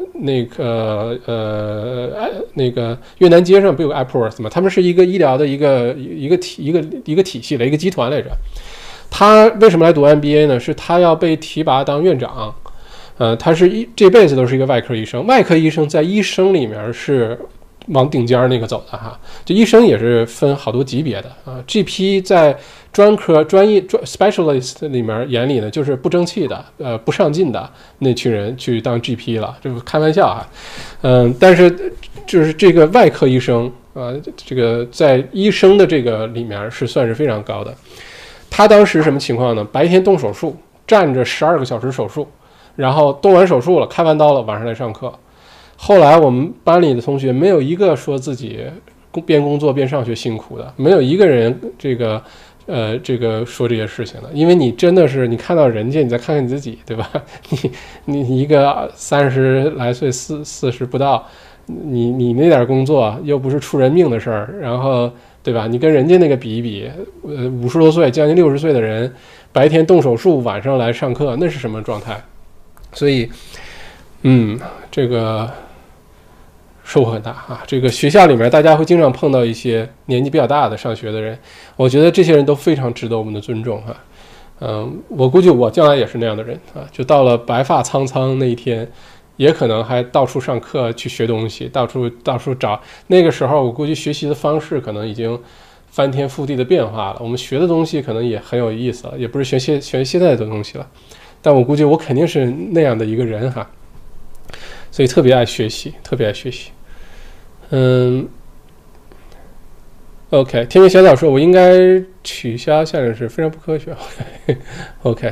那个越南街上不有个 Epworth 吗？他们是一个医疗的一个体系的一个集团来着。他为什么来读 MBA 呢？是他要被提拔当院长。他是这辈子都是一个外科医生。外科医生在医生里面是往顶尖那个走的哈。这医生也是分好多级别的啊。GP 在专业 specialist 里面眼里呢，就是不争气的，不上进的那群人去当 GP 了，这不开玩笑啊。但是就是这个外科医生啊，这个在医生的这个里面是算是非常高的。他当时什么情况呢？白天动手术，站着12个小时手术。然后动完手术了，开完刀了，晚上来上课。后来我们班里的同学没有一个说自己边工作边上学辛苦的，没有一个人这个说这些事情的。因为你真的是你看到人家，你再看看你自己，对吧？你一个30来岁40不到，你那点工作又不是出人命的事儿，然后对吧？你跟人家那个比一比，50多岁将近60岁的人，白天动手术，晚上来上课，那是什么状态？所以，这个收获很大啊。这个学校里面，大家会经常碰到一些年纪比较大的上学的人，我觉得这些人都非常值得我们的尊重哈。我估计我将来也是那样的人啊，就到了白发苍苍那一天，也可能还到处上课去学东西，到处找。那个时候，我估计学习的方式可能已经翻天覆地的变化了，我们学的东西可能也很有意思了，也不是学现在的东西了。但我估计我肯定是那样的一个人哈，所以特别爱学习，特别爱学习。OK， 天明小岛说，我应该取消下面是非常不科学。OK，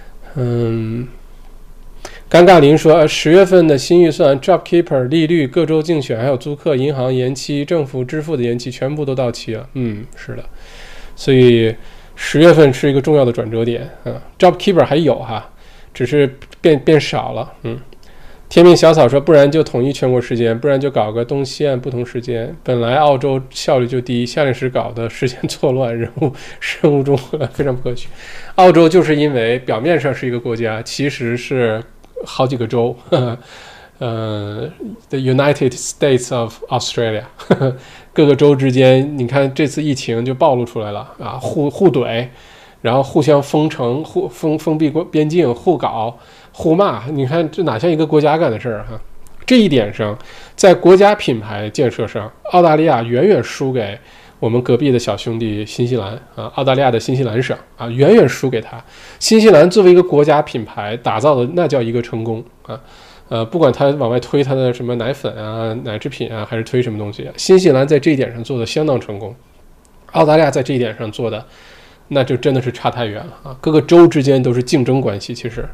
尴尬林说，10月份的新预算 ，JobKeeper 利率、各州竞选，还有租客、银行延期、政府支付的延期，全部都到期了。是的，所以10月份是一个重要的转折点啊。JobKeeper 还有哈，只是变少了。天命小草说，不然就统一全国时间，不然就搞个东西岸不同时间。本来澳洲效率就低，夏令时搞的时间错乱，任务中非常不可取。澳洲就是因为表面上是一个国家，其实是好几个州。The United States of Australia 各个州之间，你看这次疫情就暴露出来了啊，互怼，然后互相封城、封闭边境、互搞、互骂，你看这哪像一个国家干的事儿哈？这一点上，在国家品牌建设上，澳大利亚远远输给我们隔壁的小兄弟新西兰啊，澳大利亚的新西兰省啊，远远输给他。新西兰作为一个国家品牌打造的那叫一个成功啊。不管他往外推他的什么奶粉啊、奶制品啊，还是推什么东西，新西兰在这一点上做的相当成功，澳大利亚在这一点上做的，那就真的是差太远了啊！各个州之间都是竞争关系。其实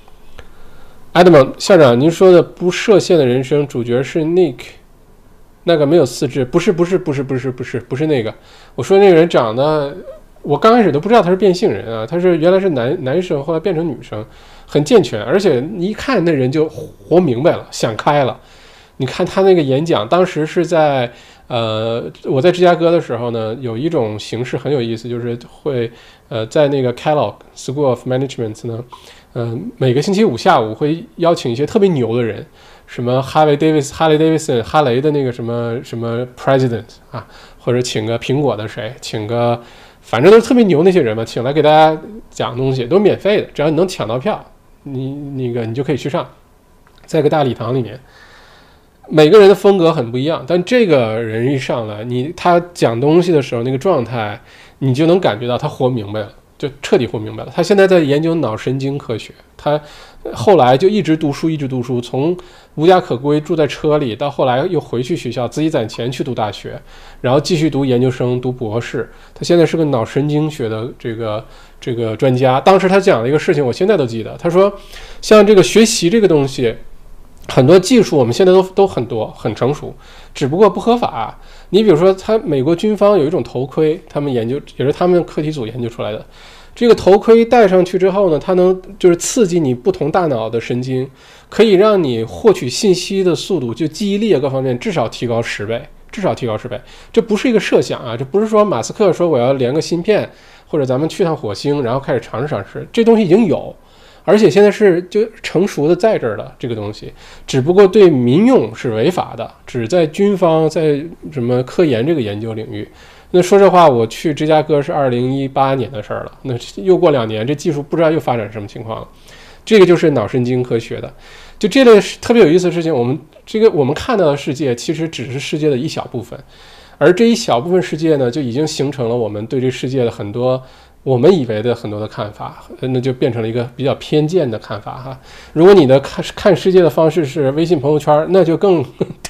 ，Adam 校长，您说的不设限的人生主角是 Nick， 那个没有四肢，不是那个，我说那个人长得，我刚开始都不知道他是变性人啊，他是原来是男生，后来变成女生。很健全，而且你一看那人就活明白了，想开了。你看他那个演讲，当时是在我在芝加哥的时候呢，有一种形式很有意思，就是会在那个 Kellogg School of Management 呢，每个星期五下午会邀请一些特别牛的人，什么哈雷 Davidson 哈雷的那个什么 President 啊，或者请个苹果的谁，请个反正都是特别牛那些人嘛，请来给大家讲东西，都是免费的，只要你能抢到票。你就可以去上，在个大礼堂里面，每个人的风格很不一样，但这个人一上来，他讲东西的时候那个状态，你就能感觉到他活明白了，就彻底活明白了。他现在在研究脑神经科学，他后来就一直读书，从无家可归住在车里，到后来又回去学校自己攒钱去读大学，然后继续读研究生、读博士。他现在是个脑神经学的这个专家。当时他讲了一个事情，我现在都记得。他说，像这个学习这个东西，很多技术我们现在都很多很成熟，只不过不合法。你比如说，美国军方有一种头盔，他们研究也是他们课题组研究出来的。这个头盔戴上去之后呢，它能就是刺激你不同大脑的神经，可以让你获取信息的速度，就记忆力各方面至少提高10倍，这不是一个设想啊，这不是说马斯克说我要连个芯片，或者咱们去趟火星，然后开始尝试，这东西已经有，而且现在是就成熟的在这儿了，这个东西，只不过对民用是违法的，只在军方在什么科研这个研究领域。那说实话，我去芝加哥是2018年的事儿了，那又过2年，这技术不知道又发展什么情况了。这个就是脑神经科学的， 就这类特别有意思的事情，我们看到的世界其实只是世界的一小部分，而这一小部分世界呢，就已经形成了我们对这世界的很多我们以为的很多的看法，那就变成了一个比较偏见的看法哈。如果你的看世界的方式是微信朋友圈，那就更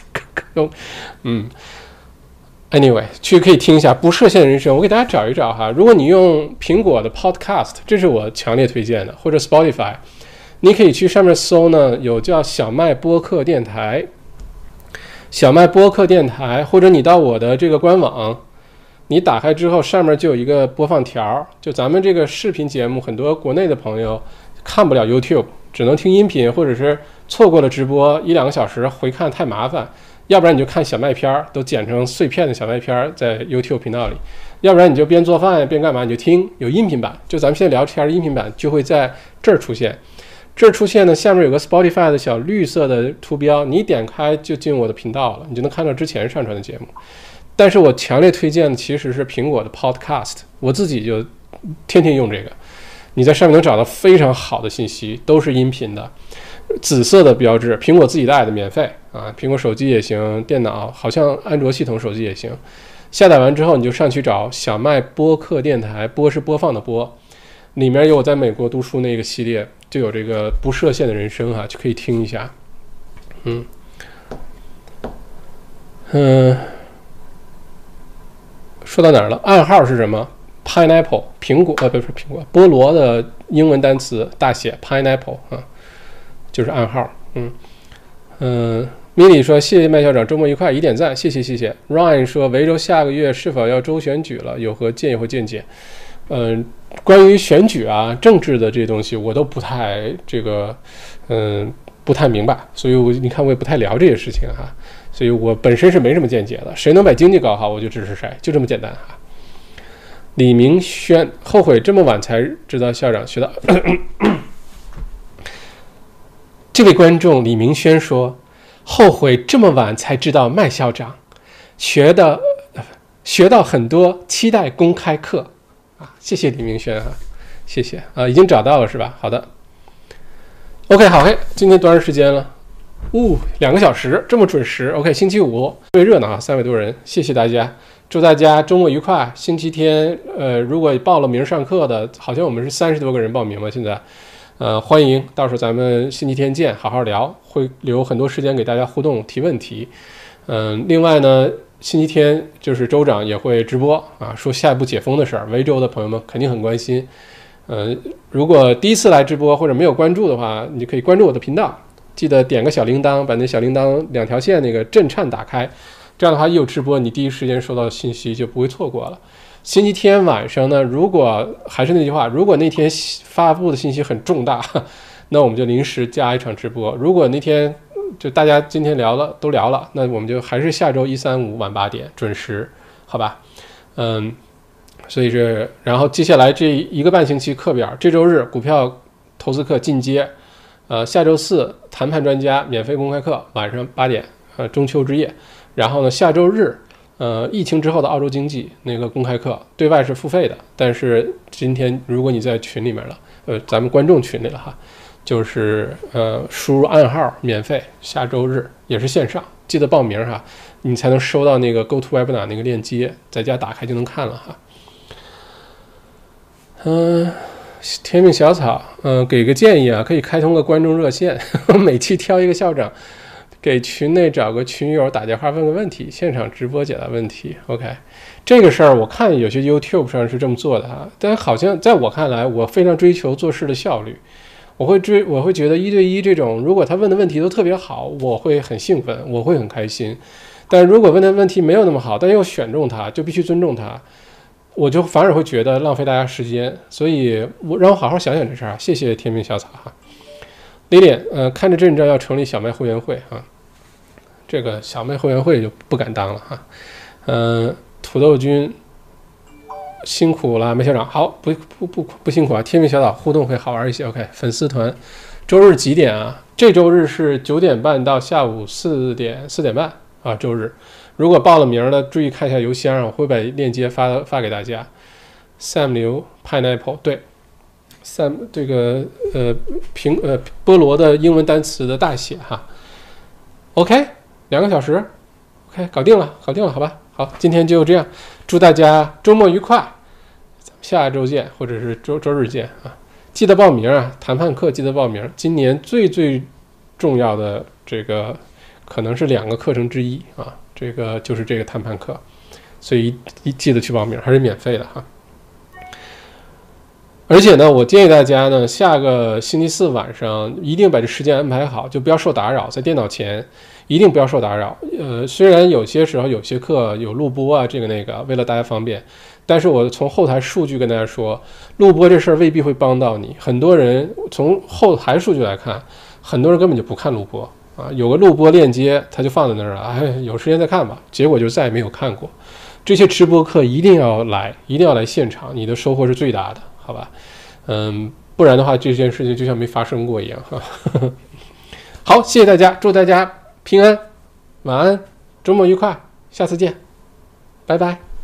Anyway， 可以听一下不设限的人生，我给大家找一找哈。如果你用苹果的 Podcast， 这是我强烈推荐的，或者 Spotify， 你可以去上面搜呢，有叫小麦播客电台，小麦播客电台，或者你到我的这个官网，你打开之后上面就有一个播放条，就咱们这个视频节目，很多国内的朋友看不了 YouTube， 只能听音频，或者是错过了直播1-2个小时回看太麻烦。要不然你就看小麦片，都剪成碎片的小麦片在 YouTube 频道里，要不然你就边做饭边干嘛，你就听有音频版，就咱们现在聊天的音频版就会在这儿出现。这儿出现呢，下面有个 Spotify 的小绿色的图标，你点开就进我的频道了，你就能看到之前上传的节目。但是我强烈推荐的其实是苹果的 Podcast， 我自己就天天用这个，你在上面能找到非常好的信息，都是音频的。紫色的标志，苹果自己带的，免费啊，苹果手机也行，电脑好像安卓系统手机也行。下载完之后，你就上去找小麦播客电台，播是播放的播，里面有我在美国读书那个系列，就有这个不设限的人生哈，就可以听一下。说到哪儿了？暗号是什么 ？Pineapple， 苹果不是苹果，菠萝的英文单词大写 pineapple 啊。就是暗号。米莉说谢谢麦校长，周末愉快，已点赞，谢谢。Ryan 说维州下个月是否要州选举了，有何建议或见解？关于选举啊、政治的这些东西，我都不太不太明白，所以你看我也不太聊这些事情哈，所以我本身是没什么见解的。谁能把经济搞好，我就支持谁，就这么简单哈。李明轩后悔这么晚才知道校长学到。这位观众李明轩说：“后悔这么晚才知道麦校长，学到很多，期待公开课啊！”谢谢李明轩啊，谢谢啊，已经找到了是吧？好的 ，OK， 好嘿，今天多长时间了？2个小时，这么准时。OK， 星期五特别热闹啊，300多人，谢谢大家，祝大家周末愉快。星期天，如果报了名上课的，好像我们是30多个人报名嘛，现在。欢迎，到时候咱们星期天见，好好聊，会留很多时间给大家互动提问题。另外呢，星期天就是州长也会直播啊，说下一步解封的事儿，维州的朋友们肯定很关心。如果第一次来直播或者没有关注的话，你可以关注我的频道，记得点个小铃铛，把那小铃铛2条线那个震颤打开，这样的话一有直播，你第一时间收到信息就不会错过了。星期天晚上呢，如果还是那句话，如果那天发布的信息很重大，那我们就临时加一场直播。如果那天就大家今天都聊了，那我们就还是下周1、3、5晚8点准时，好吧？所以然后接下来这1个半星期课表，这周日股票投资课进阶，下周四谈判专家免费公开课，晚上8点，中秋之夜。然后呢，下周日。疫情之后的澳洲经济那个公开课，对外是付费的，但是今天如果你在群里面了，咱们观众群里了哈，就是输入暗号免费，下周日也是线上，记得报名哈，你才能收到那个 Go to Webinar 那个链接，在家打开就能看了哈。天命小草，给个建议啊，可以开通个观众热线，每期挑一个校长。给群内找个群友打电话问个问题，现场直播解答问题。OK， 这个事儿我看有些 YouTube 上是这么做的哈，但好像在我看来，我非常追求做事的效率。我会觉得1对1这种，如果他问的问题都特别好，我会很兴奋，我会很开心。但如果问的问题没有那么好，但又选中他，就必须尊重他，我就反而会觉得浪费大家时间。所以让我好好想想这事儿。谢谢天命小草哈。Lilian，看着阵仗要成立小麦会员会啊。这个小麦会员会就不敢当了哈，土豆君辛苦了，麦校长好，不辛苦啊，天命小岛互动会好玩一些。OK， 粉丝团周日几点啊？这周日是9点半到下午4点半啊，周日。如果报了名的，注意看一下邮箱，我会把链接发给大家。Sam 刘 Pineapple 对这个菠萝的英文单词的大写哈。OK， 2个小时 ，OK， 搞定了，好吧。好，今天就这样，祝大家周末愉快，咱们下周见，或者是周日见啊！记得报名啊，谈判课记得报名。今年最重要的这个可能是2个课程之一啊，这个就是这个谈判课，所以记得去报名，还是免费的哈。而且呢，我建议大家呢，下个星期四晚上一定把这时间安排好，就不要受打扰，在电脑前一定不要受打扰。虽然有些时候有些课有录播啊，这个那个，为了大家方便，但是我从后台数据跟大家说，录播这事儿未必会帮到你。很多人从后台数据来看，很多人根本就不看录播啊，有个录播链接他就放在那儿了，哎，有时间再看吧，结果就再也没有看过。这些直播课一定要来现场，你的收获是最大的。好吧，不然的话，这件事情就像没发生过一样哈。好，谢谢大家，祝大家平安，晚安，周末愉快，下次见，拜拜。